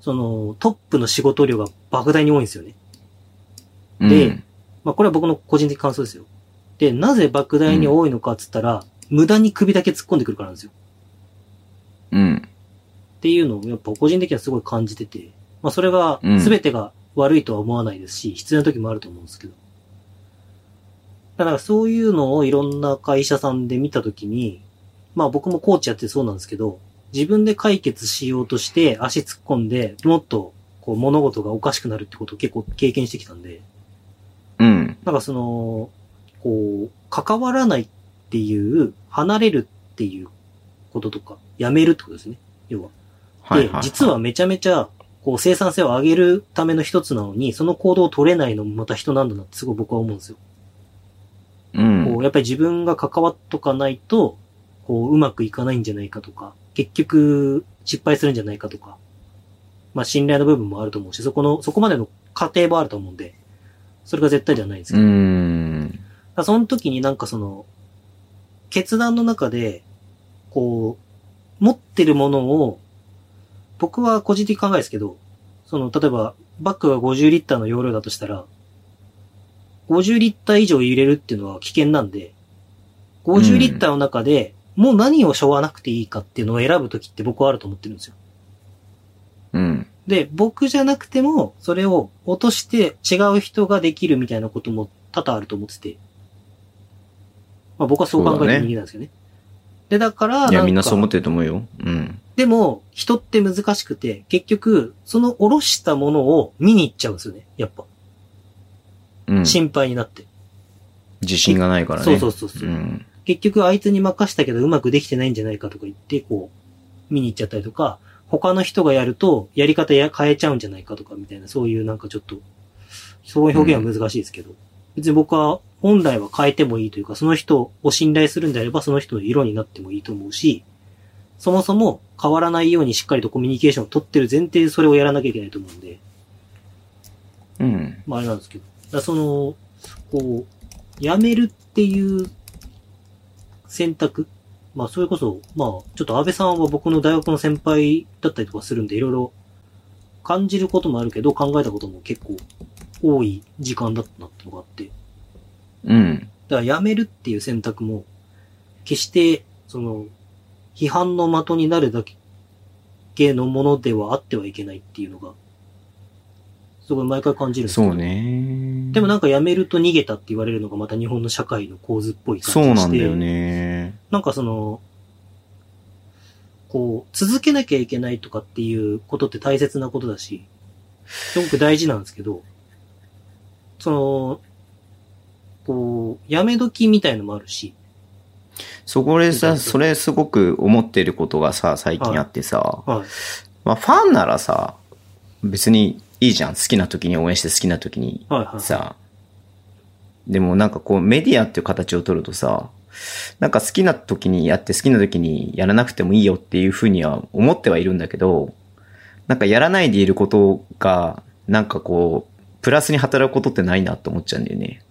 その、トップの仕事量が莫大に多いんですよね。で、うん、まあこれは僕の個人的感想ですよ。で、なぜ莫大に多いのかっつったら、うん、無駄に首だけ突っ込んでくるからなんですよ。 うん。 っていうのをやっぱ個人的にはすごい感じてて、まあそれが全てが悪いとは思わないですし、必要な時もあると思うんですけど。だからそういうのをいろんな会社さんで見たときに、まあ僕もコーチやってそうなんですけど、自分で解決しようとして足突っ込んで、もっとこう物事がおかしくなるってことを結構経験してきたんで、 うん。 なんかその、こう、関わらないっていう、離れるっていうこととか、やめるってことですね、要は。 はいはいはい、 で、実はめちゃめちゃ、こう生産性を上げるための一つなのに、その行動を取れないのもまた人なんだなってすごい僕は思うんですよ。 うん。 こうやっぱり自分が関わっとかないと、こううまくいかないんじゃないかとか、結局失敗するんじゃないかとか、まあ信頼の部分もあると思うし、そこの、そこまでの過程もあると思うんで、それが絶対じゃないんですけど。 うーん。 その時になんかその、決断の中で、こう、持ってるものを、僕は個人的考えですけど、その、例えば、バッグがごじゅうリッターの容量だとしたら、ごじゅうリッター以上入れるっていうのは危険なんで、ごじゅうリッターの中で、もう何を背負わなくていいかっていうのを選ぶときって僕はあると思ってるんですよ。 うん。 で、僕じゃなくても、それを落として違う人ができるみたいなことも多々あると思ってて。まあ僕はそう考えてる人間なんですよね。で、だからなんか、 いや、みんなそう思ってると思うよ。うん。 でも、人って難しくて、結局、その下ろしたものを見に行っちゃうんですよね、やっぱ。 うん。 心配になって。 自信がないからね。 そうそうそうそう、 うん。 結局、あいつに任したけどうまくできてないんじゃないかとか言って、こう、見に行っちゃったりとか、他の人がやると、やり方や変えちゃうんじゃないかとかみたいな、そういうなんかちょっと、そういう表現は難しいですけど、うん、別に僕は本来は変えてもいいというか、その人を信頼するんであれば、その人の色になってもいいと思うし、そもそも変わらないようにしっかりとコミュニケーションを取ってる前提でそれをやらなきゃいけないと思うんで。 うん。 まああれなんですけど。だその、こう、やめるっていう選択。まあそれこそ、まあちょっと安倍さんは僕の大学の先輩だったりとかするんで、いろいろ感じることもあるけど、考えたことも結構多い時間だったなってのがあって。 うん。 だからやめるっていう選択も、決して、その、批判の的になるだけのものではあってはいけないっていうのが、すごい毎回感じるんですけど。 そうね。 でもなんかやめると逃げたって言われるのがまた日本の社会の構図っぽい感じでして。 そうなんだよね。 なんかその、こう、続けなきゃいけないとかっていうことって大切なことだし、すごく大事なんですけど、その、こう、やめ時みたいのもあるし、 そこでさ、それすごく思ってることがさ、最近あってさ、 はいはい、 まあファンならさ、別にいいじゃん。好きな時に応援して好きな時にさ、はいはい、でもなんかこうメディアっていう形を取るとさ、なんか好きな時にやって好きな時にやらなくてもいいよっていうふうには思ってはいるんだけど、なんかやらないでいることが、なんかこう、プラスに働くことってないなって思っちゃうんだよね。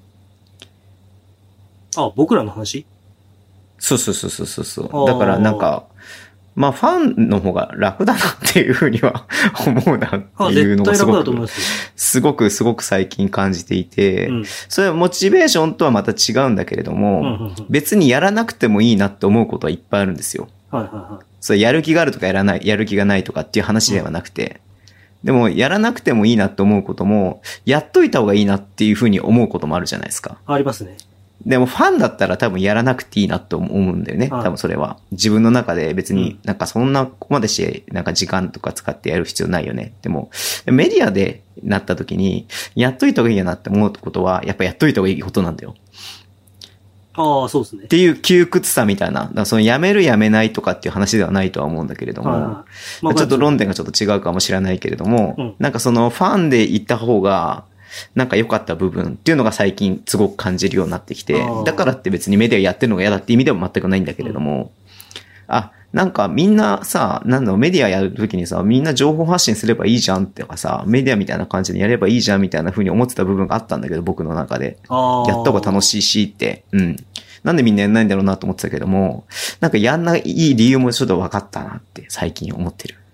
あ、僕らの話？ そうそうそうそうそう。だからなんか、まあファンの方が楽だなっていうふうには思うなっていうのがすごく、すごくすごく最近感じていて、うん、それはモチベーションとはまた違うんだけれども、うんうんうん、別にやらなくてもいいなって思うことはいっぱいあるんですよ。 はいはいはい。 それやる気があるとかやらない、やる気がないとかっていう話ではなくて、うん、でもやらなくてもいいなって思うことも、やっといた方がいいなっていうふうに思うこともあるじゃないですか。 ありますね。 でもファンだったら多分やらなくていいなと思うんだよね。多分それは。自分の中で別になんかそんなここまでしてなんか時間とか使ってやる必要ないよね。でもメディアでなった時にやっといた方がいいやなって思うことはやっぱやっといた方がいいことなんだよ。 ああ、そうですね。 っていう窮屈さみたいな。だからそのやめるやめないとかっていう話ではないとは思うんだけれども。まあ、ちょっと論点がちょっと違うかもしれないけれども、うん、なんかそのファンで行った方がなんか良かった部分っていうのが最近すごく感じるようになってきて、だからって別にメディアやってるのが嫌だって意味でも全くないんだけれども、うん、あ、なんかみんなさ、なんだろう、メディアやるときにさ、みんな情報発信すればいいじゃんってかさ、メディアみたいな感じでやればいいじゃんみたいな風に思ってた部分があったんだけど、僕の中で。やった方が楽しいしって、うん。なんでみんなやんないんだろうなと思ってたけども、なんかやんない理由もちょっと分かったなって最近思ってる。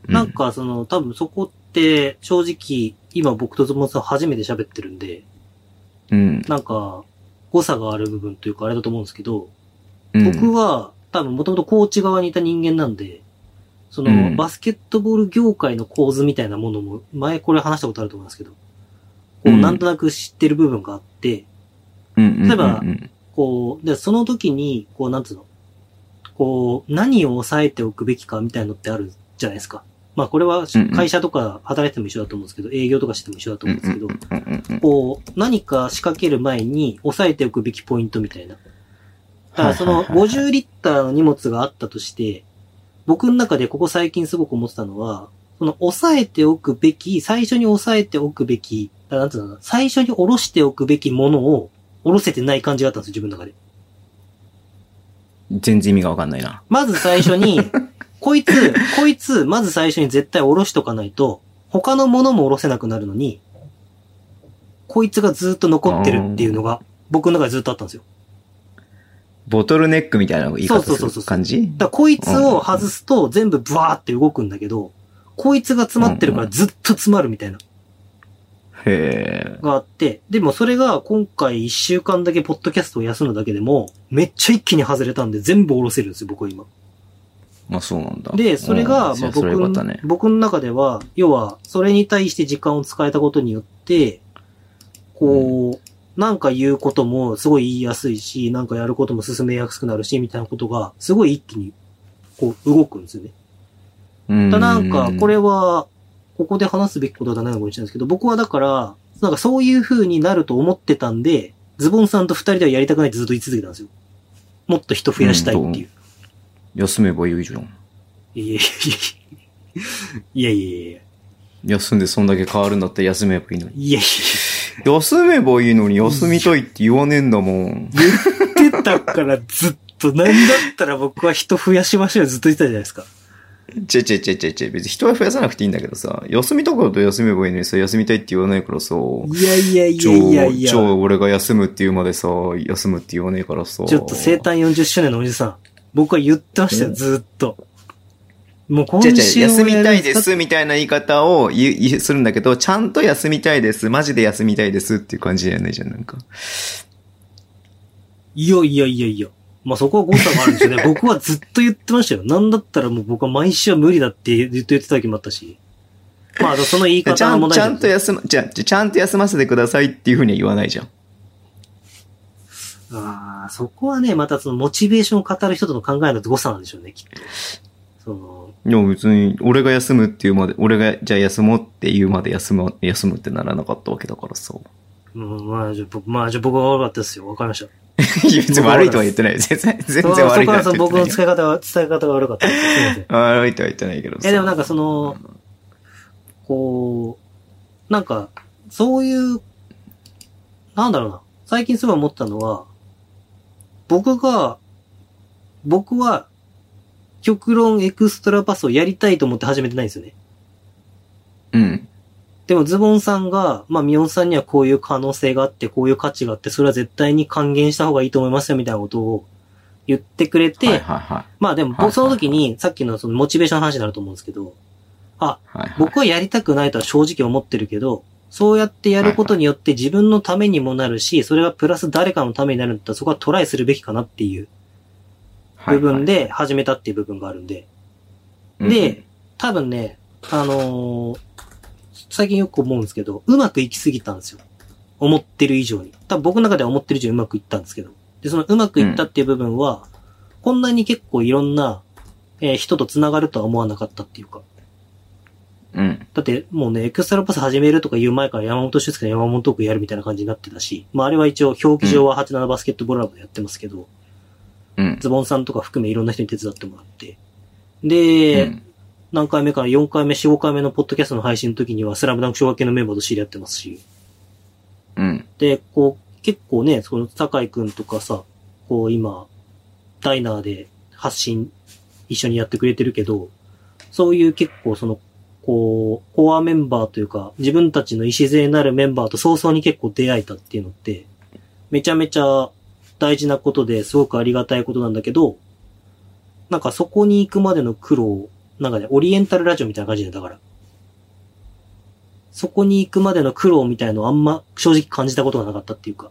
なんかその、多分そこって正直、今僕とズボンさん初めて喋ってるんで、 うん。 なんか、誤差がある部分というかあれだと思うんですけど、 うん、 僕は多分もともとコーチ側にいた人間なんで、その、うん、バスケットボール業界の構図みたいなものも、前これ話したことあると思いますけど、こう、なんとなく知ってる部分があって、 うん、 例えば、こう、で、その時に、こう、なんつうの、こう、何を抑えておくべきかみたいなのってあるじゃないですか。まあこれは会社とか働いても一緒だと思うんですけど、営業とかしても一緒だと思うんですけど、こう、何か仕掛ける前に抑えておくべきポイントみたいな。だからそのごじゅうリッターの荷物があったとして、僕の中でここ最近すごく思ってたのは、その抑えておくべき、最初に抑えておくべき、なんていうのかな、最初に下ろしておくべきものを下ろせてない感じがあったんですよ、自分の中で。 全然意味がわかんないな。 まず最初に、こいつ、こいつ、まず最初に絶対下ろしとかないと、他のものも下ろせなくなるのに、こいつがずっと残ってるっていうのが、僕の中でずっとあったんですよ。 ボトルネックみたいな言い方する感じ？そうそうそうそう。 だからこいつを外すと全部ブワーって動くんだけど、こいつが詰まってるからずっと詰まるみたいな。 へー。 があって、でもそれが今回一週間だけポッドキャストを休むだけでも、めっちゃ一気に外れたんで全部下ろせるんですよ、僕は今。 まあそうなんだ。 で、それが、まあ僕の、ね、僕の中では、要は、それに対して時間を使えたことによって、こう、うん、なんか言うこともすごい言いやすいし、なんかやることも進めやすくなるし、みたいなことが、すごい一気に、こう、動くんですよね。 うんだなんか、これは、ここで話すべきことじゃないのかもしれないですけど、僕はだから、なんかそういう風になると思ってたんで、ズボンさんと二人ではやりたくないってずっと言い続けたんですよ。もっと人増やしたいっていう。 うん、休めばいいじゃん。 いやいやいやいやいやいや。 休んでそんだけ変わるんだったら休めばいいのに。 いやいや。休めばいいのに休みたいって言わねえんだもん。 言ってたからずっと、なんだったら僕は人増やしましょうよずっと言ってたじゃないですか。 ちぇちぇちぇちぇちぇ、別に人は増やさなくていいんだけどさ、休みたかったら休めばいいのにさ、休みたいって言わないからさ。 いやいやいやいやいや。 超、超俺が休むって言うまでさ、休むって言わねえからさ。 ちょっと生誕よんじゅっしゅうねんのおじさん。僕は言ってましたよ、ずっと。もう今週も休みたいですみたいな言い方を言い、するんだけど、ちゃんと休みたいです、マジで休みたいですっていう感じじゃないじゃん、なんか。 いやいやいやいや。まあ、そこは誤差があるんですよね。僕はずっと言ってましたよ。なんだったらもう僕は毎週は無理だって言って言ってた時もあったし。まあ、その言い方の問題ちゃん、ちゃんと休ま、じゃ、ちゃんと休ませてくださいっていうふうには言わないじゃん。 ああ、そこはね、またそのモチベーションを語る人との考えの誤差なんでしょうね、きっと。その。 いや、別に、俺が休むっていうまで、俺がじゃあ休もうっていうまで休む、休むってならなかったわけだからさ。 うん、まあ、じゃあ僕、まあ、じゃあ僕は悪かったですよ。わかりました。 いや、別に悪いとは言ってない。全然、全然悪いとは言ってない。 そこは僕の使い方は、伝え方が悪かったです。すいません。 悪いとは言ってないけどさ。 え、でもなんかその、こう、なんか、そういう、なんだろうな。最近すごい思ったのは、僕が、僕は、極論エクストラパスをやりたいと思って始めてないんですよね。 うん。 でもズボンさんが、まあミオンさんにはこういう可能性があって、こういう価値があって、それは絶対に還元した方がいいと思いますよみたいなことを言ってくれて、 はいはいはい、 まあでも、はいはいはい、その時にさっきのそのモチベーションの話になると思うんですけど、あ、はいはい、僕はやりたくないとは正直思ってるけど、そうやってやることによって自分のためにもなるし、それがプラス誰かのためになるんだったらそこはトライするべきかなっていう部分で始めたっていう部分があるんで。はいはい、で、多分ね、あのー、最近よく思うんですけど、うまくいきすぎたんですよ。思ってる以上に。多分僕の中では思ってる以上にうまくいったんですけど。で、そのうまくいったっていう部分は、うん、こんなに結構いろんな、えー、人と繋がるとは思わなかったっていうか。 うん。 だってもうね、エクストラパス始めるとか言う前から山本修介の山本トークやるみたいな感じになってたし、まああれは一応表記上ははちじゅうななバスケットボールラブでやってますけど、 うん。 ズボンさんとか含めいろんな人に手伝ってもらって。で、うん、何回目からよんかいめ、よん、ごかいめのポッドキャストの配信の時にはスラムダンク小学系のメンバーと知り合ってますし。 うん。 で、こう、結構ね、その酒井くんとかさ、こう今、ダイナーで発信一緒にやってくれてるけど、そういう結構その、こう、コアメンバーというか、自分たちの礎になるメンバーと早々に結構出会えたっていうのって、めちゃめちゃ大事なことですごくありがたいことなんだけど、なんかそこに行くまでの苦労なんかね、オリエンタルラジオみたいな感じで、だから。そこに行くまでの苦労みたいなのをあんま正直感じたことがなかったっていうか。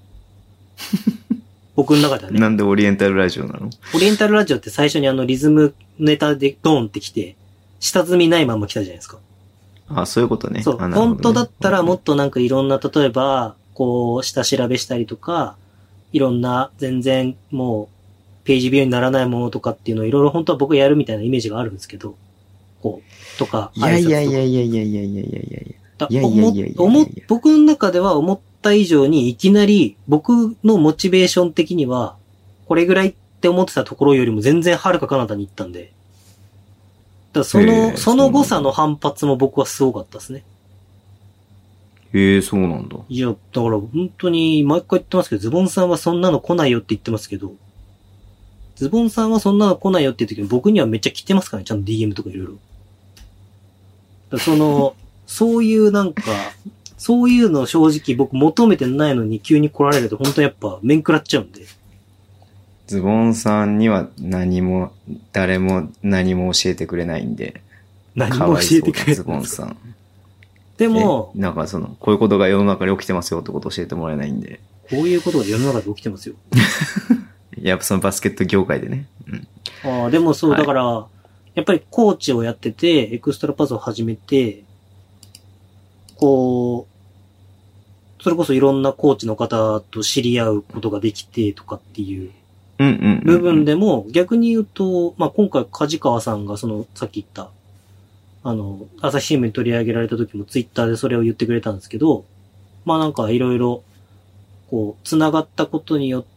僕の中ではね。 なんでオリエンタルラジオなの？ オリエンタルラジオって最初にあのリズムネタでドーンって来て、下積みないまんま来たじゃないですか。 あ、そういうことね。 そう。 ね、 本当だったらもっとなんかいろんな、例えば、こう、下調べしたりとか、いろんな全然もう、ページビューにならないものとかっていうのをいろいろ本当は僕やるみたいなイメージがあるんですけど、こう、とか、 いやいやいやいやいやいやいやいやいやいや。いやいやいやいや思っ、僕の中では思った以上にいきなり僕のモチベーション的には、これぐらいって思ってたところよりも全然遥か彼方に行ったんで、だからその、その誤差の反発も僕はすごかったですね。 へえ、そうなんだ。 いや、だから本当に毎回言ってますけど、ズボンさんはそんなの来ないよって言ってますけど、ズボンさんはそんなの来ないよって言ってるけど、僕にはめっちゃ来てますからね、ちゃんと ディーエム とかいろいろ。だその、そういうなんか、そういうのを正直僕求めてないのに急に来られると本当やっぱ面食らっちゃうんで。 ズボンさんには何も、誰も何も教えてくれないんで。 何も教えてくれない。 ズボンさん。 でも、 なんかその、こういうことが世の中で起きてますよってことを教えてもらえないんで。 こういうことが世の中で起きてますよ。 やっぱそのバスケット業界でね。うん、 ああ、でもそう、はい、だから、やっぱりコーチをやってて、エクストラパスを始めて、こう、それこそいろんなコーチの方と知り合うことができてとかっていう部分でも、逆に言うと、まあ今回梶川さんがその、さっき言った、あの、朝日新聞に取り上げられた時もツイッターでそれを言ってくれたんですけど、まあなんかいろいろ、こう、繋がったことによって、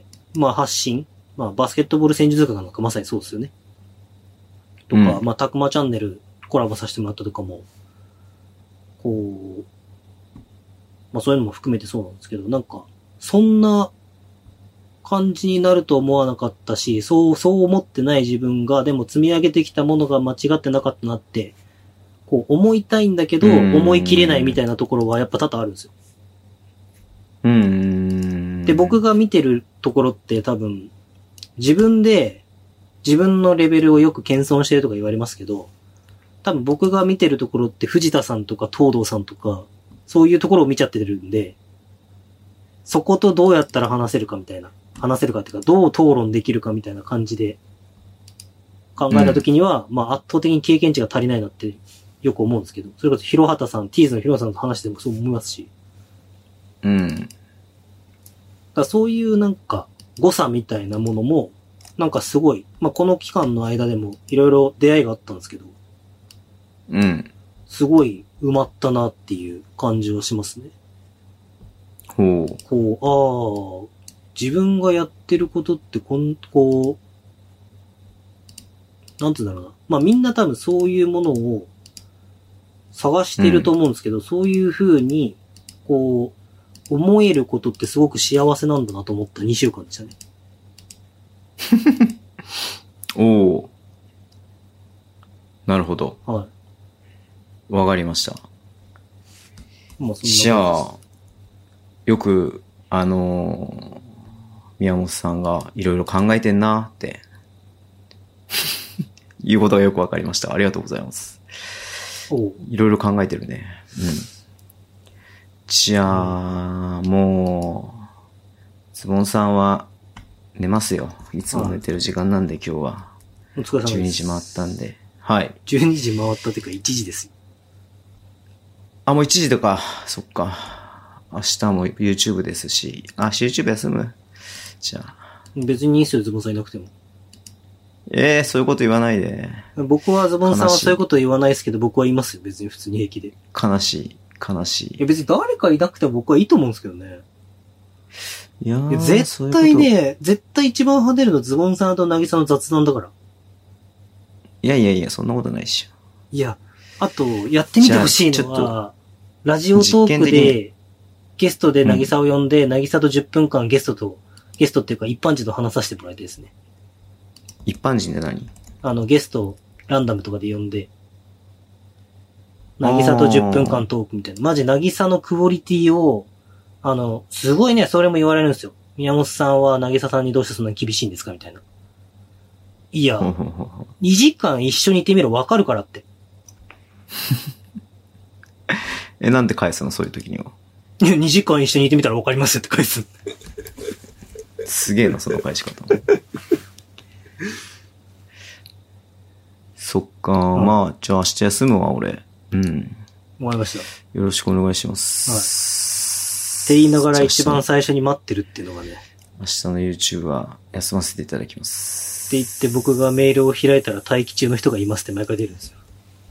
まあ発信、まあバスケットボール戦術学なんかまさにそうですよね。とか、うん、まあたくまチャンネルコラボさせてもらったとかも、こう、まあそういうのも含めてそうなんですけど、なんか、そんな感じになると思わなかったし、そう、そう思ってない自分が、でも積み上げてきたものが間違ってなかったなって、こう思いたいんだけど、思い切れないみたいなところはやっぱ多々あるんですよ。 うーん。 で、僕が見てるところって多分、自分で自分のレベルをよく謙遜してるとか言われますけど、多分僕が見てるところって藤田さんとか東堂さんとか、そういうところを見ちゃってるんで、そことどうやったら話せるかみたいな、話せるかっていうか、どう討論できるかみたいな感じで考えたときには、うん、まあ圧倒的に経験値が足りないなってよく思うんですけど、それこそ広畑さん、ティーズの広畑さんと話してもそう思いますし。 うん。だからそういうなんか誤差みたいなものも、なんかすごい、まあこの期間の間でもいろいろ出会いがあったんですけど、 うん。 すごい埋まったなっていう感じはしますね。 ほう。 こう、ああ、自分がやってることってこん、こう、なんて言うんだろうな。まあみんな多分そういうものを探してると思うんですけど、うん、そういう風に、こう、思えることってすごく幸せなんだなと思ったにしゅうかんでしたね。 おお。なるほど。 はい。 わかりました。 まあ、そんなじゃあ、よく、あのー、宮本さんがいろいろ考えてんなって、いうことがよくわかりました。ありがとうございます。いろいろ考えてるね。うん。じゃあ、もう、ズボンさんは寝ますよ。いつも寝てる時間なんで今日は。 お疲れ様です。 じゅうにじ回ったんで。はい。 じゅうにじ回ったっていうかいちじですよ。 あ、もういちじとか。そっか。明日も YouTube ですし。あ、YouTube 休む？じゃあ。 別にいいっすよ、ズボンさんいなくても。 ええー、そういうこと言わないで。 僕はズボンさんはそういうこと言わないですけど、僕はいますよ、別に普通に平気で。 悲しい。悲しい。 いや別に誰かいなくても僕はいいと思うんですけどね。 いやー、 いや絶対ね、そういう絶対一番跳ねるのズボンさんとなぎさの雑談だから。 いやいやいや、そんなことないっしょ。 いや、あと、やってみてほしいのは、ラジオトークで、ゲストでなぎさを呼んで、なぎさとじゅっぷんかんゲストと、ゲストっていうか一般人と話させてもらいたいですね。 一般人で何？ あの、ゲスト、ランダムとかで呼んで、なぎさとじゅっぷんかんトークみたいな。マジなぎさのクオリティを、あの、すごいね、それも言われるんですよ。宮本さんはなぎささんにどうしてそんなに厳しいんですかみたいな。 いや、 ほうほうほうほうにじかん一緒にいてみろわかるからって。 え、なんて返すのそういう時には。 いや、にじかん一緒にいてみたらわかりますよって返す。 すげえな、その返し方。そっか、うん、まあ、じゃあ明日休むわ、俺。うん。 わかりました。 よろしくお願いします。 はい。って言いながら一番最初に待ってるっていうのがね。 明日の YouTube は休ませていただきます。 って言って僕がメールを開いたら待機中の人がいますって毎回出るんですよ。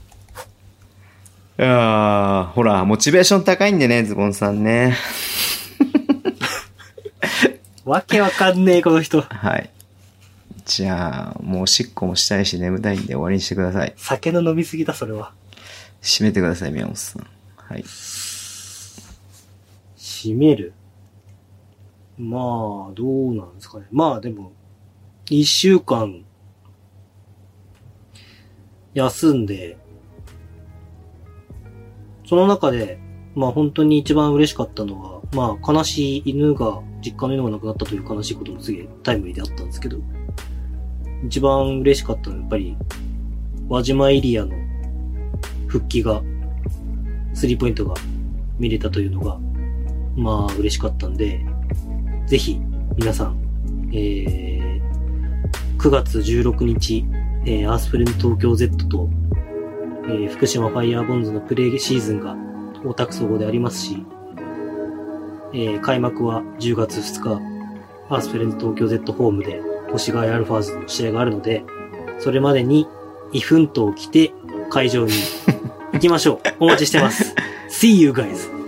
いやー、ほら、モチベーション高いんでね、ズボンさんね。 わけわかんねえ、この人。 はい。じゃあ、もうおしっこもしたいし眠たいんで終わりにしてください。 酒の飲みすぎだ、それは。 締めてください、宮本さん。はい。 締める？まあ、どうなんですかね。まあでも、一週間、休んで、その中で、まあ本当に一番嬉しかったのは、まあ悲しい犬が、実家の犬が亡くなったという悲しいこともすげえタイムリーであったんですけど、一番嬉しかったのはやっぱり、輪島エリアの復帰が、スリーポイントが見れたというのが、まあ嬉しかったんで、ぜひ皆さん、えー、くがつじゅうろくにち、えー、アースプレン東京 Z と、えー、福島ファイヤーボンズのプレイシーズンが大田区総合でありますし、えー、開幕はじゅうがつふつか、アースプレン東京 Z ホームで越谷アルファーズの試合があるので、それまでにイフントを着て会場に行きましょう。お待ちしてます。See you guys!